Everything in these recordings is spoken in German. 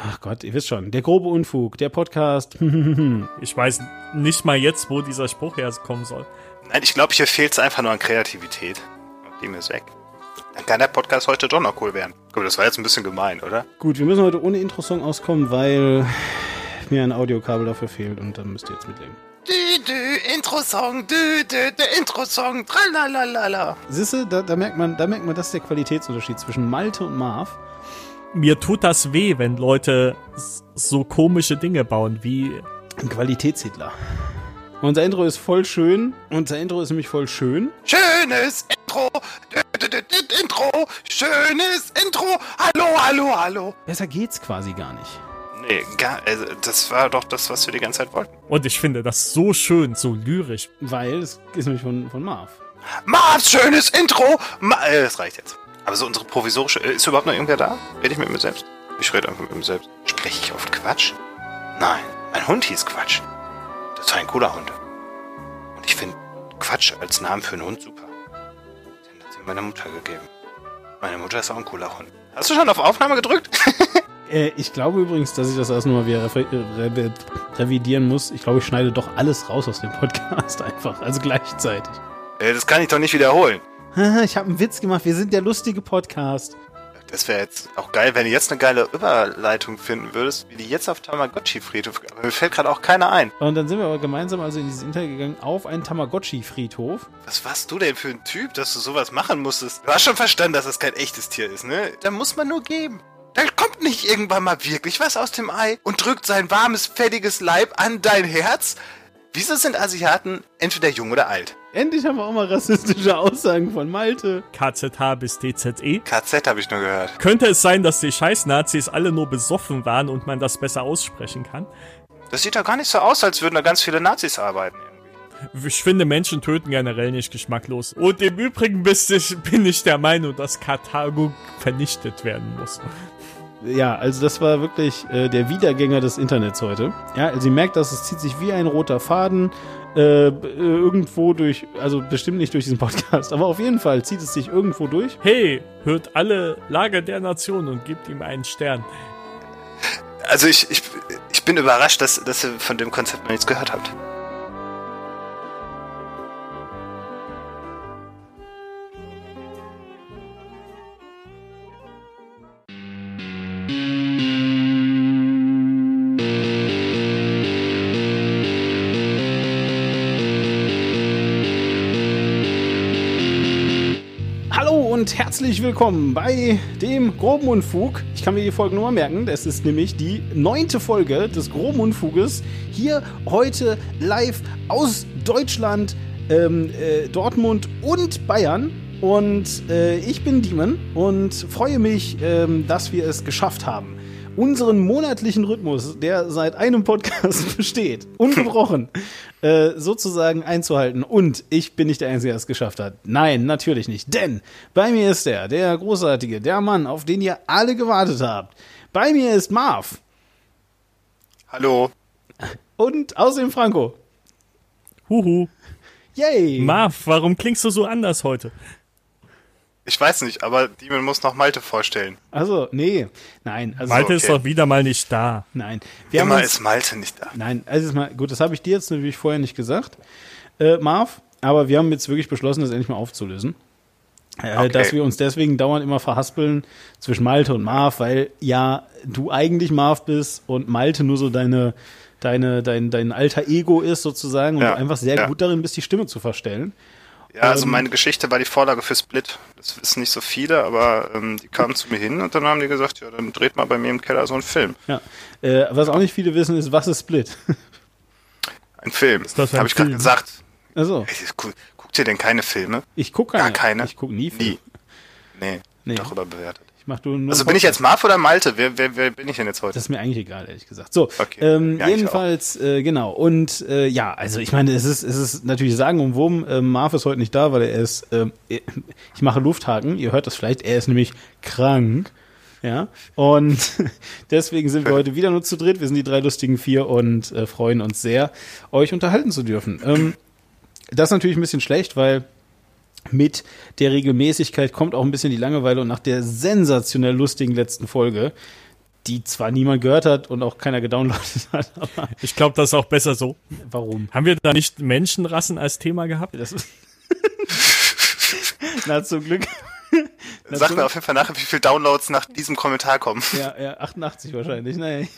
Ach Gott, ihr wisst schon, der grobe Unfug, der Podcast. Ich weiß nicht mal jetzt, wo dieser Spruch herkommen soll. Nein, ich glaube, hier fehlt es einfach nur an Kreativität. Und die ist weg. Dann kann der Podcast heute doch noch cool werden. Guck, das war jetzt ein bisschen gemein, oder? Gut, wir müssen heute ohne Intro-Song auskommen, weil mir ein Audiokabel dafür fehlt und dann müsst ihr jetzt mitleben. Intro-Song, der Intro-Song, tralalala. Siehste, da merkt man, das ist der Qualitätsunterschied zwischen Malte und Marv. Mir tut das weh, wenn Leute so komische Dinge bauen wie ein Qualitätshitler. Unser Intro ist voll schön. Schönes Intro, Intro, schönes Intro. Hallo. Besser geht's quasi gar nicht. Nee, also das war doch das, was wir die ganze Zeit wollten. Und ich finde das so schön, so lyrisch. Weil es ist nämlich von Marv. Marvs schönes Intro. Das reicht jetzt. Aber so unsere provisorische... Ist überhaupt noch irgendwer da? Rede ich mit mir selbst? Ich rede einfach mit mir selbst. Spreche ich oft Quatsch? Nein, mein Hund hieß Quatsch. Das war ein cooler Hund. Und ich finde Quatsch als Namen für einen Hund super. Den hat sie meiner Mutter gegeben. Meine Mutter ist auch ein cooler Hund. Hast du schon auf Aufnahme gedrückt? Ich glaube übrigens, dass ich das erst nochmal wieder revidieren muss. Ich glaube, ich schneide doch alles raus aus dem Podcast einfach. Also gleichzeitig. Das kann ich doch nicht wiederholen. Ich habe einen Witz gemacht. Wir sind der lustige Podcast. Das wäre jetzt auch geil, wenn du jetzt eine geile Überleitung finden würdest, wie die jetzt auf Tamagotchi-Friedhof. Aber mir fällt gerade auch keiner ein. Und dann sind wir aber gemeinsam also in dieses Internet gegangen auf einen Tamagotchi-Friedhof. Was warst du denn für ein Typ, dass du sowas machen musstest? Du hast schon verstanden, dass das kein echtes Tier ist, ne? Da muss man nur geben. Da kommt nicht irgendwann mal wirklich was aus dem Ei und drückt sein warmes, fettiges Leib an dein Herz. Wieso sind Asiaten entweder jung oder alt? Endlich haben wir auch mal rassistische Aussagen von Malte. KZH bis DZE. KZ habe ich nur gehört. Könnte es sein, dass die Scheiß-Nazis alle nur besoffen waren und man das besser aussprechen kann? Das sieht doch gar nicht so aus, als würden da ganz viele Nazis arbeiten. Ich finde, Menschen töten generell nicht geschmacklos. Und im Übrigen bin ich der Meinung, dass Karthago vernichtet werden muss. Ja, also das war wirklich der Wiedergänger des Internets heute. Ja, also ihr merkt, dass es zieht sich wie ein roter Faden irgendwo durch, also bestimmt nicht durch diesen Podcast, aber auf jeden Fall zieht es sich irgendwo durch. Hey, hört alle Lage der Nation und gebt ihm einen Stern. Also ich bin überrascht, dass ihr von dem Konzept noch nichts gehört habt. Und herzlich willkommen bei dem Groben Unfug. Ich kann mir die Folgennummer merken. Es ist nämlich die 9. Folge des Groben Unfuges. Hier heute live aus Deutschland, Dortmund und Bayern. Und ich bin Demon und freue mich, dass wir es geschafft haben, unseren monatlichen Rhythmus, der seit einem Podcast besteht, ungebrochen, sozusagen einzuhalten. Und ich bin nicht der Einzige, der es geschafft hat. Nein, natürlich nicht. Denn bei mir ist der großartige, der Mann, auf den ihr alle gewartet habt. Bei mir ist Marv. Hallo. Und außerdem Franco. Huhu. Yay. Marv, warum klingst du so anders heute? Ich weiß nicht, aber Demon muss noch Malte vorstellen. Also, nee. Nein. Also, Malte ist doch wieder mal nicht da. Nein. Immer ist Malte nicht da. Nein, also mal, gut, das habe ich dir jetzt natürlich vorher nicht gesagt, Marv, aber wir haben jetzt wirklich beschlossen, das endlich mal aufzulösen. Okay. Dass wir uns deswegen dauernd immer verhaspeln zwischen Malte und Marv, weil ja du eigentlich Marv bist und Malte nur so dein alter Ego ist sozusagen und du einfach sehr gut darin bist, die Stimme zu verstellen. Ja, also meine Geschichte war die Vorlage für Split. Das wissen nicht so viele, aber die kamen zu mir hin und dann haben die gesagt, ja, dann dreht mal bei mir im Keller so einen Film. Ja. Was auch nicht viele wissen, ist, was ist Split? Ein Film. Habe ich gerade gesagt. Ach so. Guckt ihr denn keine Filme? Ich gucke keine. Gar keine? Ich gucke nie Filme. Nee. Doch überbewertet. Also bin ich jetzt Marv oder Malte? Wer bin ich denn jetzt heute? Das ist mir eigentlich egal, ehrlich gesagt. So, okay. Jedenfalls, genau. Und ja, also ich meine, es ist natürlich sagenumwoben. Marv ist heute nicht da, weil er ist, ich mache Lufthaken, ihr hört das vielleicht, er ist nämlich krank. Ja, und deswegen sind wir heute wieder nur zu dritt. Wir sind die 3 lustigen 4 und freuen uns sehr, euch unterhalten zu dürfen. Das ist natürlich ein bisschen schlecht, weil mit der Regelmäßigkeit kommt auch ein bisschen die Langeweile und nach der sensationell lustigen letzten Folge die zwar niemand gehört hat und auch keiner gedownloadet hat, aber Ich glaube, das ist auch besser so. warum? Haben wir da nicht Menschenrassen als Thema gehabt? Das ist Na, zum Glück. Sag mir auf jeden Fall nachher, wie viele Downloads nach diesem Kommentar kommen. Ja, 88 wahrscheinlich. Naja.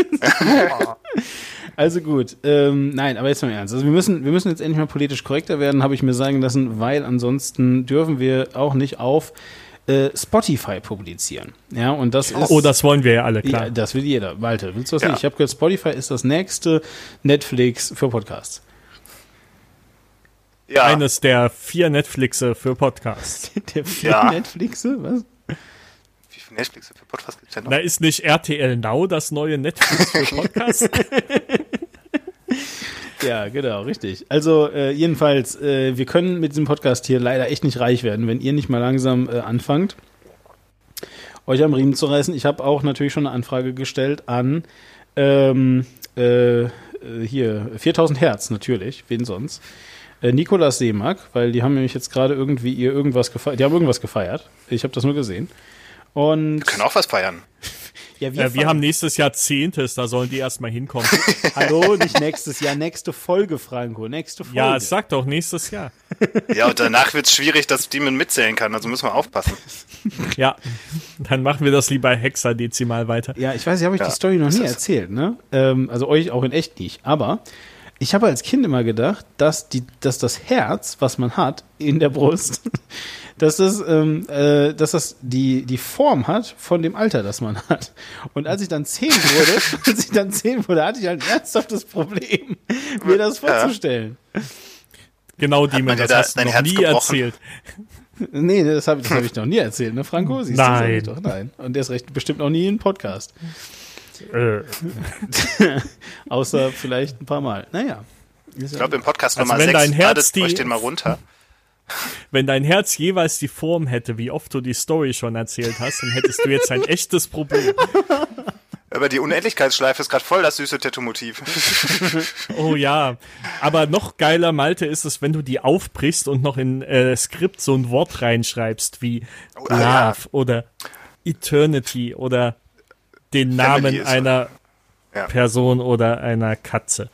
Also gut. Nein, aber jetzt mal im Ernst. Also wir müssen jetzt endlich mal politisch korrekter werden, habe ich mir sagen lassen, weil ansonsten dürfen wir auch nicht auf Spotify publizieren. Ja, und das ist... Oh, das wollen wir ja alle, klar. Ja, das will jeder. Walter, willst du das Ja. nicht? Ich habe gehört, Spotify ist das nächste Netflix für Podcasts. Ja, Eines der 4 Netflixe für Podcasts. Der 4 Ja. Netflixe? Was? wie viele Netflix für Podcasts gibt's denn noch? Na, ist nicht RTL Now das neue Netflix für Podcasts? Ja, genau, richtig. Also jedenfalls, wir können mit diesem Podcast hier leider echt nicht reich werden, wenn ihr nicht mal langsam anfangt, euch am Riemen zu reißen. Ich habe auch natürlich schon eine Anfrage gestellt an hier 4000 Hertz natürlich, wen sonst. Nikolaus Seemack, weil die haben nämlich jetzt gerade irgendwie irgendwas gefeiert. Die haben irgendwas gefeiert. Ich habe das nur gesehen. Und Wir können auch was feiern. ja, Wir haben nächstes Jahr 10. Da sollen die erstmal hinkommen. Hallo, nicht nächstes Jahr, nächste Folge, Franco, nächste Folge. Ja, sag doch nächstes Jahr. Ja, und danach wird's schwierig, dass Demon mitzählen kann, also müssen wir aufpassen. Ja, dann machen wir das lieber hexadezimal weiter. Ja, ich weiß, ich habe euch die Story noch nie erzählt, ne? Also euch auch in echt nicht. Aber ich habe als Kind immer gedacht, dass das Herz, was man hat in der Brust, dass das die Form hat von dem Alter, das man hat. Und als ich dann 10 wurde, hatte ich halt ein ernsthaftes Problem, mir das vorzustellen. Genau, Demon, man dir das da hast du dein noch Herz nie gebrochen? erzählt. Nee, das hab ich noch nie erzählt, ne, Franco? Siehst du, Nein. sag ich doch, nein. Und der ist recht bestimmt auch nie in Podcast. Außer vielleicht ein paar Mal. Naja. Ich glaube, im Podcast Also Nummer wenn 6 dein Herz ladet euch den mal runter. Wenn dein Herz jeweils die Form hätte, wie oft du die Story schon erzählt hast, dann hättest du jetzt ein echtes Problem. Aber die Unendlichkeitsschleife ist gerade voll das süße Tattoo-Motiv. Oh ja, aber noch geiler, Malte, ist es, wenn du die aufbrichst und noch in Skript so ein Wort reinschreibst wie Love ja. oder Eternity oder den Namen Family ist so. einer Ja. Person oder einer Katze.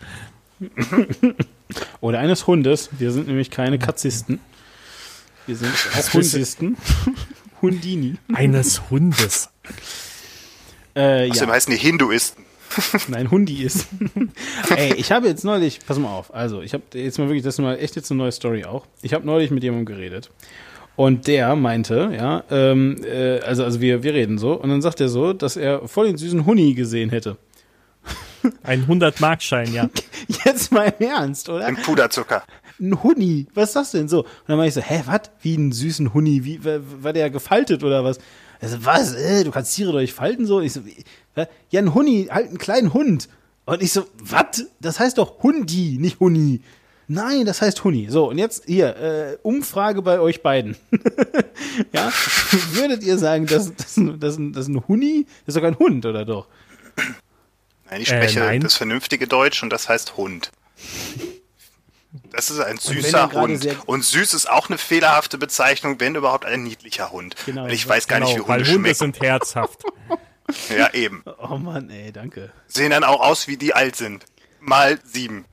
Oder eines Hundes. Wir sind nämlich keine Katzisten. Wir sind auch Hundisten. Hundini. Eines Hundes. Außerdem Ja, heißen die Hinduisten. nein, Hundi ist. Ey, ich habe jetzt neulich, pass mal auf, also ich habe jetzt mal wirklich, das ist mal echt jetzt eine neue Story auch. Ich habe neulich mit jemandem geredet. Und der meinte, ja, also wir reden so, und dann sagt er so, dass er voll den süßen Huni gesehen hätte. Ein 100-Markschein, ja. Jetzt mal im Ernst, oder? Im Puderzucker. Ein Huni, was ist das denn so? Und dann meinte ich so, hä, was? Wie einen süßen Huni? Wie, war der gefaltet oder was? Also, was? Du kannst Tiere doch nicht falten so? Ich so, ja, ein Huni, halt einen kleinen Hund. Und ich so, was? Das heißt doch Hundi, nicht Huni. Nein, das heißt Huni. So, und jetzt hier, Umfrage bei euch beiden. Ja? Würdet ihr sagen, dass ein Huni, das ist doch kein Hund, oder doch? Nein, ich spreche nein. das vernünftige Deutsch und das heißt Hund. Das ist ein wenn er süßer gerade Hund. sehr- Und süß ist auch eine fehlerhafte Bezeichnung, wenn überhaupt ein niedlicher Hund. Genau. Weil ich weiß gar nicht, wie weil Hunde Hunde schmecken. sind herzhaft. Ja, eben. Oh Mann, ey, danke. Sehen dann auch aus, wie die alt sind. Mal 7.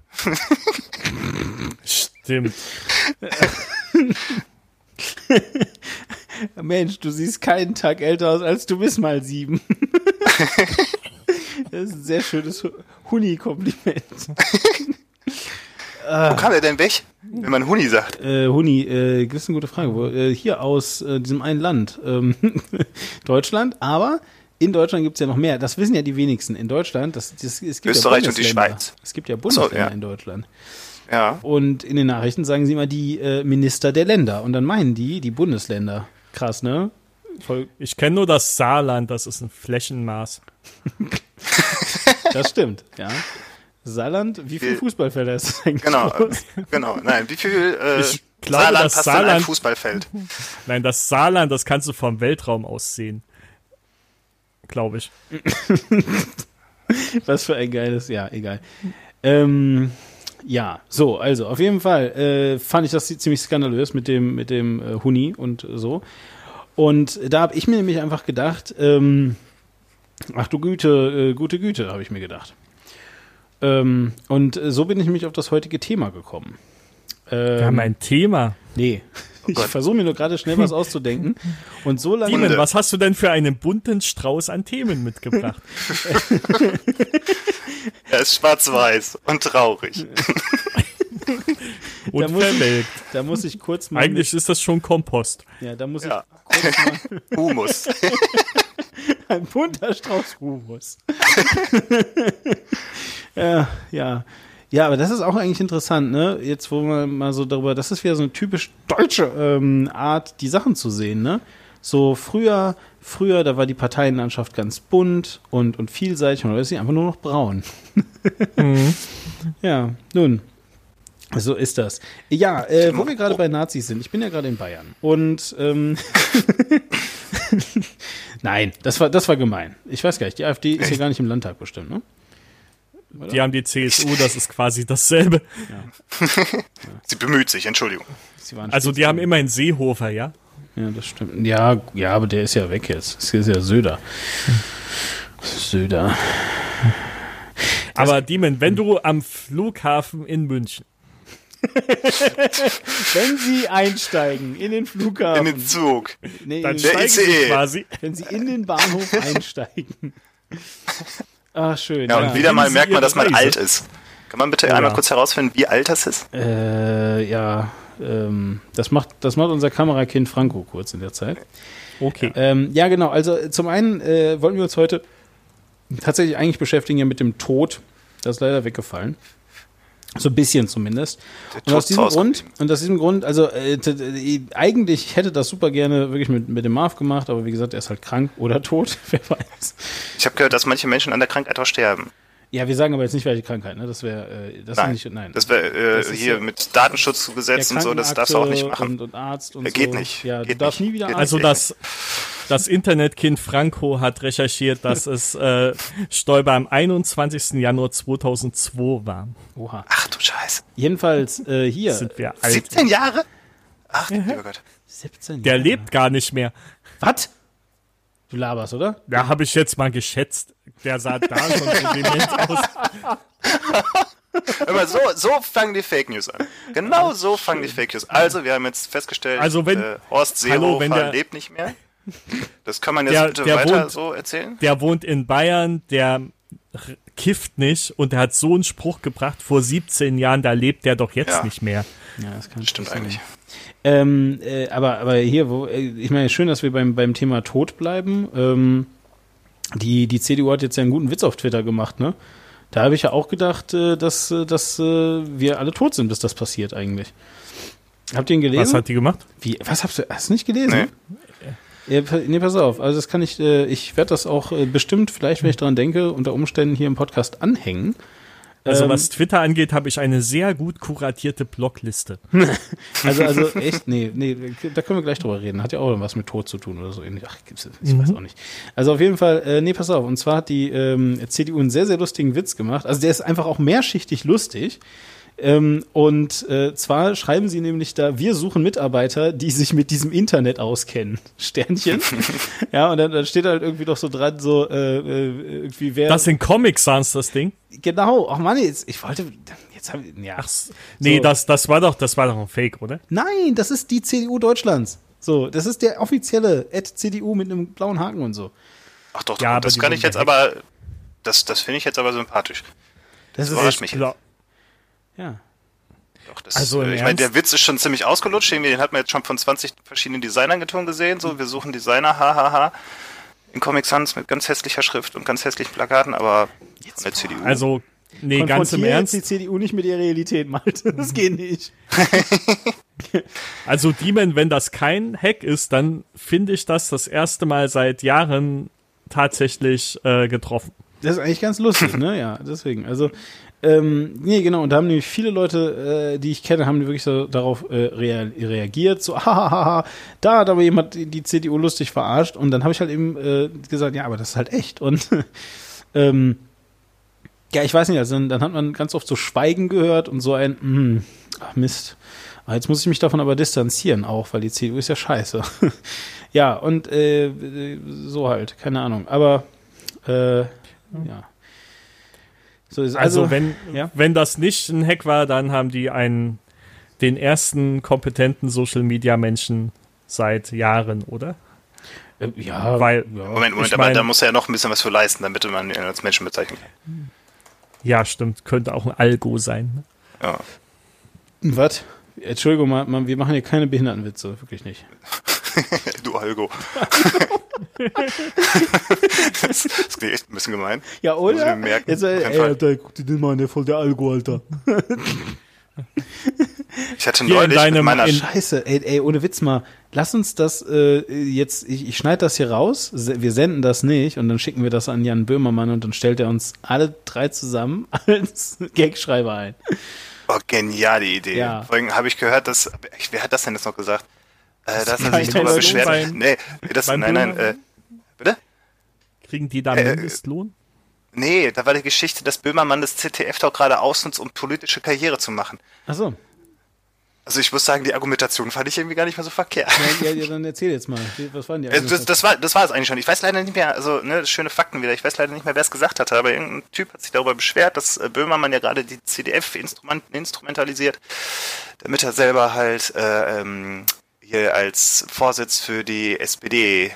Stimmt. Mensch, du siehst keinen Tag älter aus, als du bist mal 7. Das ist ein sehr schönes Huni-Kompliment. Wo kam der denn weg, wenn man Huni sagt? Huni, das ist eine gute Frage. Hier aus diesem einen Land, Deutschland, aber in Deutschland gibt es ja noch mehr. Das wissen ja die wenigsten. In Deutschland, es gibt Österreich ja und die Bundesländer. Schweiz. Es gibt ja Bundesländer ja. in Deutschland. Ja. Und in den Nachrichten sagen sie immer die Minister der Länder. Und dann meinen die Bundesländer. Krass, ne? Voll, Ich kenne nur das Saarland, das ist ein Flächenmaß. das stimmt, ja. Saarland, wie viele Fußballfelder ist das eigentlich? Genau, groß? genau. Nein, wie viel Ich glaube, Saarland das passt in ein Saarland- Fußballfeld? Nein, das Saarland, das kannst du vom Weltraum aus sehen. Glaube ich. Was für ein geiles, ja, egal. Ja, so, also auf jeden Fall fand ich das ziemlich skandalös mit dem Huni und so. Und da habe ich mir nämlich einfach gedacht, Ach du Güte, gute Güte, habe ich mir gedacht. Und so bin ich nämlich auf das heutige Thema gekommen. Wir haben ein Thema. Nee, ich versuche mir nur gerade schnell was auszudenken. Und so lange. Demon, was hast du denn für einen bunten Strauß an Themen mitgebracht? Er ist schwarz-weiß und traurig. Und verwelkt. Da muss ich kurz mal. Eigentlich ist das schon Kompost. Ja, da muss Ja. ich kurz mal. Humus. Ein bunter Strauß Humus. Ja. Ja, aber das ist auch eigentlich interessant, ne? Jetzt, wo man mal so darüber, das ist wieder so eine typisch deutsche Art, die Sachen zu sehen, ne? So früher, da war die Parteienlandschaft ganz bunt und vielseitig und heute ist sie einfach nur noch braun. Ja, nun. So ist das. Ja, wo wir gerade bei Nazis sind, ich bin ja gerade in Bayern und nein, das war gemein. Ich weiß gar nicht, die AfD ist ja gar nicht im Landtag bestimmt, ne? Oder? Die haben die CSU, das ist quasi dasselbe. Ja. Sie bemüht sich, Entschuldigung. Also die haben immerhin Seehofer, ja? Ja, das stimmt. Ja, aber der ist ja weg jetzt. Das ist ja Söder. Söder. Aber Demon, wenn du am Flughafen in München Wenn Sie einsteigen in den Flughafen. In den Zug. Nee, dann Der steigen sie ICE. quasi. wenn Sie in den Bahnhof einsteigen. Ah, schön. Ja, und wieder mal Sie merkt man, ihre dass man Reise. alt ist. Kann man bitte einmal kurz herausfinden, wie alt das ist? Das macht unser Kamerakind Franco kurz in der Zeit. Okay. Ja, genau. Also zum einen wollten wir uns heute tatsächlich eigentlich beschäftigen ja mit dem Tod. Das ist leider weggefallen. So ein bisschen zumindest. Und aus diesem Grund, also eigentlich hätte das super gerne wirklich mit dem Marv gemacht, aber wie gesagt, er ist halt krank oder tot, wer weiß. Ich habe gehört, dass manche Menschen an der Krankheit auch sterben. Ja, wir sagen aber jetzt nicht, welche Krankheit, ne? Das wäre, nein. Das wäre Das ist hier ja- mit Datenschutzgesetz und so, das darfst du auch nicht machen. Und Arzt und Geht so. nicht. Ja, du Geht darfst nicht. nie wieder Geht Arzt. Also das Internetkind Franco hat recherchiert, dass es Stoiber am 21. Januar 2002 war. Oha. Ach du Scheiße. Jedenfalls hier. Sind wir alt. 17 Jahre? Ach, lieber Gott. 17 Der Jahre. lebt gar nicht mehr. Was? Du laberst, oder? Da habe ich jetzt mal geschätzt. Der sah da schon so dement aus. Aber so fangen die Fake News an. Genau so fangen die Fake News. Also, wir haben jetzt festgestellt, Also wenn- Horst Hallo, wenn Seehofer der- lebt nicht mehr. Das kann man jetzt Der- bitte der weiter wohnt- so erzählen? Der wohnt in Bayern, der kifft nicht und der hat so einen Spruch gebracht, vor 17 Jahren, da lebt der doch jetzt Ja. nicht mehr. Ja, das kann Stimmt sein. eigentlich. Aber hier, ich meine, schön, dass wir beim Thema Tod bleiben. Die CDU hat jetzt ja einen guten Witz auf Twitter gemacht, ne? Da habe ich ja auch gedacht, dass wir alle tot sind, bis das passiert eigentlich. Habt ihr ihn gelesen? Was hat die gemacht? Wie? Was hast du nicht gelesen? Ja, nee, pass auf. Also das kann ich werde das auch bestimmt, vielleicht, wenn ich dran denke, unter Umständen hier im Podcast anhängen. Also was Twitter angeht, habe ich eine sehr gut kuratierte Blogliste. Also echt, nee, da können wir gleich drüber reden. Hat ja auch was mit Tod zu tun oder so ähnlich. Ach, gibt's, ich weiß auch nicht. Also auf jeden Fall, nee, pass auf. Und zwar hat die CDU einen sehr, sehr lustigen Witz gemacht. Also der ist einfach auch mehrschichtig lustig. Zwar schreiben sie nämlich da, wir suchen Mitarbeiter, die sich mit diesem Internet auskennen. Sternchen. Ja, und dann steht halt irgendwie doch so dran, so irgendwie wer. Das sind Comic Sans, das Ding. Genau. Ach Mann, jetzt habe ich, ja. Nee, So. das war doch ein Fake, oder? Nein, das ist die CDU Deutschlands. So, das ist der offizielle CDU mit einem blauen Haken und so. Ach doch, Ja, aber das die kann wurden ich jetzt gehackt. aber, das finde ich jetzt aber sympathisch. Das überrascht mich. Ja. Ja. Doch, das Also im ich meine, der Ernst? Witz ist schon ziemlich ausgelutscht. Den hat man jetzt schon von 20 verschiedenen Designagenturen gesehen. So, wir suchen Designer, hahaha. In Comic Sans mit ganz hässlicher Schrift und ganz hässlichen Plakaten, aber von der CDU. Also, nee, ganz im Konfrontier Ernst. jetzt die CDU nicht mit der Realität, Malte. Das geht nicht. Also, Demon, wenn das kein Hack ist, dann finde ich das erste Mal seit Jahren tatsächlich getroffen. Das ist eigentlich ganz lustig, ne? Ja, deswegen. Also, nee, genau. Und da haben nämlich viele Leute, die ich kenne, haben wirklich so darauf reagiert. So, hahaha, da hat aber jemand die CDU lustig verarscht. Und dann habe ich halt eben gesagt, ja, aber das ist halt echt. Und ja, ich weiß nicht, also dann hat man ganz oft so Schweigen gehört und so ein, ach Mist. Jetzt muss ich mich davon aber distanzieren auch, weil die CDU ist ja scheiße. Ja, und so halt, keine Ahnung. Aber Ja. So ist Also ja? wenn das nicht ein Hack war, dann haben die den ersten kompetenten Social-Media-Menschen seit Jahren, oder? Ja, Weil, Moment, ich aber mein- da muss er ja noch ein bisschen was für leisten, damit man ihn als Menschen bezeichnen kann. Ja, stimmt, könnte auch ein Algo sein. Ne? Ja. was? Entschuldigung, Mann, wir machen hier keine Behindertenwitze, wirklich nicht. Du Algo. das klingt echt ein bisschen gemein. Ja, Muss ich oder? mir merken. Jetzt, Auf jeden Fall. Alter, guck dir den mal an, der voll der Algo, Alter. Ich hatte Hier in neulich mit deinem- meiner in- Scheiße, ey, ohne Witz mal. Lass uns das jetzt, ich schneide das hier raus, wir senden das nicht und dann schicken wir das an Jan Böhmermann und dann stellt er uns alle 3 zusammen als Gagschreiber ein. geniale Idee. Ja. Vor allem habe ich gehört, dass, wer hat das denn jetzt noch gesagt? Dass er bei sich darüber Lohn beschwert. beim- beim Nein, bitte? Kriegen die da Mindestlohn? Nee, da war die Geschichte, dass Böhmermann das ZDF doch gerade ausnutzt, um politische Karriere zu machen. Achso, Also ich muss sagen, die Argumentation fand ich irgendwie gar nicht mehr so verkehrt. ja, dann erzähl jetzt mal. Was waren die Das war es eigentlich schon. Ich weiß leider nicht mehr, also schöne Fakten wieder. Ich weiß leider nicht mehr, wer es gesagt hatte, aber irgendein Typ hat sich darüber beschwert, dass Böhmermann ja gerade die CDF instrumentalisiert, damit er selber halt hier als Vorsitz für die SPD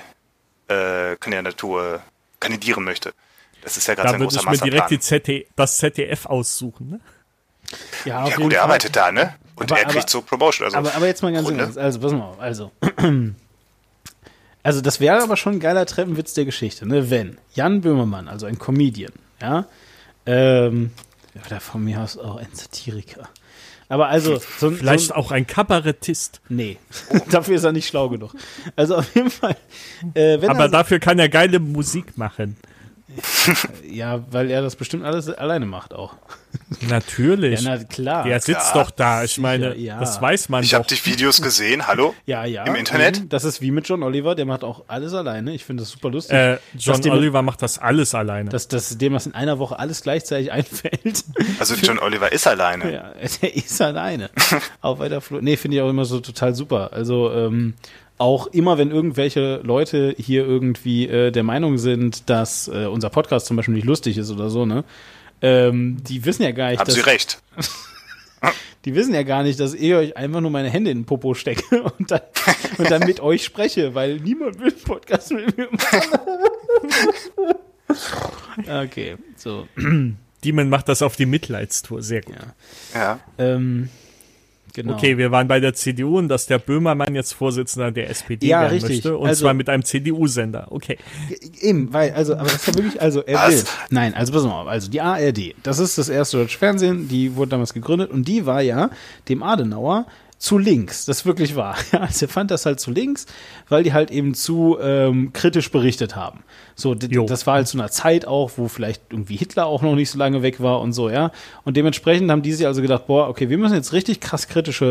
kandidieren möchte. Das ist ja gerade Da sein würde großer ich mir direkt Masterplan. das ZDF aussuchen. Ne? Ja, auf Ja jeden gut, er Fall. arbeitet da, ne? Und Aber- er kriegt so Promotion. Also Aber jetzt mal ganz im Grunde. Ernst. Also, pass mal auf. Also das wäre aber schon ein geiler Treppenwitz der Geschichte, ne? Wenn Jan Böhmermann, also ein Comedian, ja, oder von mir aus auch ein Satiriker. Aber also, Vielleicht auch ein Kabarettist. nee, dafür ist er nicht schlau genug. Also auf jeden Fall, wenn Aber er, dafür kann er geile Musik machen. ja, weil er das bestimmt alles alleine macht auch. Natürlich. Ja, na klar. Der sitzt klar. doch da. Ich meine, ja. das weiß man Ich doch. habe die Videos gesehen, hallo? Ja, ja. Im Internet? eben. Das ist wie mit John Oliver, der macht auch alles alleine. Ich finde das super lustig. John dem- Oliver macht das alles alleine. Dass dem das in einer Woche alles gleichzeitig einfällt. Also John Oliver ist alleine. Ja, der ist alleine. Auf weiter Flur. Nee, finde ich auch immer so total super. Also, auch immer, wenn irgendwelche Leute hier irgendwie der Meinung sind, dass unser Podcast zum Beispiel nicht lustig ist oder so, ne? Die wissen ja gar nicht, Haben Sie recht. die wissen ja gar nicht, dass ich euch einfach nur meine Hände in den Popo stecke und dann mit euch spreche, weil niemand will einen Podcast mit mir machen. Okay, so. Demon macht das auf die Mitleidstour. Sehr gut. Ja. Ja. Genau. Okay, wir waren bei der CDU und dass der Böhmermann jetzt Vorsitzender der SPD Ja, werden richtig. möchte. Und Also- zwar mit einem CDU-Sender. Okay. Eben, weil, aber das ist ja wirklich, er Was? will. Nein, also pass mal auf, also die ARD, das ist das erste deutsche Fernsehen, die wurde damals gegründet und die war ja dem Adenauer zu links, das ist wirklich wahr. Ja, also er fand das halt zu links, weil die halt eben zu kritisch berichtet haben. So, Jo. das war halt zu einer Zeit auch, wo vielleicht irgendwie Hitler auch noch nicht so lange weg war und so, ja. Und dementsprechend haben die sich also gedacht, boah, okay, wir müssen jetzt richtig krass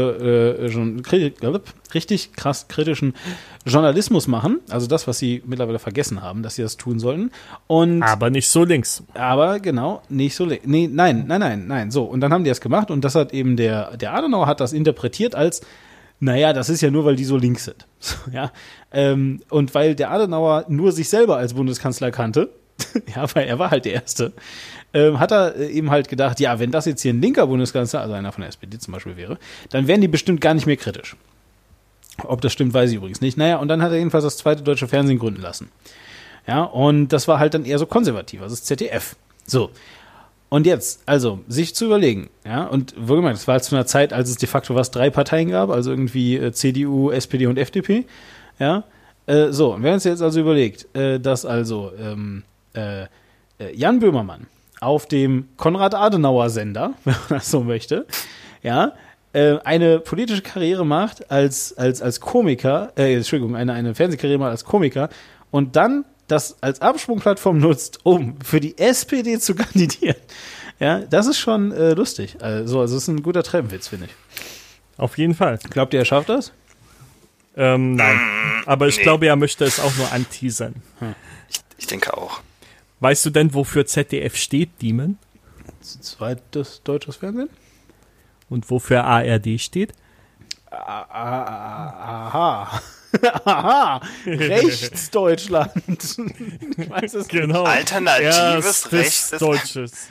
richtig krass kritischen Journalismus machen. Also das, was sie mittlerweile vergessen haben, dass sie das tun sollten. Und Aber nicht so links. aber genau, nicht so nee, nein. So, und dann haben die das gemacht und das hat eben der Adenauer hat das interpretiert als, naja, das ist ja nur, weil die so links sind. So, ja. Und weil der Adenauer nur sich selber als Bundeskanzler kannte, ja, weil er war halt der Erste, hat er eben halt gedacht, ja, wenn das jetzt hier ein linker Bundeskanzler, also einer von der SPD zum Beispiel wäre, dann wären die bestimmt gar nicht mehr kritisch. Ob das stimmt, weiß ich übrigens nicht. Naja, und dann hat er jedenfalls das zweite deutsche Fernsehen gründen lassen. Ja, und das war halt dann eher so konservativ, also das ZDF. So. Und jetzt, also, sich zu überlegen, ja, und wohlgemerkt, das war halt zu einer Zeit, als es de facto 3 Parteien gab, also irgendwie CDU, SPD und FDP, ja. So, und wir haben uns jetzt also überlegt, dass also Jan Böhmermann auf dem Konrad-Adenauer-Sender, wenn man das so möchte, ja, eine politische Karriere macht als Komiker, eine Fernsehkarriere macht als Komiker und dann das als Absprungplattform nutzt, um für die SPD zu kandidieren. Ja, das ist schon lustig. Also das ist ein guter Treppenwitz, finde ich. Auf jeden Fall. Glaubt ihr, er schafft das? Nein. Aber ich nee. glaube, er möchte es auch nur anteasern. Ich denke auch. Weißt du denn, wofür ZDF steht, Demon? Zweites deutsches Fernsehen? Und wofür ARD steht? Aha. Aha, Rechtsdeutschland. Ich weiß es Genau. Alternatives Erstes Deutsches.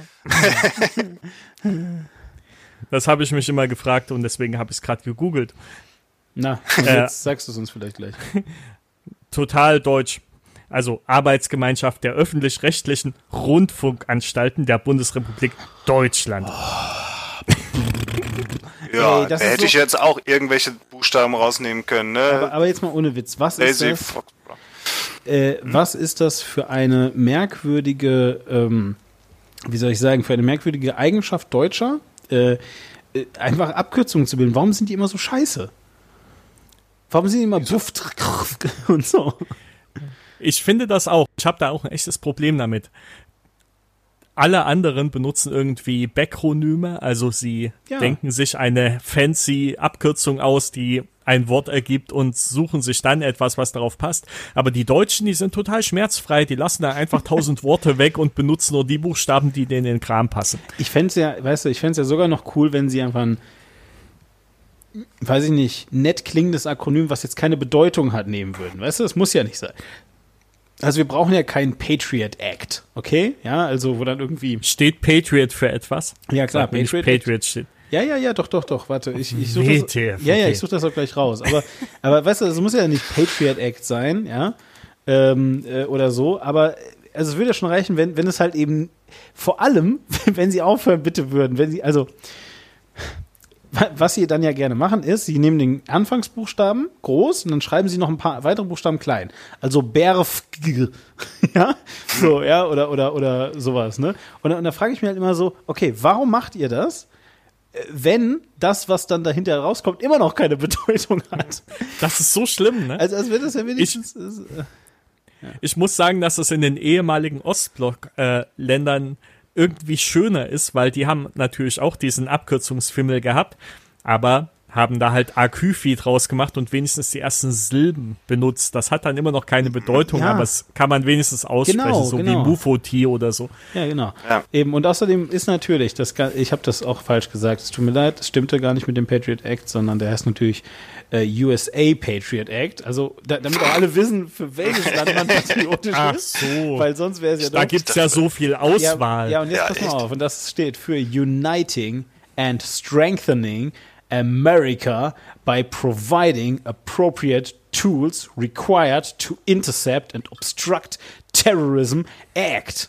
Das habe ich mich immer gefragt und deswegen habe ich es gerade gegoogelt. Na, jetzt sagst du es uns vielleicht gleich. Total deutsch. Also Arbeitsgemeinschaft der öffentlich-rechtlichen Rundfunkanstalten der Bundesrepublik Deutschland. Ja, Ey, das da ist hätte so- ich jetzt auch irgendwelche Buchstaben rausnehmen können, ne? Aber jetzt mal ohne Witz, was ist Lazy das? Fox. Was ist das für eine merkwürdige, wie soll ich sagen, für eine merkwürdige Eigenschaft Deutscher, einfach Abkürzungen zu bilden? Warum sind die immer so scheiße? Warum sind die immer buff und so? Ich finde das auch. Ich habe da auch ein echtes Problem damit. Alle anderen benutzen irgendwie Bakronyme, also sie Ja. denken sich eine fancy Abkürzung aus, die ein Wort ergibt und suchen sich dann etwas, was darauf passt. Aber die Deutschen, die sind total schmerzfrei, die lassen da einfach 1000 Worte weg und benutzen nur die Buchstaben, die denen in den Kram passen. Ich fände es ja, weißt du, ich fände es ja sogar noch cool, wenn sie einfach ein, weiß ich nicht, nett klingendes Akronym, was jetzt keine Bedeutung hat, nehmen würden. Weißt du, das muss ja nicht sein. Also wir brauchen ja keinen Patriot Act, okay? Ja, also wo dann irgendwie... Steht Patriot für etwas? Ja klar, Sag mir nicht, Patriot Act. Patriot steht. Ja, doch, warte, ich suche das, WTF, ja, okay. ich suche das auch gleich raus, aber weißt du, es muss ja nicht Patriot Act sein, ja, oder so, aber also es würde ja schon reichen, wenn es halt eben, vor allem, wenn sie aufhören bitte würden, wenn sie, also, was sie dann ja gerne machen ist, sie nehmen den Anfangsbuchstaben groß und dann schreiben sie noch ein paar weitere Buchstaben klein, also Berf, ja, so, ja, oder sowas, ne, und da frage ich mich halt immer so, okay, warum macht ihr das? Wenn das, was dann dahinter rauskommt, immer noch keine Bedeutung hat. Das ist so schlimm, ne? Also als wäre das ja wenigstens... Ich muss sagen, dass es in den ehemaligen Ostblock-Ländern irgendwie schöner ist, weil die haben natürlich auch diesen Abkürzungsfimmel gehabt, aber haben da halt Aküfi draus gemacht und wenigstens die ersten Silben benutzt. Das hat dann immer noch keine Bedeutung, Ja. aber es kann man wenigstens aussprechen, Genau, so genau. wie Mufoti oder so. Ja, genau. Ja. Eben, und außerdem ist natürlich, ich habe das auch falsch gesagt, es tut mir leid, es stimmte gar nicht mit dem Patriot Act, sondern der heißt natürlich USA Patriot Act. Also, damit auch alle wissen, für welches Land man patriotisch Ach ist. so. Weil sonst wäre es ja Da doch... gibt's ja so viel Auswahl. Ja, und jetzt Ja, pass mal echt. auf. Und das steht für Uniting and Strengthening America by providing appropriate tools required to intercept and obstruct terrorism Act.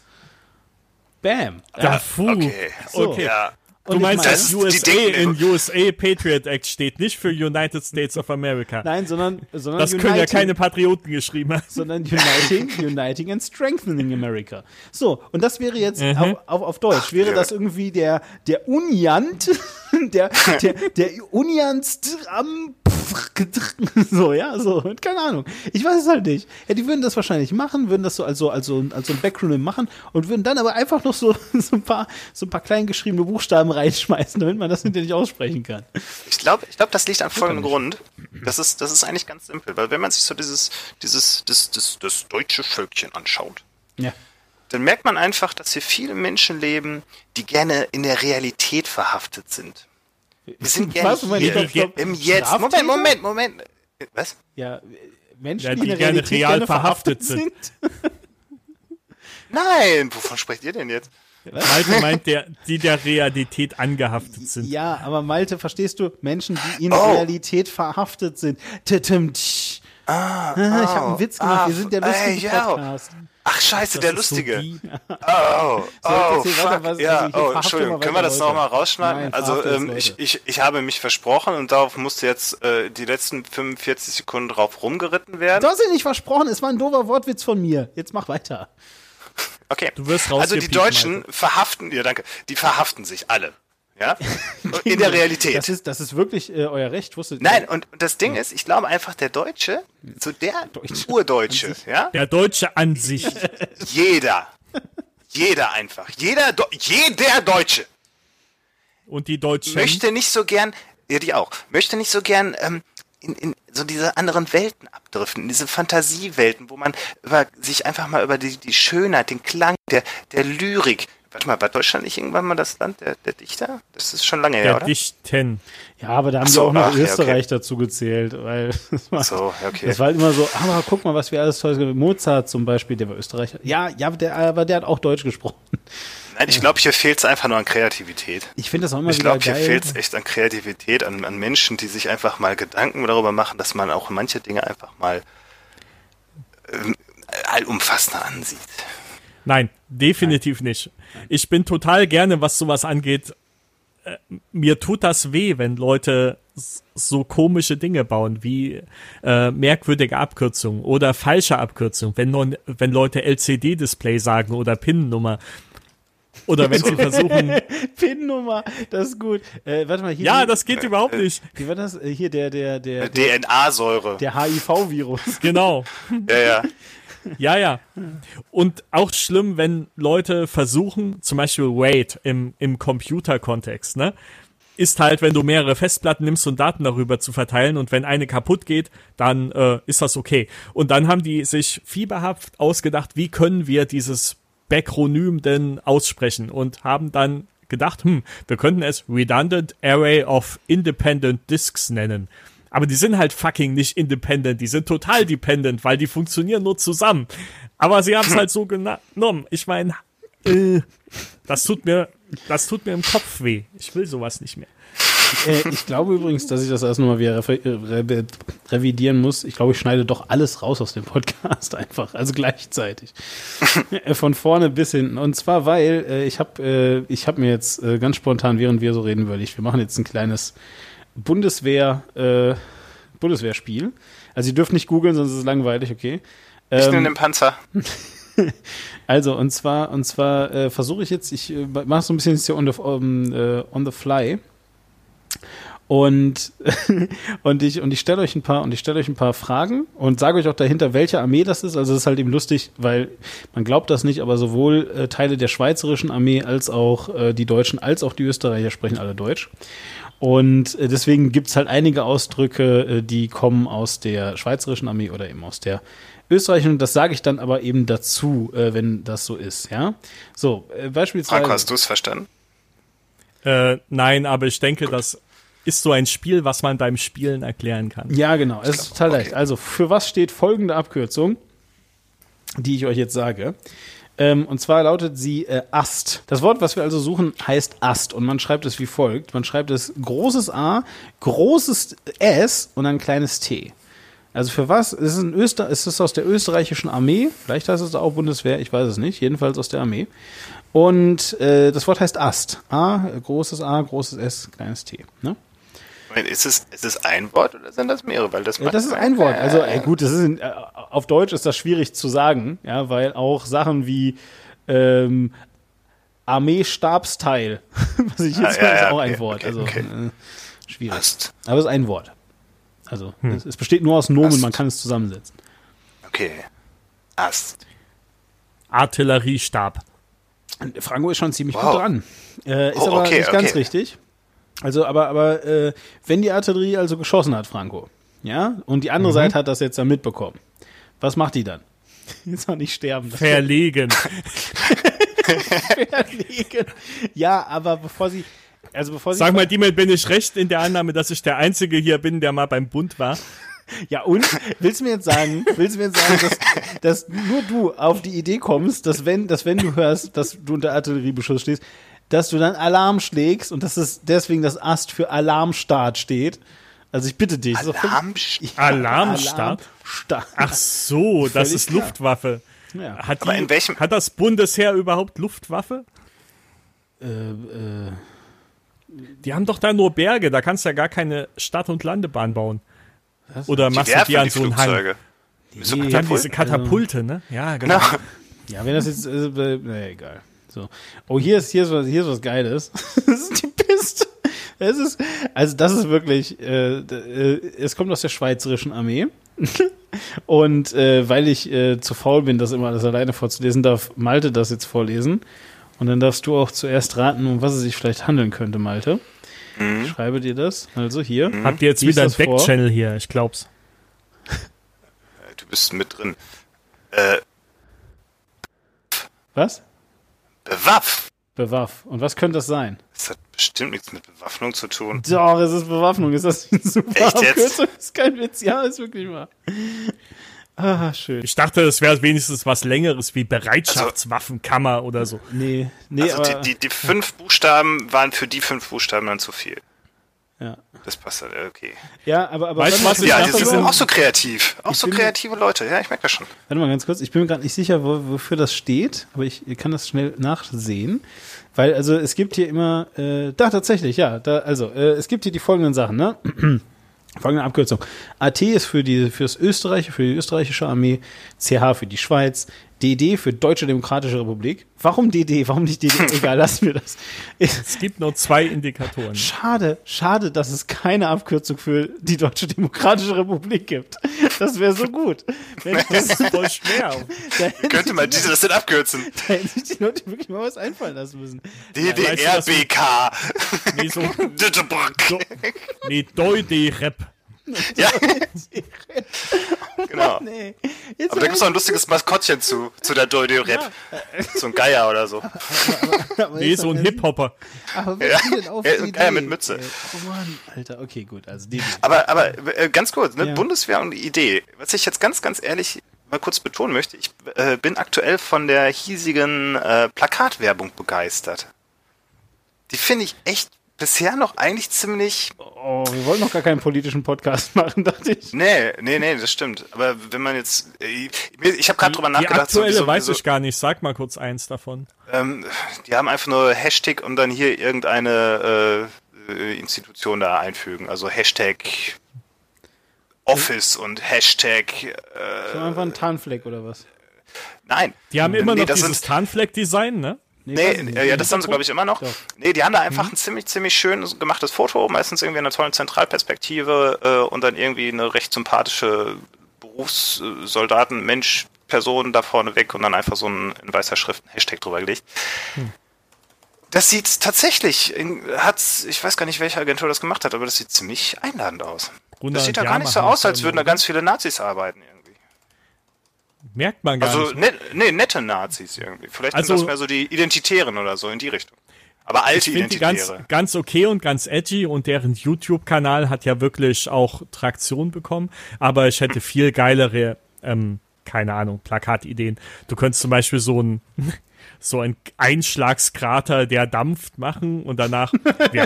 Bam. Okay. So. Okay. Ja. Du Und ich meinst, meine- Das dass ist USA die in Dinge- USA Patriot Act steht, nicht für United States of America. Nein, sondern das können ja Uniting- keine Patrioten geschrieben haben. sondern uniting and strengthening America. So, und das wäre jetzt auf Deutsch, wäre ja. das irgendwie der Uniant, der Unianst am so, ja, so, keine Ahnung. Ich weiß es halt nicht. Ja, die würden das wahrscheinlich machen, würden das so als ein Backronym machen und würden dann aber einfach noch so ein paar klein geschriebene Buchstaben reinschmeißen, damit man das hinterher nicht aussprechen kann. Ich glaube, das liegt an folgendem Grund. Das ist eigentlich ganz simpel, weil wenn man sich so das deutsche Völkchen anschaut, Ja. dann merkt man einfach, dass hier viele Menschen leben, die gerne in der Realität verhaftet sind. Wir sind gerne Was? Moment, hier, stopp. im Jetzt. Straftäter? Moment. Was? Ja, Menschen, Ja, die in die der gerne Realität real gerne verhaftet sind. Nein, wovon sprecht ihr denn jetzt? Malte meint, die der Realität angehaftet sind. Ja, aber Malte, verstehst du? Menschen, die in Oh. Realität verhaftet sind. Ich habe einen Witz gemacht. Wir sind der lustige ja. Podcast. Ach scheiße, der Das ist so Lustige. deep. Oh, Soll ich jetzt hier weiter fuck. was- Ja, also hier verhafte Entschuldigung, mal können wir weiter das Leute. nochmal rausschneiden? Nein, Also, verhafte jetzt Leute. ich habe mich versprochen und darauf musste jetzt die letzten 45 Sekunden drauf rumgeritten werden. Du hast ja nicht versprochen, es war ein doofer Wortwitz von mir. Jetzt mach weiter. Okay. Du wirst Also die rausgepiept, Deutschen verhaften, ja danke, die verhaften sich alle. Ja? In der Realität. Das ist wirklich euer Recht. Wusstet ihr? Nein, und das Ding ist, ich glaube einfach, der Deutsche, so der Urdeutsche, ja, Der Deutsche an sich. jeder einfach, jeder Deutsche Und die Deutschen. möchte nicht so gern, ja die auch, möchte nicht so gern in so diese anderen Welten abdriften, in diese Fantasiewelten, wo man sich einfach mal über die Schönheit, den Klang der Lyrik Warte mal, war Deutschland nicht irgendwann mal das Land der Dichter? Das ist schon lange her, Der oder? Dichten. Ja, aber da haben die auch noch Österreich dazu gezählt, weil das war halt immer so, aber guck mal, was wir alles toll gemacht haben. Mozart zum Beispiel, der war Österreicher. Ja, aber der hat auch Deutsch gesprochen. Nein, ich glaube, hier fehlt es einfach nur an Kreativität. Ich finde das auch immer wieder geil. Ich glaube, hier fehlt es echt an Kreativität, an Menschen, die sich einfach mal Gedanken darüber machen, dass man auch manche Dinge einfach mal allumfassender ansieht. Nein, definitiv nicht. Ich bin total gerne, was sowas angeht. Mir tut das weh, wenn Leute so komische Dinge bauen, wie merkwürdige Abkürzungen oder falsche Abkürzungen, wenn Leute LCD-Display sagen oder PIN-Nummer. Oder wenn sie versuchen... PIN-Nummer, das ist gut. Warte mal, hier... Ja, das geht überhaupt nicht. Wie war das? Hier, der DNA-Säure. Der HIV-Virus. Genau. Ja. Ja. Und auch schlimm, wenn Leute versuchen, zum Beispiel RAID im Computer-Kontext, ne? Ist halt, wenn du mehrere Festplatten nimmst und Daten darüber zu verteilen und wenn eine kaputt geht, dann ist das okay. Und dann haben die sich fieberhaft ausgedacht, wie können wir dieses Backronym denn aussprechen und haben dann gedacht, wir könnten es Redundant Array of Independent Disks nennen. Aber die sind halt fucking nicht independent, die sind total dependent, weil die funktionieren nur zusammen. Aber sie haben es halt so genommen. Ich meine, das tut mir im Kopf weh. Ich will sowas nicht mehr. Ich glaube übrigens, dass ich das erst nochmal wieder revidieren muss. Ich glaube, ich schneide doch alles raus aus dem Podcast einfach, also gleichzeitig. Von vorne bis hinten. Und zwar, weil ich hab mir jetzt ganz spontan, während wir so reden, wir machen jetzt ein kleines Bundeswehrspiel. Also ihr dürft nicht googeln, sonst ist es langweilig, okay? Ich nehme den Panzer. Also, und zwar versuche ich jetzt, ich mache so ein bisschen hier on the fly. Und ich stelle euch ein paar Fragen und sage euch auch dahinter, welche Armee das ist. Also das ist halt eben lustig, weil man glaubt das nicht, aber sowohl Teile der schweizerischen Armee als auch die Deutschen als auch die Österreicher sprechen alle Deutsch. Und deswegen gibt's halt einige Ausdrücke, die kommen aus der schweizerischen Armee oder eben aus der österreichischen. Das sage ich dann aber eben dazu, wenn das so ist, ja. So, beispielsweise. Franco, hast du es verstanden? Nein, aber ich denke, das ist so ein Spiel, was man beim Spielen erklären kann. Ja, genau. Es ist total leicht. Also, für was steht folgende Abkürzung, die ich euch jetzt sage? Und zwar lautet sie Ast. Das Wort, was wir also suchen, heißt Ast. Und man schreibt es wie folgt. Man schreibt es großes A, großes S und ein kleines T. Also für was? Es ist aus der österreichischen Armee. Vielleicht heißt es auch Bundeswehr, ich weiß es nicht. Jedenfalls aus der Armee. Und das Wort heißt Ast. Großes A, großes S, kleines T. Ne? Ist es ein Wort oder sind das mehrere? Weil das ist ein Wort. Also gut, auf Deutsch ist das schwierig zu sagen, ja, weil auch Sachen wie Armeestabsteil, was ich jetzt mal, ist auch ein Wort. Okay. Schwierig. Ast. Aber es ist ein Wort. Also es besteht nur aus Nomen, Ast. man kann es zusammensetzen. Okay. Ast. Artilleriestab. Franco ist schon ziemlich gut dran. Ist aber nicht ganz richtig. Also, aber wenn die Artillerie also geschossen hat, Franco, ja, und die andere Seite hat das jetzt dann mitbekommen, was macht die dann? Jetzt noch nicht sterben. Verlegen. Verlegen. Ja, aber bevor sie... Sag mal, Diemen, bin ich recht in der Annahme, dass ich der Einzige hier bin, der mal beim Bund war? Ja, und? Willst du mir jetzt sagen, dass nur du auf die Idee kommst, dass wenn du hörst, dass du unter Artilleriebeschuss stehst, dass du dann Alarm schlägst und dass es deswegen das Ast für Alarmstart steht? Also ich bitte dich. Alarmstart? Ach so, das ist klar. Luftwaffe. Ja. Hat das Bundesheer überhaupt Luftwaffe? Die haben doch da nur Berge, da kannst du ja gar keine Stadt- und Landebahn bauen. Was? Oder machst du die an so einen Hang? Die haben diese Katapulte, ne? Ja, genau. Ja, wenn das jetzt, egal. So. Oh, hier ist was Geiles. Das ist die Piste. Das ist wirklich, es kommt aus der schweizerischen Armee. Und weil ich zu faul bin, das immer alles alleine vorzulesen, darf Malte das jetzt vorlesen. Und dann darfst du auch zuerst raten, um was es sich vielleicht handeln könnte, Malte. Ich schreibe dir das. Also hier. Habt ihr jetzt wieder ein Backchannel hier? Ich glaub's. Du bist mit drin. Was? Bewaff. Bewaff. Und was könnte das sein? Das hat bestimmt nichts mit Bewaffnung zu tun. Doch, es ist Bewaffnung. Ist das nicht super Echt jetzt? Abkürzung? Ist kein Witz. Ja, ist wirklich wahr. Ah, schön. Ich dachte, es wäre wenigstens was Längeres wie Bereitschaftswaffenkammer oder so. Nee, Also aber... die 5 Buchstaben waren für die 5 Buchstaben dann zu viel. Ja. Das passt halt, okay. Ja, aber Weißt du, was ich Ja, dachte, die sind so- auch so kreativ. Auch so bin- kreative Leute. Ja, ich merke das schon. Warte mal ganz kurz, ich bin mir gerade nicht sicher, wofür das steht, aber ich kann das schnell nachsehen. Weil, also, es gibt hier immer, tatsächlich, ja, es gibt hier die folgenden Sachen, ne? Folgende Abkürzung. AT ist für die österreichische Armee, CH für die Schweiz, DD für Deutsche Demokratische Republik. Warum DD? Warum nicht DD? Egal, lassen wir das. Es gibt nur 2 Indikatoren. Schade, dass es keine Abkürzung für die Deutsche Demokratische Republik gibt. Das wäre so gut. Das ist voll schwer. Könnte man das denn abkürzen? Da hätten sich die Leute wirklich mal was einfallen lassen müssen. DDRBK. Nee, so, Düttebrück. nee, Deute-Rap. Ja, genau. Nee. Jetzt Aber da gibt es noch ein lustiges Maskottchen zu der Deute-Rap. So ein Geier oder so. Nee, so ein Hip-Hopper. Aber wer kommt denn auf Ja, die so ein Idee? Geier mit Mütze. Oh Mann, Alter, okay, gut, also DD. Aber ganz kurz, ne? Ja. Bundeswehr und die Idee. Was ich jetzt ganz ehrlich mal kurz betonen möchte, ich bin aktuell von der hiesigen Plakatwerbung begeistert. Die finde ich echt bisher noch eigentlich ziemlich... Oh, wir wollten noch gar keinen politischen Podcast machen, dachte ich. Nee, das stimmt. Aber wenn man jetzt... Ich habe gerade drüber Die nachgedacht. aktuelle weiß ich gar nicht. Sag mal kurz eins davon. Die haben einfach nur Hashtag und dann hier irgendeine Institution da einfügen. Also Hashtag Office und Hashtag... So einfach ein Tarnfleck oder was? Nein. Die haben immer noch das dieses Tarnfleck-Design, ne? weiß ich nicht. Ja, das haben sie, glaube ich, immer noch. Doch. Nee, die haben da einfach ein ziemlich schön gemachtes Foto, meistens irgendwie in einer tollen Zentralperspektive und dann irgendwie eine recht sympathische Berufssoldaten-Mensch-Person da vorne weg und dann einfach so ein in weißer Schrift ein Hashtag drüber gelegt. Das sieht tatsächlich, ich weiß gar nicht, welche Agentur das gemacht hat, aber das sieht ziemlich einladend aus. Das sieht ja gar nicht so aus, als würden da ganz viele Nazis arbeiten irgendwie. Merkt man gar Also, nicht. nette Nazis irgendwie. Vielleicht Also- sind das mehr so die Identitären oder so in die Richtung. Aber alte Ich finde die Identitäre. ganz okay und ganz edgy und deren YouTube-Kanal hat ja wirklich auch Traktion bekommen, aber ich hätte viel geilere, keine Ahnung, Plakatideen. Du könntest zum Beispiel so ein Einschlagskrater, der dampft, machen und danach, wir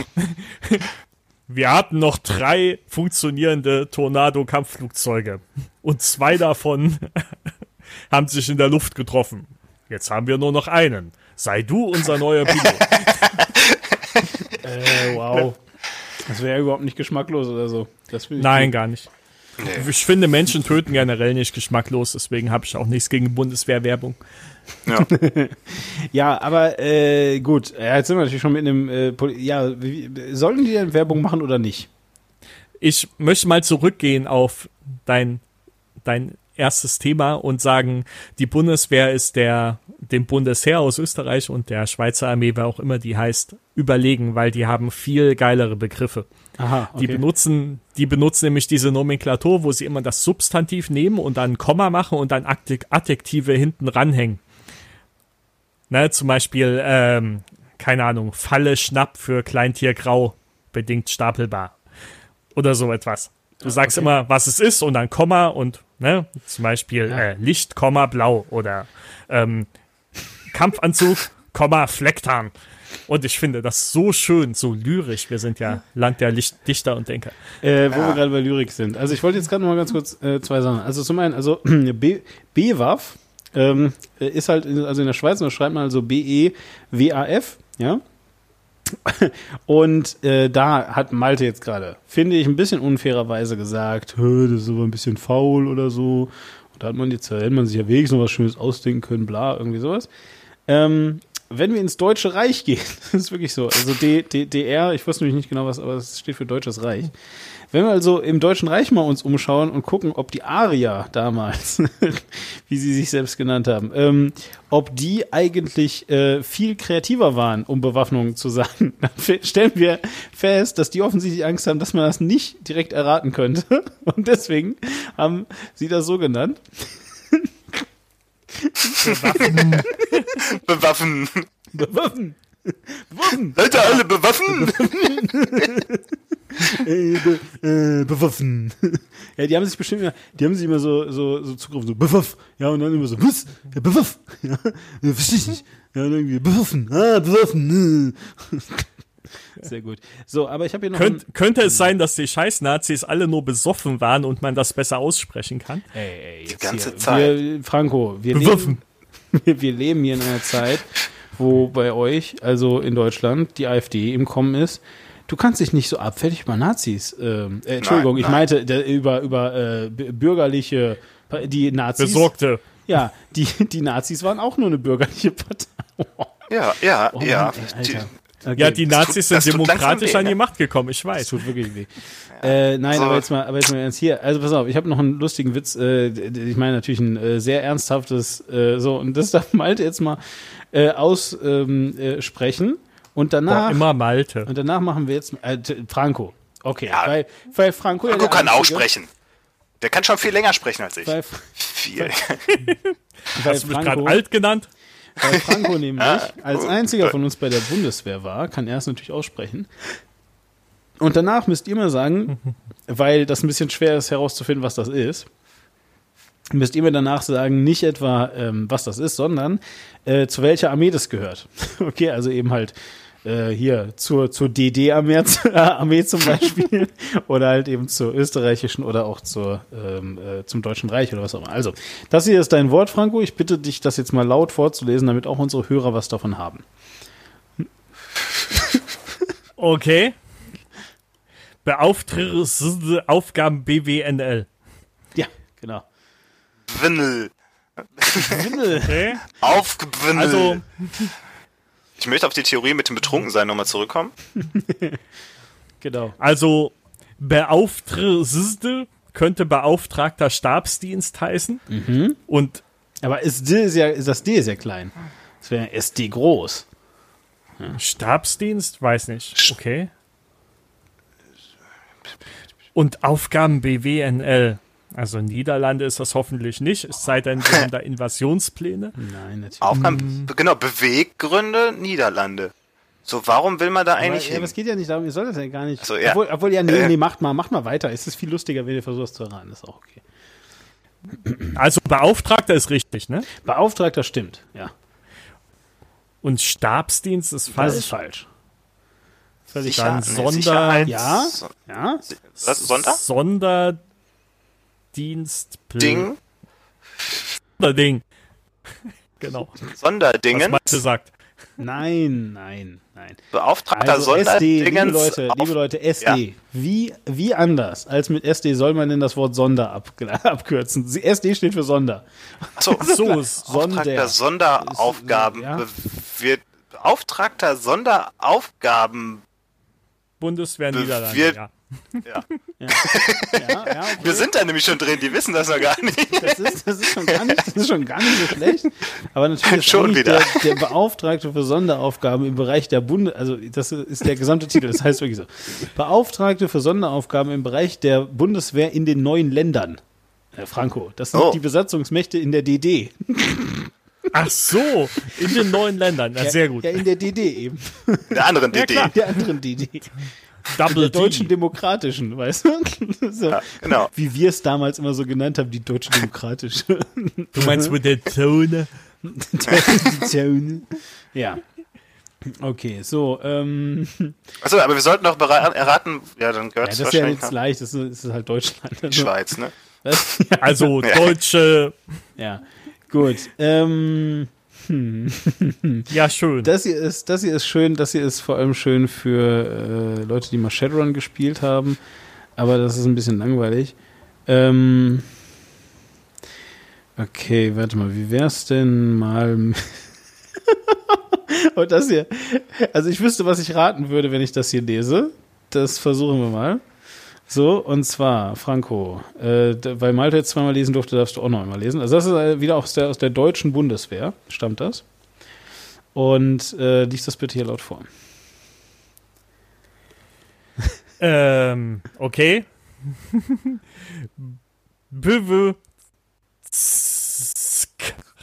hatten noch 3 funktionierende Tornado-Kampfflugzeuge und 2 davon haben sich in der Luft getroffen. Jetzt haben wir nur noch einen. Sei du unser neuer Pilot. Wow. Das wäre ja überhaupt nicht geschmacklos oder so. Das finde ich Nein, gut. gar nicht. Nee. Ich finde, Menschen töten generell nicht geschmacklos, deswegen habe ich auch nichts gegen Bundeswehrwerbung. Ja. Ja, aber gut. Ja, jetzt sind wir natürlich schon mit einem... sollen die denn Werbung machen oder nicht? Ich möchte mal zurückgehen auf dein erstes Thema und sagen, die Bundeswehr ist dem Bundesheer aus Österreich und der Schweizer Armee, wer auch immer die heißt, überlegen, weil die haben viel geilere Begriffe. Aha, okay. Die benutzen nämlich diese Nomenklatur, wo sie immer das Substantiv nehmen und dann ein Komma machen und dann Adjektive hinten ranhängen. Ne, zum Beispiel, keine Ahnung, Falle Schnapp für Kleintier grau, bedingt stapelbar. Oder so etwas. Du sagst immer, was es ist und dann Komma und, ne, zum Beispiel Licht, Komma, blau oder Kampfanzug, Komma, Flecktarn. Und ich finde das so schön, so lyrisch. Wir sind ja Land der Dichter und Denker. Wo wir gerade bei Lyrik sind. Also ich wollte jetzt gerade noch mal ganz kurz 2 Sachen. Also zum einen, also BWAF ist halt, also in der Schweiz, da schreibt man also BEWAF, ja. Und da hat Malte jetzt gerade, finde ich, ein bisschen unfairerweise gesagt, das ist aber ein bisschen faul oder so. Und da hätte man sich ja wenigstens noch was Schönes ausdenken können, bla, irgendwie sowas. Wenn wir ins Deutsche Reich gehen, das ist wirklich so, also DR, ich wusste nämlich nicht genau was, aber es steht für Deutsches Reich. Wenn wir also im Deutschen Reich mal uns umschauen und gucken, ob die Arier damals, wie sie sich selbst genannt haben, ob die eigentlich viel kreativer waren, um Bewaffnung zu sagen, dann stellen wir fest, dass die offensichtlich Angst haben, dass man das nicht direkt erraten könnte. Und deswegen haben sie das so genannt. Bewaffen. Bewaffen! Bewaffen! Seid ihr alle bewaffen? Bewaffen. Ja, die haben sich bestimmt immer so zugerufen, so bewaff. Ja, und dann immer so, was? Ja, bewaff. Ja, verstehe ich nicht. Ja, und irgendwie bewaffen. Bewaffen. Sehr gut. So, aber ich habe hier noch Könnte es sein, dass die Scheiß-Nazis alle nur besoffen waren und man das besser aussprechen kann? Ey, die ganze Zeit. Franco, wir leben hier in einer Zeit, wo bei euch, also in Deutschland, die AfD im Kommen ist. Du kannst dich nicht so abfällig über Nazis, Entschuldigung, ich meinte über bürgerliche, die Nazis. Besorgte. Ja, die Nazis waren auch nur eine bürgerliche Partei. Ja. Mann, ey, Alter. Okay. Ja, die Nazis sind demokratisch weh, an die ne? Macht gekommen, ich weiß. Das tut wirklich weh. Nein, aber jetzt mal ernst hier. Also pass auf, ich habe noch einen lustigen Witz. Ich meine natürlich ein sehr ernsthaftes, und das darf Malte jetzt mal aussprechen. Und danach. Immer Malte. Und danach machen wir jetzt Franco. Okay, Ja. weil Franco Franco kann auch sprechen. Der kann schon viel länger sprechen als ich. Weil Hast du mich gerade alt genannt? Weil Franco nämlich als einziger von uns bei der Bundeswehr war, kann er es natürlich aussprechen. Und danach müsst ihr mal sagen, weil das ein bisschen schwer ist herauszufinden, was das ist, müsst ihr mir danach sagen, nicht etwa, was das ist, sondern zu welcher Armee das gehört. Okay, also eben halt hier zur DD-Armee zum Beispiel oder halt eben zur österreichischen oder auch zum Deutschen Reich oder was auch immer. Also, das hier ist dein Wort, Franco. Ich bitte dich, das jetzt mal laut vorzulesen, damit auch unsere Hörer was davon haben. Okay. Beauftragte Aufgaben BWNL. Ja, genau. Windel. Okay. Aufgewindelt. Also, Ich möchte auf die Theorie mit dem Betrunkensein nochmal zurückkommen. Genau. Also Beauftragte könnte beauftragter Stabsdienst heißen. Und Aber das D ist ja klein. Das wäre SD groß. Stabsdienst? Weiß nicht. Okay. Und Aufgaben BWNL. Also Niederlande ist das hoffentlich nicht, es sei denn, wir haben da Invasionspläne. Nein, natürlich. Aufgaben, genau, Beweggründe, Niederlande. So, warum will man da eigentlich Aber hin? es geht ja nicht darum, ihr sollt das ja gar nicht. Ach so, ja. Obwohl, nee, macht mal weiter. Es ist viel lustiger, wenn ihr versucht, es zu erraten. Das ist auch okay. Also Beauftragter ist richtig, ne? Beauftragter stimmt, ja. Und Stabsdienst ist falsch. Das ist falsch. Völlig Sicher- dann nee, Sicherheits- Ja? Ja? Was, Sonder? Sonderdienstplan. Ding? Sonderding. Genau. Was Sonderdingen? Mathe sagt. Nein. Beauftragter Also SD, Sonderdingens? liebe Leute, SD. Ja. Wie anders als mit SD soll man denn das Wort Sonder abkürzen? SD steht für Sonder. Achso, Sonder. Sonderaufgaben. Ja. Beauftragter Sonderaufgaben. Bundeswehr Niederlande, wird- ja. Ja. Ja, okay. Wir sind da nämlich schon drin, die wissen das noch gar nicht. Das ist schon gar nicht so schlecht. Aber natürlich ist Schon eigentlich wieder. der Beauftragte für Sonderaufgaben im Bereich der also das ist der gesamte Titel, das heißt wirklich so. Beauftragte für Sonderaufgaben im Bereich der Bundeswehr in den neuen Ländern. Herr Franco, das sind die Besatzungsmächte in der DD. Ach so, in den neuen Ländern. Na, sehr gut. Ja, in der DD eben. Der anderen DD. In der anderen DD. Double Der deutschen D. Demokratischen, weißt du? So, Ja, genau. wie wir es damals immer so genannt haben, die deutsche Demokratische. Du meinst mit der Zone? Ja. Okay, so, Achso, aber wir sollten doch erraten, ja, dann gehört ja, es das ist ja wahrscheinlich jetzt leicht, das ist halt Deutschland. die Schweiz, ne? Ja, Also deutsche. ja. Gut. Ja, schön. Das hier ist schön, das hier ist vor allem schön für Leute, die mal Shadowrun gespielt haben, aber das ist ein bisschen langweilig. Okay, warte mal, wie wär's denn mal und das hier, also ich wüsste, was ich raten würde, wenn ich das hier lese. Das versuchen wir mal. So, und zwar, Franco, weil Malte jetzt zweimal lesen durfte, darfst du auch noch einmal lesen. Also das ist wieder aus der deutschen Bundeswehr, stammt das. Und lies das bitte hier laut vor. Okay.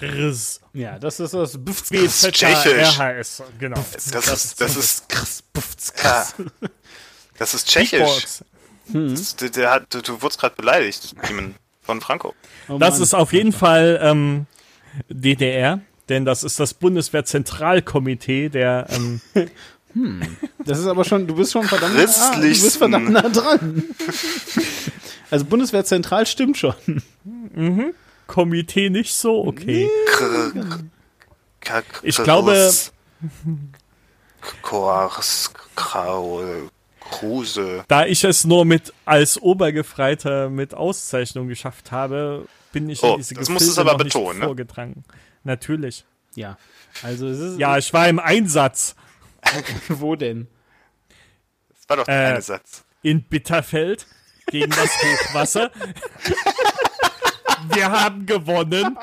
Riss. Ja, das ist das Tschechisch. RHS, genau. Das ist krass. ja, das ist tschechisch. Du wurdest gerade beleidigt, Simon, von Franco. Oh Das Mann. ist auf jeden Fall DDR, denn das ist das Bundeswehrzentralkomitee der Das ist aber schon, du bist verdammt nah dran. Also Bundeswehr zentral stimmt schon. Komitee nicht so, okay. Ich Ich glaube- Kruse. Da ich es nur als Obergefreiter mit Auszeichnung geschafft habe, bin ich Oh, in diese das musst du Gefilde aber noch nicht betonen, ne? vorgedrungen. Natürlich. Ja. Also es ist. Ja, ich war im Einsatz Wo denn? Das war doch der eine Satz. in Bitterfeld gegen das Hochwasser. Wir haben gewonnen.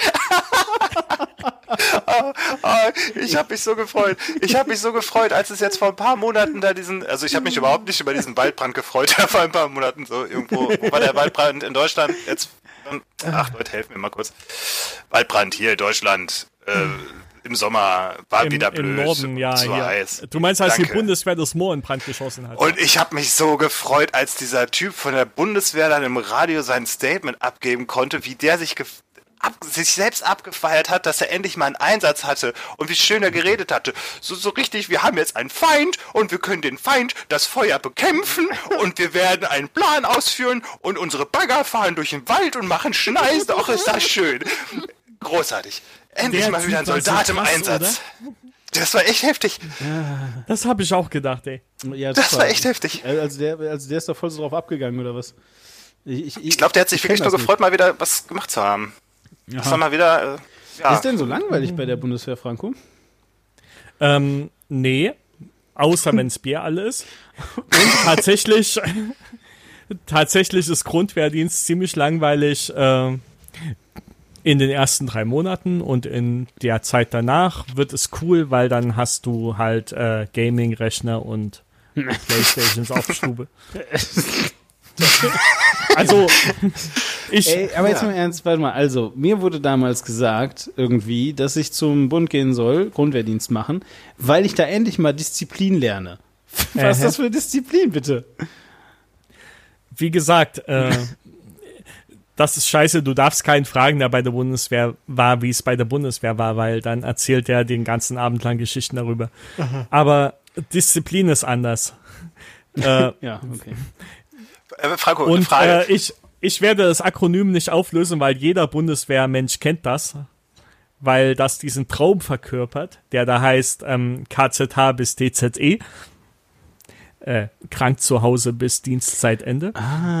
Ich habe mich so gefreut. Als es jetzt vor ein paar Monaten also ich habe mich überhaupt nicht über diesen Waldbrand gefreut, vor ein paar Monaten so irgendwo. Wo war der Waldbrand in Deutschland? Jetzt, Leute, helfen mir mal kurz. Waldbrand hier in Deutschland, im Sommer, war wieder blöd, Im Norden, ja. so Hier. heiß. Du meinst, als die Danke. Bundeswehr das Moor in Brand geschossen hat. Und ich habe mich so gefreut, als dieser Typ von der Bundeswehr dann im Radio sein Statement abgeben konnte, wie der sich selbst abgefeiert hat, dass er endlich mal einen Einsatz hatte und wie schön er geredet hatte. So richtig, wir haben jetzt einen Feind und wir können den Feind, das Feuer bekämpfen und wir werden einen Plan ausführen und unsere Bagger fahren durch den Wald und machen Schneisen. Och, ist das schön. Großartig. Endlich Der mal wieder ein Typ war so Soldat im krass, Einsatz. Das war echt heftig. Das habe ich auch gedacht, ey. Ja, Das super. war echt heftig. Also der ist da voll so drauf abgegangen, oder was? Ich glaube, der hat sich wirklich kenn nur das gefreut, mal wieder was gemacht zu haben. Das war mal wieder, ja. Ist denn so langweilig bei der Bundeswehr, Franco? Nee, außer wenn's Bier alle ist. Und tatsächlich ist Grundwehrdienst ziemlich langweilig in den ersten 3 Monaten und in der Zeit danach wird es cool, weil dann hast du halt Gaming-Rechner und Playstations auf Stube. Also, Aber jetzt mal ernst, warte mal. Also, mir wurde damals gesagt, irgendwie, dass ich zum Bund gehen soll, Grundwehrdienst machen, weil ich da endlich mal Disziplin lerne. Was ist das für eine Disziplin, bitte? wie gesagt, das ist scheiße, du darfst keinen fragen, der bei der Bundeswehr war, wie es bei der Bundeswehr war, weil dann erzählt er den ganzen Abend lang Geschichten darüber. Aber Disziplin ist anders. Ja, okay. Franco, eine Und Frage. ich werde das Akronym nicht auflösen, weil jeder Bundeswehrmensch kennt das, weil das diesen Traum verkörpert, der da heißt KZH bis DZE. Krank zu Hause bis Dienstzeitende.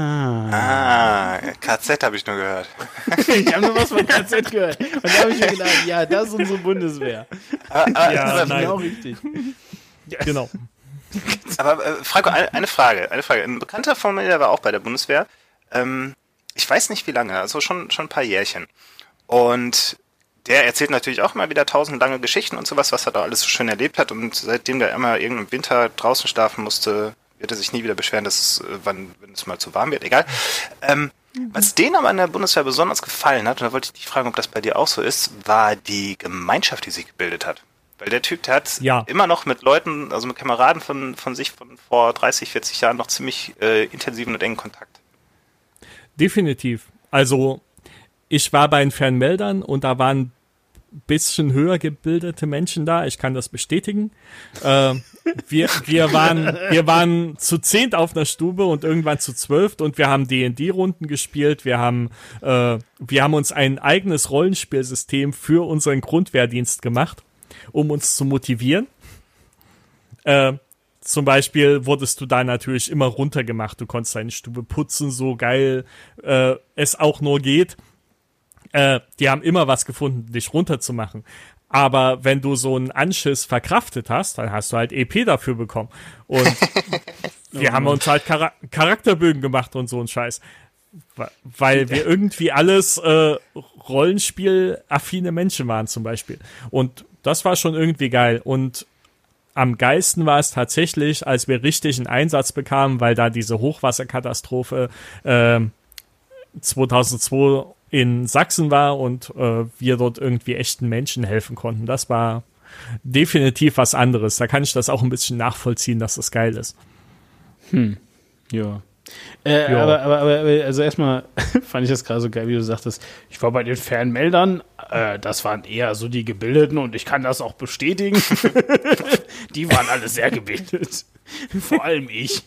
KZ habe ich nur gehört. Ich habe nur was von KZ gehört. Und da habe ich mir gedacht, ja, das ist unsere Bundeswehr. Ja, Das ist nein, auch richtig. genau. Aber Franco, eine Frage. Ein Bekannter von mir, der war auch bei der Bundeswehr. Ich weiß nicht wie lange, also schon ein paar Jährchen. Und der erzählt natürlich auch mal wieder 1000 lange Geschichten und sowas, was er da alles so schön erlebt hat. Und seitdem der immer irgendeinen Winter draußen schlafen musste, wird er sich nie wieder beschweren, dass wenn es mal zu warm wird, egal. Was denen aber an der Bundeswehr besonders gefallen hat, und da wollte ich dich fragen, ob das bei dir auch so ist, war die Gemeinschaft, die sich gebildet hat. Weil der Typ, der hat immer noch mit Leuten, also mit Kameraden von sich von vor 30, 40 Jahren noch ziemlich intensiven und engen Kontakt. Definitiv. Also, ich war bei den Fernmeldern und da waren ein bisschen höher gebildete Menschen da. Ich kann das bestätigen. Wir waren zu 10 auf einer Stube und irgendwann zu 12 und wir haben D&D-Runden gespielt. Wir haben uns ein eigenes Rollenspielsystem für unseren Grundwehrdienst gemacht, um uns zu motivieren. Zum Beispiel wurdest du da natürlich immer runtergemacht. Du konntest deine Stube putzen, so geil es auch nur geht. Die haben immer was gefunden, dich runterzumachen. Aber wenn du so einen Anschiss verkraftet hast, dann hast du halt EP dafür bekommen. Und wir haben uns halt Charakterbögen gemacht und so ein Scheiß. Weil wir irgendwie alles Rollenspiel-affine Menschen waren zum Beispiel. Und das war schon irgendwie geil. Und am geilsten war es tatsächlich, als wir richtig einen Einsatz bekamen, weil da diese Hochwasserkatastrophe 2002 in Sachsen war und wir dort irgendwie echten Menschen helfen konnten. Das war definitiv was anderes. Da kann ich das auch ein bisschen nachvollziehen, dass das geil ist. Ja. Aber also erstmal fand ich das gerade so geil, wie du sagtest, ich war bei den Fernmeldern, das waren eher so die Gebildeten und ich kann das auch bestätigen. Die waren alle sehr gebildet. Vor allem ich.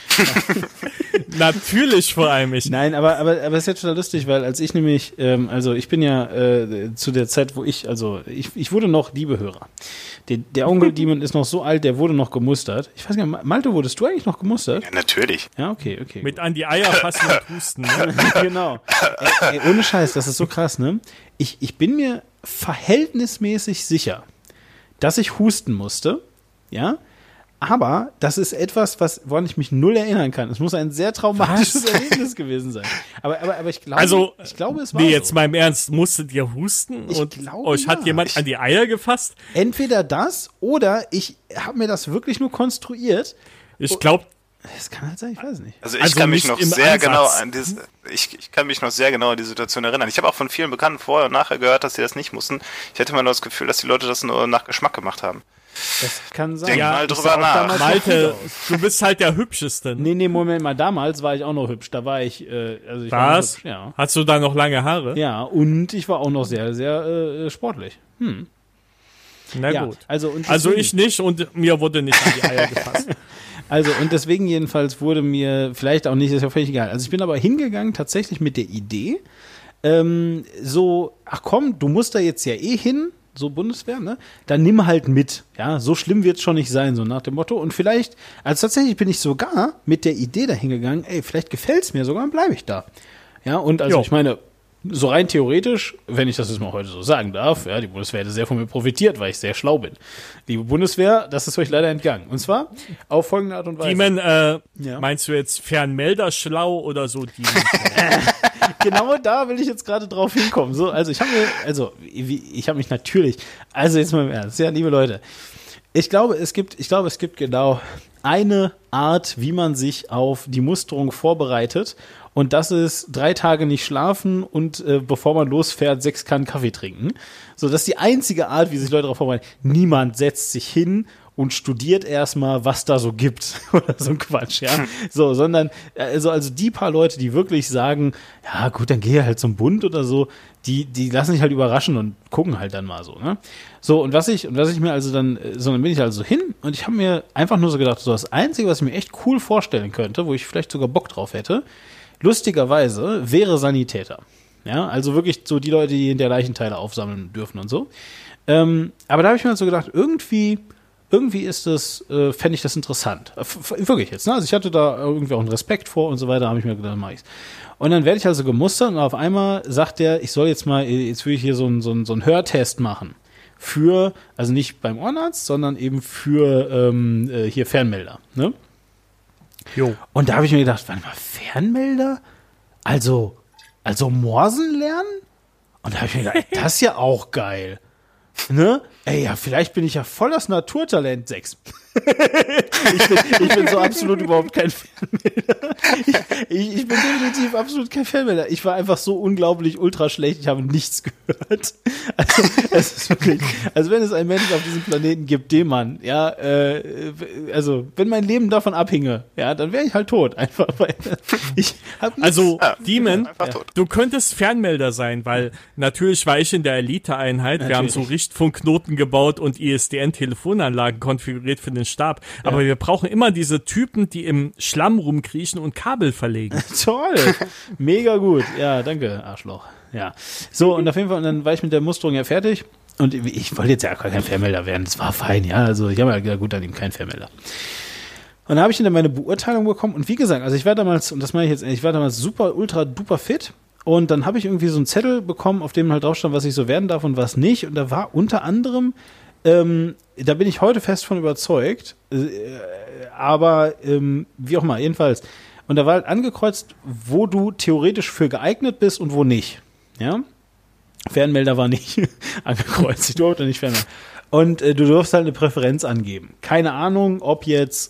Natürlich vor allem ich. Nein, aber es ist jetzt schon lustig, weil als ich nämlich, also ich bin ja zu der Zeit, wo ich wurde noch, liebe Hörer, der Onkel Demon ist noch so alt, der wurde noch gemustert. Ich weiß gar nicht, Malte, wurdest du eigentlich noch gemustert? Ja, natürlich. Ja, okay. Mit an die Eier fassen und husten. Ne? Genau. Ey, ohne Scheiß, das ist so krass, ne? Ich bin mir verhältnismäßig sicher, dass ich husten musste, ja? Aber das ist etwas, woran ich mich null erinnern kann. Es muss ein sehr traumatisches Erlebnis gewesen sein. Aber ich glaube, es war jetzt mal im Ernst, musstet ihr husten euch hat jemand an die Eier gefasst? Entweder das oder ich habe mir das wirklich nur konstruiert. Ich glaube, das kann halt sein, ich weiß nicht. Also ich kann mich noch sehr genau an ich kann mich noch sehr genau an die Situation erinnern. Ich habe auch von vielen Bekannten vorher und nachher gehört, dass sie das nicht mussten. Ich hatte mal das Gefühl, dass die Leute das nur nach Geschmack gemacht haben. Das kann sein. Denk mal drüber nach. Malte, du bist halt der Hübscheste. Nee, Moment mal, damals war ich auch noch hübsch. Da war ich, ich war noch hübsch, ja. Hast du da noch lange Haare? Ja, und ich war auch noch sehr, sehr sportlich. Na ja, gut. Also ich nicht und mir wurde nicht an die Eier gefasst. Also, und deswegen jedenfalls wurde mir, vielleicht auch nicht, ist ja völlig egal. Also ich bin aber hingegangen tatsächlich mit der Idee, ach komm, du musst da jetzt ja eh hin, so Bundeswehr, ne? Dann nimm halt mit. Ja, so schlimm wird's schon nicht sein, so nach dem Motto. Und vielleicht, also tatsächlich bin ich sogar mit der Idee dahingegangen, ey, vielleicht gefällt's mir sogar, dann bleibe ich da. Ja, und also ich meine, so rein theoretisch, wenn ich das jetzt mal heute so sagen darf, ja, die Bundeswehr hätte sehr von mir profitiert, weil ich sehr schlau bin. Liebe Bundeswehr, das ist euch leider entgangen. Und zwar auf folgende Art und Weise. Demon, meinst du jetzt Fernmelder schlau oder so? Genau da will ich jetzt gerade drauf hinkommen. So, also ich habe mich natürlich, also jetzt mal im Ernst, ja, liebe Leute, ich glaube, es gibt genau eine Art, wie man sich auf die Musterung vorbereitet. Und das ist 3 Tage nicht schlafen und bevor man losfährt, 6 Kannen Kaffee trinken. So, das ist die einzige Art, wie sich Leute darauf vorbereiten. Niemand setzt sich hin und studiert erstmal, was da so gibt oder so ein Quatsch, ja. So, sondern also die paar Leute, die wirklich sagen, ja gut, dann gehe halt zum Bund oder so, die lassen sich halt überraschen und gucken halt dann mal so, ne? So, und was ich mir also dann bin ich also hin und ich habe mir einfach nur so gedacht, so das Einzige, was ich mir echt cool vorstellen könnte, wo ich vielleicht sogar Bock drauf hätte, lustigerweise wäre Sanitäter. Ja, also wirklich so die Leute, die in der Leichenteile aufsammeln dürfen und so. Aber da habe ich mir halt so gedacht, irgendwie ist das, fände ich das interessant. Wirklich jetzt, ne? Also ich hatte da irgendwie auch einen Respekt vor und so weiter, habe ich mir gedacht, dann mach ich's. Und dann werde ich also gemustert und auf einmal sagt der, ich soll jetzt will ich hier so einen Hörtest machen. Also nicht beim Ohrenarzt, sondern eben für hier Fernmelder, ne? Jo. Und da habe ich mir gedacht, warte mal, Fernmelder? Also Morsen lernen? Und da habe ich mir gedacht, das ist ja auch geil. Ne? Ey, ja, vielleicht bin ich ja voll das Naturtalent 6. Ich bin so absolut überhaupt kein Fernmelder. Ich bin definitiv absolut kein Fernmelder. Ich war einfach so unglaublich ultra schlecht, ich habe nichts gehört. Also, es ist wirklich, also wenn es einen Menschen auf diesem Planeten gibt, den man, ja, also wenn mein Leben davon abhinge, ja, dann wäre ich halt tot. Einfach, weil ich habe Demon, du könntest Fernmelder sein, weil natürlich war ich in der Elite-Einheit, wir haben so Richtfunkknoten gebaut und ISDN-Telefonanlagen konfiguriert für den Stab. Aber wir brauchen immer diese Typen, die im Schlamm rumkriechen und Kabel verlegen. Toll. Mega gut. Ja, danke, Arschloch. Ja. So, und auf jeden Fall, und dann war ich mit der Musterung ja fertig. Und ich wollte jetzt ja gar kein Fernmelder werden. Das war fein, ja. Also ich habe ja gesagt, gut, dann eben kein Fernmelder. Und dann habe ich dann meine Beurteilung bekommen. Und wie gesagt, also ich war damals, und das meine ich jetzt, ich war damals super, ultra, duper fit. Und dann habe ich irgendwie so einen Zettel bekommen, auf dem halt drauf stand, was ich so werden darf und was nicht. Und da war unter anderem, da bin ich heute fest von überzeugt, aber wie auch mal, jedenfalls. Und da war halt angekreuzt, wo du theoretisch für geeignet bist und wo nicht. Ja? Fernmelder war nicht angekreuzt. Ich durfte nicht Fernmelder. Und du darfst halt eine Präferenz angeben. Keine Ahnung, ob jetzt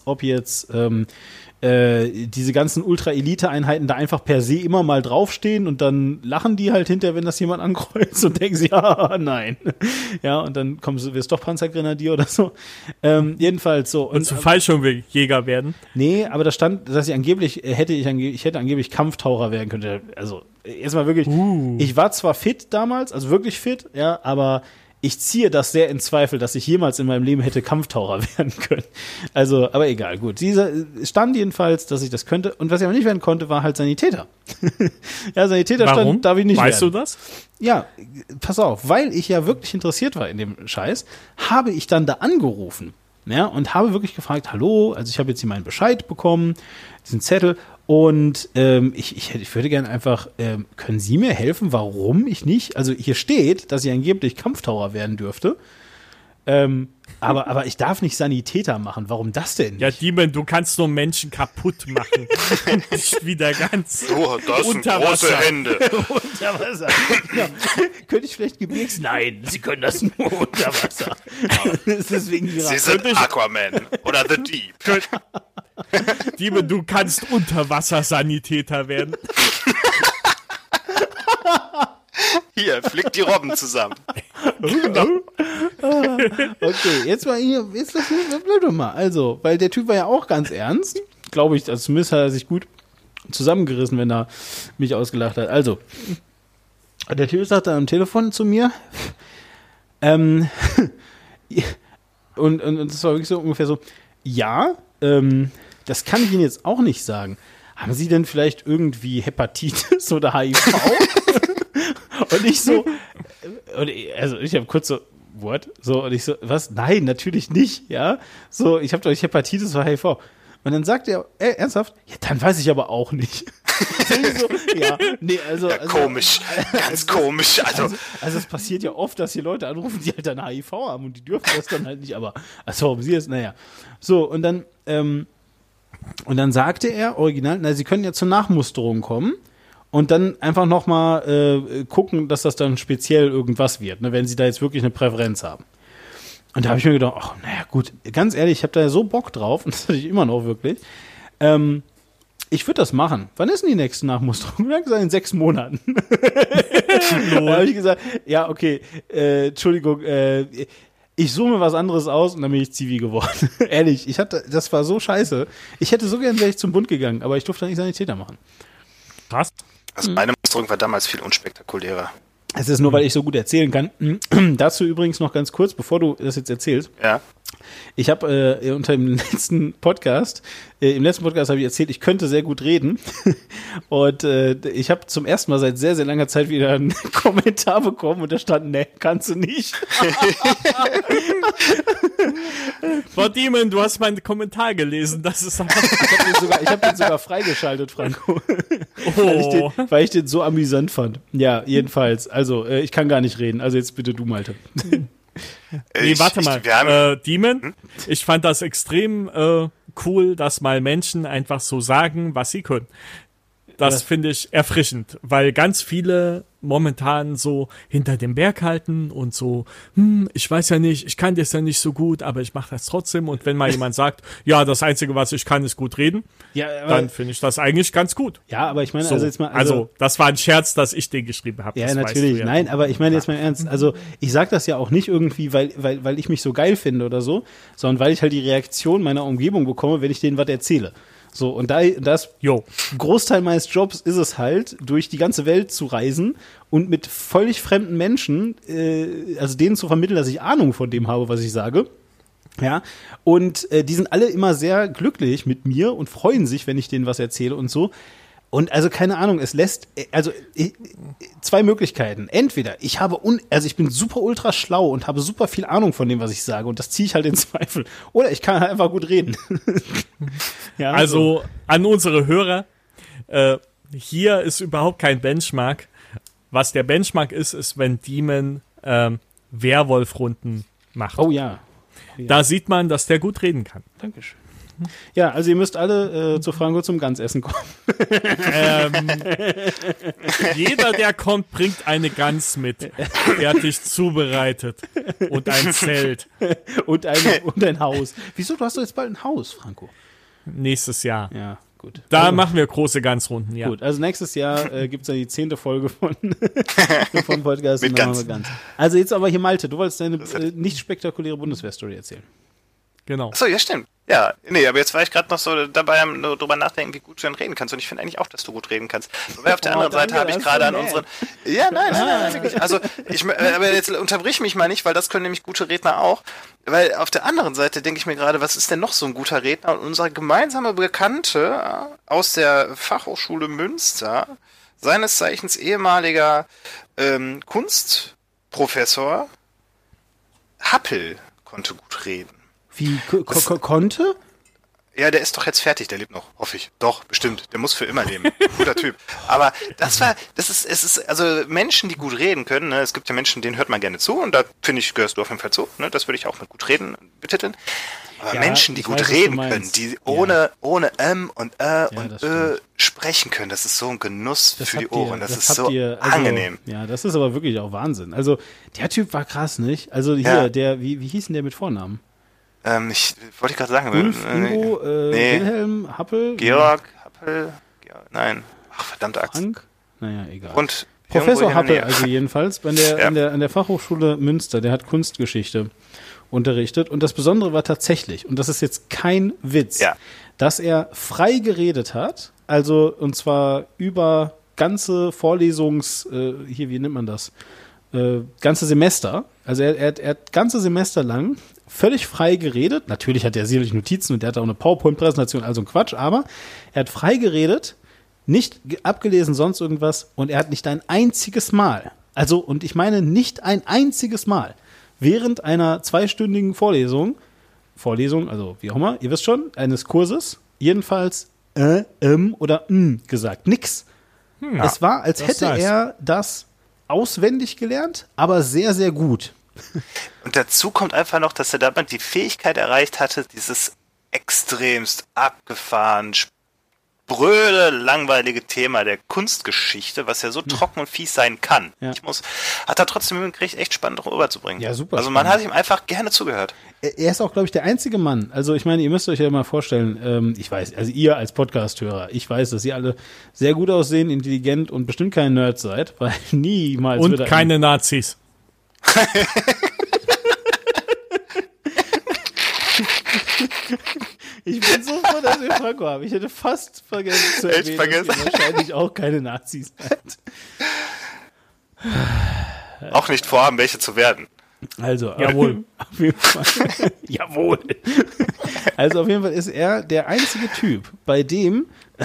diese ganzen Ultra-Elite-Einheiten da einfach per se immer mal draufstehen und dann lachen die halt hinterher, wenn das jemand ankreuzt und denken sie, nein. Ja, und dann wirst doch Panzergrenadier oder so. Jedenfalls so. Und zum Fallschirmjäger werden? Nee, aber da stand, dass ich hätte angeblich Kampftaucher werden können. Also, erstmal wirklich, ich war zwar fit damals, also wirklich fit, ja, aber ich ziehe das sehr in Zweifel, dass ich jemals in meinem Leben hätte Kampftaucher werden können. Also, aber egal, gut. Stand jedenfalls, dass ich das könnte. Und was ich aber nicht werden konnte, war halt Sanitäter. Ja, Sanitäter Warum? Darf ich nicht Weißt werden. du das? Ja, pass auf, weil ich ja wirklich interessiert war in dem Scheiß, habe ich dann da angerufen. Ja, und habe wirklich gefragt, hallo, also ich habe jetzt hier meinen Bescheid bekommen, diesen Zettel. Und ich würde gerne einfach, können Sie mir helfen, warum ich nicht, also hier steht, dass ich angeblich Kampftaucher werden dürfte, aber ich darf nicht Sanitäter machen, warum das denn nicht? Ja, Demon, du kannst nur Menschen kaputt machen. Nicht wieder ganz Oh, das sind unter große Wasser. Hände. Unter Wasser. Ja. Könnte ich vielleicht Gebirgs? Nein, Sie können das nur unter Wasser. Das ist wegen Ihrer Sie sind Aquaman oder The Deep. Demon, du kannst Unterwassersanitäter werden. Hier, flickt die Robben zusammen. Okay, jetzt mal hier, bleib doch mal. Also, weil der Typ war ja auch ganz ernst, glaube ich, also zumindest hat er sich gut zusammengerissen, wenn er mich ausgelacht hat. Also, der Typ sagt dann am Telefon zu mir, und das war wirklich so ungefähr so, ja, das kann ich Ihnen jetzt auch nicht sagen. Haben Sie denn vielleicht irgendwie Hepatitis oder HIV? Und ich so, also ich habe kurz so, what? So, und ich so, was? Nein, natürlich nicht, ja? So, ich habe doch nicht Hepatitis oder HIV. Und dann sagt er, ernsthaft? Ja, dann weiß ich aber auch nicht. So, ja, nee, also, Komisch, ganz komisch. Also es passiert ja oft, dass hier Leute anrufen, die halt dann HIV haben und die dürfen das dann halt nicht, aber, also warum sie es, naja. So, und dann sagte er, original, na, Sie können ja zur Nachmusterung kommen und dann einfach nochmal gucken, dass das dann speziell irgendwas wird, ne, wenn Sie da jetzt wirklich eine Präferenz haben. Und da habe ich mir gedacht, ach, naja, gut, ganz ehrlich, ich habe da ja so Bock drauf, und das hatte ich immer noch wirklich, ich würde das machen. Wann ist denn die nächste Nachmusterung? Ich habe gesagt, in 6 Monaten. Da habe ich gesagt, ja, okay, Entschuldigung, ich suche mir was anderes aus und dann bin ich Zivi geworden. Ehrlich, das war so scheiße. Ich hätte so gern wäre ich zum Bund gegangen, aber ich durfte nicht Sanitäter machen. Krass. Also meine Musterung war damals viel unspektakulärer. Es ist nur, weil ich so gut erzählen kann. Dazu übrigens noch ganz kurz, bevor du das jetzt erzählst. Ja. Ich habe im letzten Podcast habe ich erzählt, ich könnte sehr gut reden. Und ich habe zum ersten Mal seit sehr, sehr langer Zeit wieder einen Kommentar bekommen und da stand, ne, kannst du nicht. Boah, Demon, du hast meinen Kommentar gelesen. Das ist aber Ich habe den sogar freigeschaltet, Franco. oh. Weil ich den so amüsant fand. Ja, jedenfalls. Also, ich kann gar nicht reden. Also jetzt bitte du, Malte. Nee, warte mal. Demon, ich fand das extrem cool, dass mal Menschen einfach so sagen, was sie können. Das finde ich erfrischend, weil ganz viele momentan so hinter dem Berg halten und so, ich weiß ja nicht, ich kann das ja nicht so gut, aber ich mache das trotzdem. Und wenn mal jemand sagt, ja, das Einzige, was ich kann, ist gut reden, Ja, dann finde ich das eigentlich ganz gut. ja, aber ich meine, So, also jetzt mal. also, das war ein Scherz, dass ich den geschrieben habe. Ja, das natürlich. Weißt du ja. Nein, aber ich meine jetzt mal im Ernst. Also, ich sage das ja auch nicht irgendwie, weil ich mich so geil finde oder so, sondern weil ich halt die Reaktion meiner Umgebung bekomme, wenn ich denen was erzähle. So, und das Großteil meines Jobs ist es halt, durch die ganze Welt zu reisen und mit völlig fremden Menschen, also denen zu vermitteln, dass ich Ahnung von dem habe, was ich sage. Ja, und die sind alle immer sehr glücklich mit mir und freuen sich, wenn ich denen was erzähle und so. Und also keine Ahnung, es lässt, also 2 Möglichkeiten. Entweder ich bin super ultra schlau und habe super viel Ahnung von dem, was ich sage und das ziehe ich halt in Zweifel. Oder ich kann halt einfach gut reden. Ja, also an unsere Hörer, hier ist überhaupt kein Benchmark. Was der Benchmark ist, wenn Demon Werwolf-Runden macht. Oh ja. Da sieht man, dass der gut reden kann. Dankeschön. Ja, also ihr müsst alle zu Franco zum Gansessen kommen. Jeder, der kommt, bringt eine Gans mit, fertig zubereitet und ein Zelt. und ein Haus. Wieso? Du hast doch jetzt bald ein Haus, Franco. Nächstes Jahr. Ja, gut. Da machen wir große Gansrunden, ja. Gut, also nächstes Jahr gibt es dann die 10. Folge von Podcast. Mit Gans. Also jetzt aber hier Malte, du wolltest deine nicht spektakuläre Bundeswehr-Story erzählen. Genau. Achso, ja, stimmt. Ja, nee, aber jetzt war ich gerade noch so dabei, nur drüber nachdenken, wie gut du denn reden kannst. Und ich finde eigentlich auch, dass du gut reden kannst. Wobei auf der anderen Seite habe ich gerade an unseren... Ja, nein, wirklich. Also, aber jetzt unterbrich mich mal nicht, weil das können nämlich gute Redner auch. Weil auf der anderen Seite denke ich mir gerade, was ist denn noch so ein guter Redner? Und unser gemeinsame Bekannte aus der Fachhochschule Münster, seines Zeichens ehemaliger Kunstprofessor, Happel, konnte gut reden. Wie, konnte? Ja, der ist doch jetzt fertig, der lebt noch, hoffe ich. Doch, bestimmt, der muss für immer leben. Guter Typ. Aber es ist, also Menschen, die gut reden können, ne? Es gibt ja Menschen, denen hört man gerne zu und da finde ich, gehörst du auf jeden Fall zu, ne? Das würde ich auch mit gut reden betiteln. Aber ja, Menschen, die gut reden können, die ohne und und sprechen können, das ist so ein Genuss für die Ohren, das ist so angenehm. Ja, das ist aber wirklich auch Wahnsinn. Also, der Typ war krass, nicht? Also hier, wie hieß denn der mit Vornamen? Ich wollte gerade sagen. Ulf, Ingo, Wilhelm, Happel. Georg, Happel, nein. Ach, verdammte Axt. Frank? Naja, egal. Und Professor Happel, also jedenfalls, an der Fachhochschule Münster, der hat Kunstgeschichte unterrichtet. Und das Besondere war tatsächlich, und das ist jetzt kein Witz, dass er frei geredet hat, also und zwar über ganze wie nennt man das? Ganze Semester. Also er hat ganze Semester lang völlig frei geredet. Natürlich hat er sicherlich Notizen und er hat auch eine PowerPoint-Präsentation, also ein Quatsch, aber er hat frei geredet, nicht abgelesen, sonst irgendwas und er hat nicht ein einziges Mal, also und ich meine nicht ein einziges Mal, während einer 2-stündigen Vorlesung, also wie auch immer, ihr wisst schon, eines Kurses, jedenfalls oder gesagt. Nix. Es war, als hätte er das auswendig gelernt, aber sehr, sehr gut. Und dazu kommt einfach noch, dass er damit die Fähigkeit erreicht hatte, dieses extremst abgefahren, spröde, langweilige Thema der Kunstgeschichte, was ja so trocken und fies sein kann. Ja. Hat er trotzdem hingekriegt, echt spannend rüberzubringen. Ja, super. Also man hat ihm einfach gerne zugehört. Er ist auch, glaube ich, der einzige Mann. Also ich meine, ihr müsst euch ja mal vorstellen, ich weiß, also ihr als Podcast-Hörer, ich weiß, dass ihr alle sehr gut aussehen, intelligent und bestimmt keine Nerds seid, weil niemals... Und keine Nazis. Ich bin so froh, dass wir Franco haben. Ich hätte fast vergessen zu erwähnen, dass ihr wahrscheinlich auch keine Nazis seid. Auch nicht vorhaben, welche zu werden. Also, jawohl. Auf jeden Fall. Jawohl. Also auf jeden Fall ist er der einzige Typ, bei dem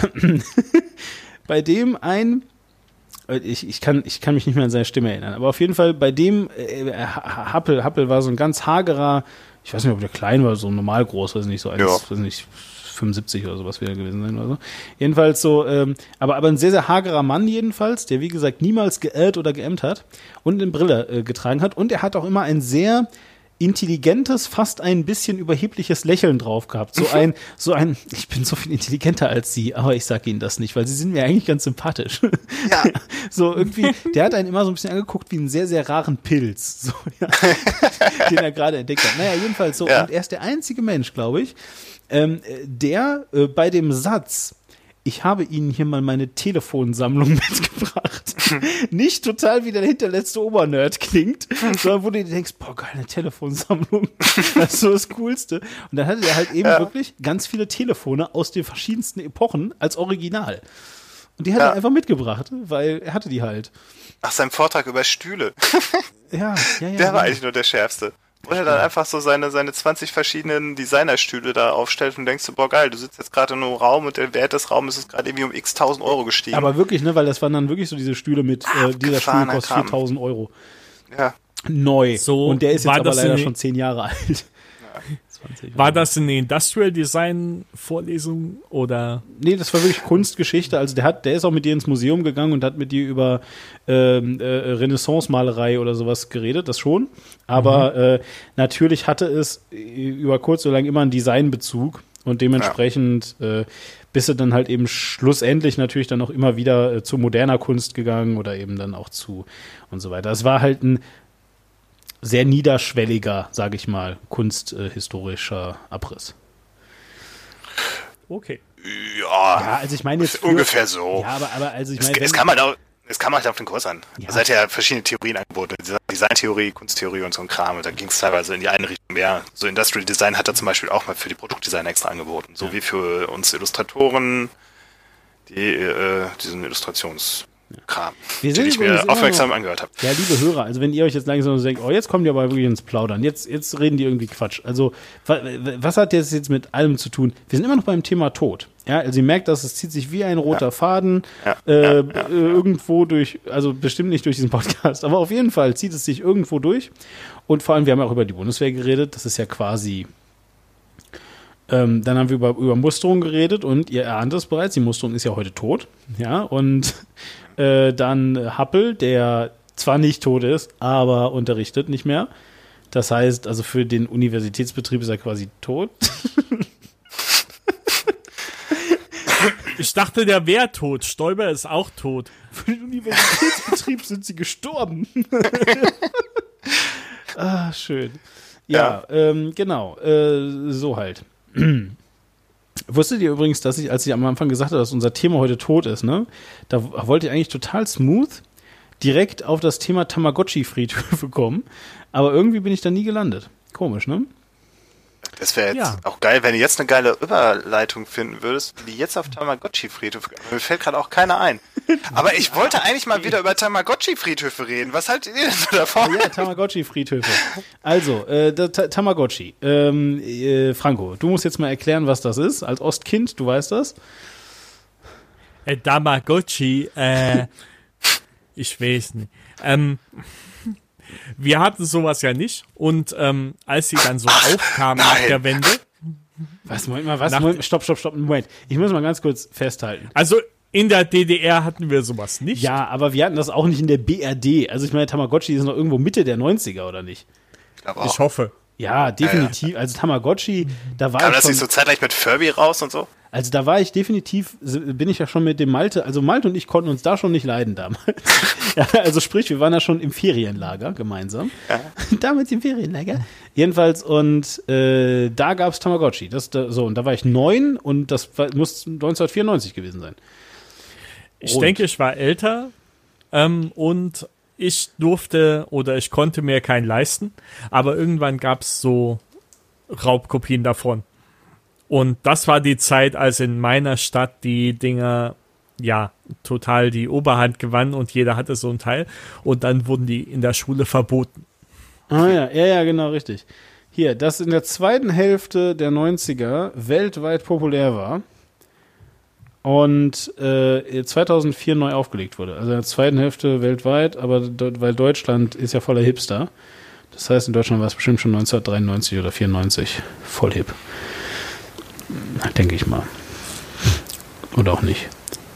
ein ich kann mich nicht mehr an seine Stimme erinnern, aber auf jeden Fall bei dem Happel war so ein ganz hagerer, ich weiß nicht, ob der klein war, so normal groß, weiß nicht, so weiß nicht, 75 oder sowas wäre gewesen sein oder so. Jedenfalls so, aber ein sehr, sehr hagerer Mann jedenfalls, der wie gesagt niemals geirrt oder geämmt hat und eine Brille getragen hat und er hat auch immer ein sehr intelligentes, fast ein bisschen überhebliches Lächeln drauf gehabt. So ein, ich bin so viel intelligenter als Sie, aber ich sag Ihnen das nicht, weil Sie sind mir eigentlich ganz sympathisch. Ja. So irgendwie, der hat einen immer so ein bisschen angeguckt wie einen sehr, sehr raren Pilz, so, ja, den er gerade entdeckt hat. Naja, jedenfalls so. Ja. Und er ist der einzige Mensch, glaube ich, der bei dem Satz, ich habe Ihnen hier mal meine Telefonsammlung mitgebracht, nicht total wie der hinterletzte Obernerd klingt, sondern wo du dir denkst, boah, geil, eine Telefonsammlung, das ist so das Coolste. Und dann hatte er halt eben wirklich ganz viele Telefone aus den verschiedensten Epochen als Original. Und die hat er einfach mitgebracht, weil er hatte die halt. Ach, sein Vortrag über Stühle. Ja. Der war eigentlich nur der schärfste. Wo er dann einfach so seine 20 verschiedenen Designerstühle da aufstellt und denkst du, boah geil, du sitzt jetzt gerade in einem Raum und der Wert des Raumes ist gerade irgendwie um x 1000 Euro gestiegen. Aber wirklich, ne, weil das waren dann wirklich so diese Stühle mit, dieser Stuhl kostet 4000 Euro. Ja. Neu. So und der ist jetzt aber leider schon 10 Jahre alt. Ja. War das eine Industrial Design Vorlesung oder? Nee, das war wirklich Kunstgeschichte. Also der ist auch mit dir ins Museum gegangen und hat mit dir über Renaissance-Malerei oder sowas geredet, das schon. Aber natürlich hatte es über kurz oder lang immer einen Designbezug. Und dementsprechend bist du dann halt eben schlussendlich natürlich dann auch immer wieder zu moderner Kunst gegangen oder eben dann auch zu und so weiter. Es war halt ein sehr niederschwelliger, sage ich mal, kunsthistorischer Abriss. Okay. Ja, also ich meine jetzt ungefähr so. Ja, aber also ich meine, es kam halt auf den Kurs an. Ja. Also hat ja verschiedene Theorien angeboten. Designtheorie, Kunsttheorie und so ein Kram. Und da ging es teilweise in die eine Richtung mehr. So Industrial Design hat er zum Beispiel auch mal für die Produktdesign extra angeboten. So wie für uns Illustratoren diesen Illustrationskram, den ich mir aufmerksam angehört habe. Ja, liebe Hörer, also wenn ihr euch jetzt langsam so denkt, oh, jetzt kommt ihr aber wirklich ins Plaudern, jetzt reden die irgendwie Quatsch. Also, was hat das jetzt mit allem zu tun? Wir sind immer noch beim Thema Tod. Ja, also ihr merkt, dass es zieht sich wie ein roter Faden irgendwo durch, also bestimmt nicht durch diesen Podcast, aber auf jeden Fall zieht es sich irgendwo durch. Und vor allem, wir haben ja auch über die Bundeswehr geredet, das ist ja quasi dann haben wir über Musterung geredet und ihr erahnt es bereits, die Musterung ist ja heute tot. Ja, und dann Happel, der zwar nicht tot ist, aber unterrichtet nicht mehr. Das heißt, also für den Universitätsbetrieb ist er quasi tot. Ich dachte, der wäre tot. Stoiber ist auch tot. Für den Universitätsbetrieb sind sie gestorben. Schön. Ja, genau. So halt. Wusstet ihr übrigens, dass als ich am Anfang gesagt habe, dass unser Thema heute tot ist, ne? Da wollte ich eigentlich total smooth direkt auf das Thema Tamagotchi-Friedhöfe kommen, aber irgendwie bin ich da nie gelandet. Komisch, ne? Das wäre jetzt auch geil, wenn du jetzt eine geile Überleitung finden würdest, die jetzt auf Tamagotchi-Friedhöfe. Mir fällt gerade auch keiner ein. Aber ich wollte eigentlich mal wieder über Tamagotchi-Friedhöfe reden. Was haltet ihr denn so davon? Ja, Tamagotchi-Friedhöfe. Also, Tamagotchi. Franco, du musst jetzt mal erklären, was das ist. Als Ostkind, du weißt das. Tamagotchi, ich weiß nicht. Wir hatten sowas ja nicht und als sie dann so aufkam nach der Wende. Was? Stopp, Moment. Ich muss mal ganz kurz festhalten. Also in der DDR hatten wir sowas nicht. Ja, aber wir hatten das auch nicht in der BRD. Also ich meine, Tamagotchi ist noch irgendwo Mitte der 90er, oder nicht? Ich hoffe. Ja, definitiv. Also Tamagotchi, da war ich schon... Aber das ist so zeitgleich mit Furby raus und so? Also da war ich definitiv, bin ich ja schon mit dem Malte, also Malte und ich konnten uns da schon nicht leiden damals. Ja, also sprich, wir waren ja schon im Ferienlager gemeinsam. Ja. Damals im Ferienlager. Jedenfalls, und da gab es Tamagotchi. Und da war ich 9 und das muss 1994 gewesen sein. Ich denke, ich war älter und ich durfte oder ich konnte mir keinen leisten, aber irgendwann gab es so Raubkopien davon. Und das war die Zeit, als in meiner Stadt die Dinger total die Oberhand gewannen und jeder hatte so ein Teil und dann wurden die in der Schule verboten. Ah ja, genau, richtig. Hier, das in der zweiten Hälfte der 90er weltweit populär war und 2004 neu aufgelegt wurde. Also in der zweiten Hälfte weltweit, aber weil Deutschland ist ja voller Hipster. Das heißt, in Deutschland war es bestimmt schon 1993 oder 94 voll hip. Denke ich mal. Oder auch nicht.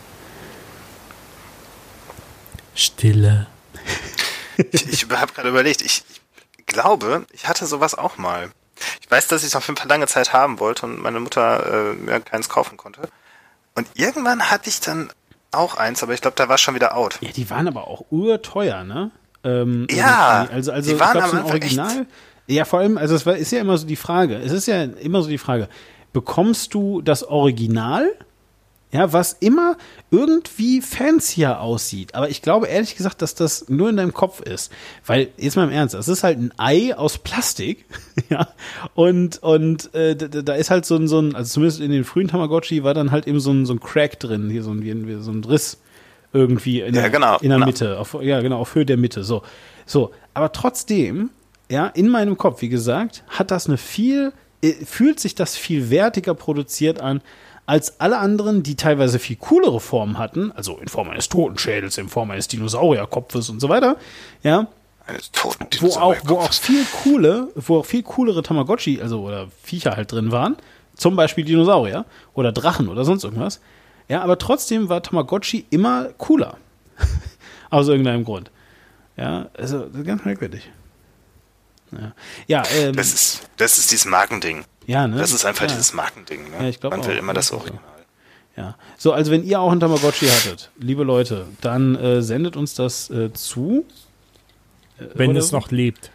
Stille. Ich habe gerade überlegt, ich glaube, ich hatte sowas auch mal. Ich weiß, dass ich es auf jeden Fall lange Zeit haben wollte und meine Mutter mir keins kaufen konnte. Und irgendwann hatte ich dann auch eins, aber ich glaube, da war es schon wieder out. Ja, die waren aber auch urteuer, ne? Ja, also die waren ich am so ein Anfang Original. echt. Ja, vor allem, also ist ja immer so die Frage. Es ist ja immer so die Frage, bekommst du das Original, ja, was immer irgendwie fancier aussieht. Aber ich glaube ehrlich gesagt, dass das nur in deinem Kopf ist. Weil, jetzt mal im Ernst, das ist halt ein Ei aus Plastik, ja, und da ist halt so ein, also zumindest in den frühen Tamagotchi war dann halt eben so ein Crack drin, hier so ein Riss irgendwie in der Mitte, auf Höhe der Mitte, so. Aber trotzdem, ja, in meinem Kopf, wie gesagt, fühlt sich das viel wertiger produziert an, als alle anderen, die teilweise viel coolere Formen hatten, also in Form eines Totenschädels, in Form eines Dinosaurierkopfes und so weiter, ja, wo auch viel coolere Tamagotchi, also oder Viecher halt drin waren, zum Beispiel Dinosaurier oder Drachen oder sonst irgendwas, ja, aber trotzdem war Tamagotchi immer cooler, aus irgendeinem Grund, ja, also ganz merkwürdig. Ja, Das ist dieses Markending. ja, ne? Das ist einfach dieses Markending. Ne? Ja, ich glaub Man will auch. immer das Ja. Original. Ja. So, also wenn ihr auch einen Tamagotchi hattet, liebe Leute, dann sendet uns das zu. Wenn Oder es so. noch lebt.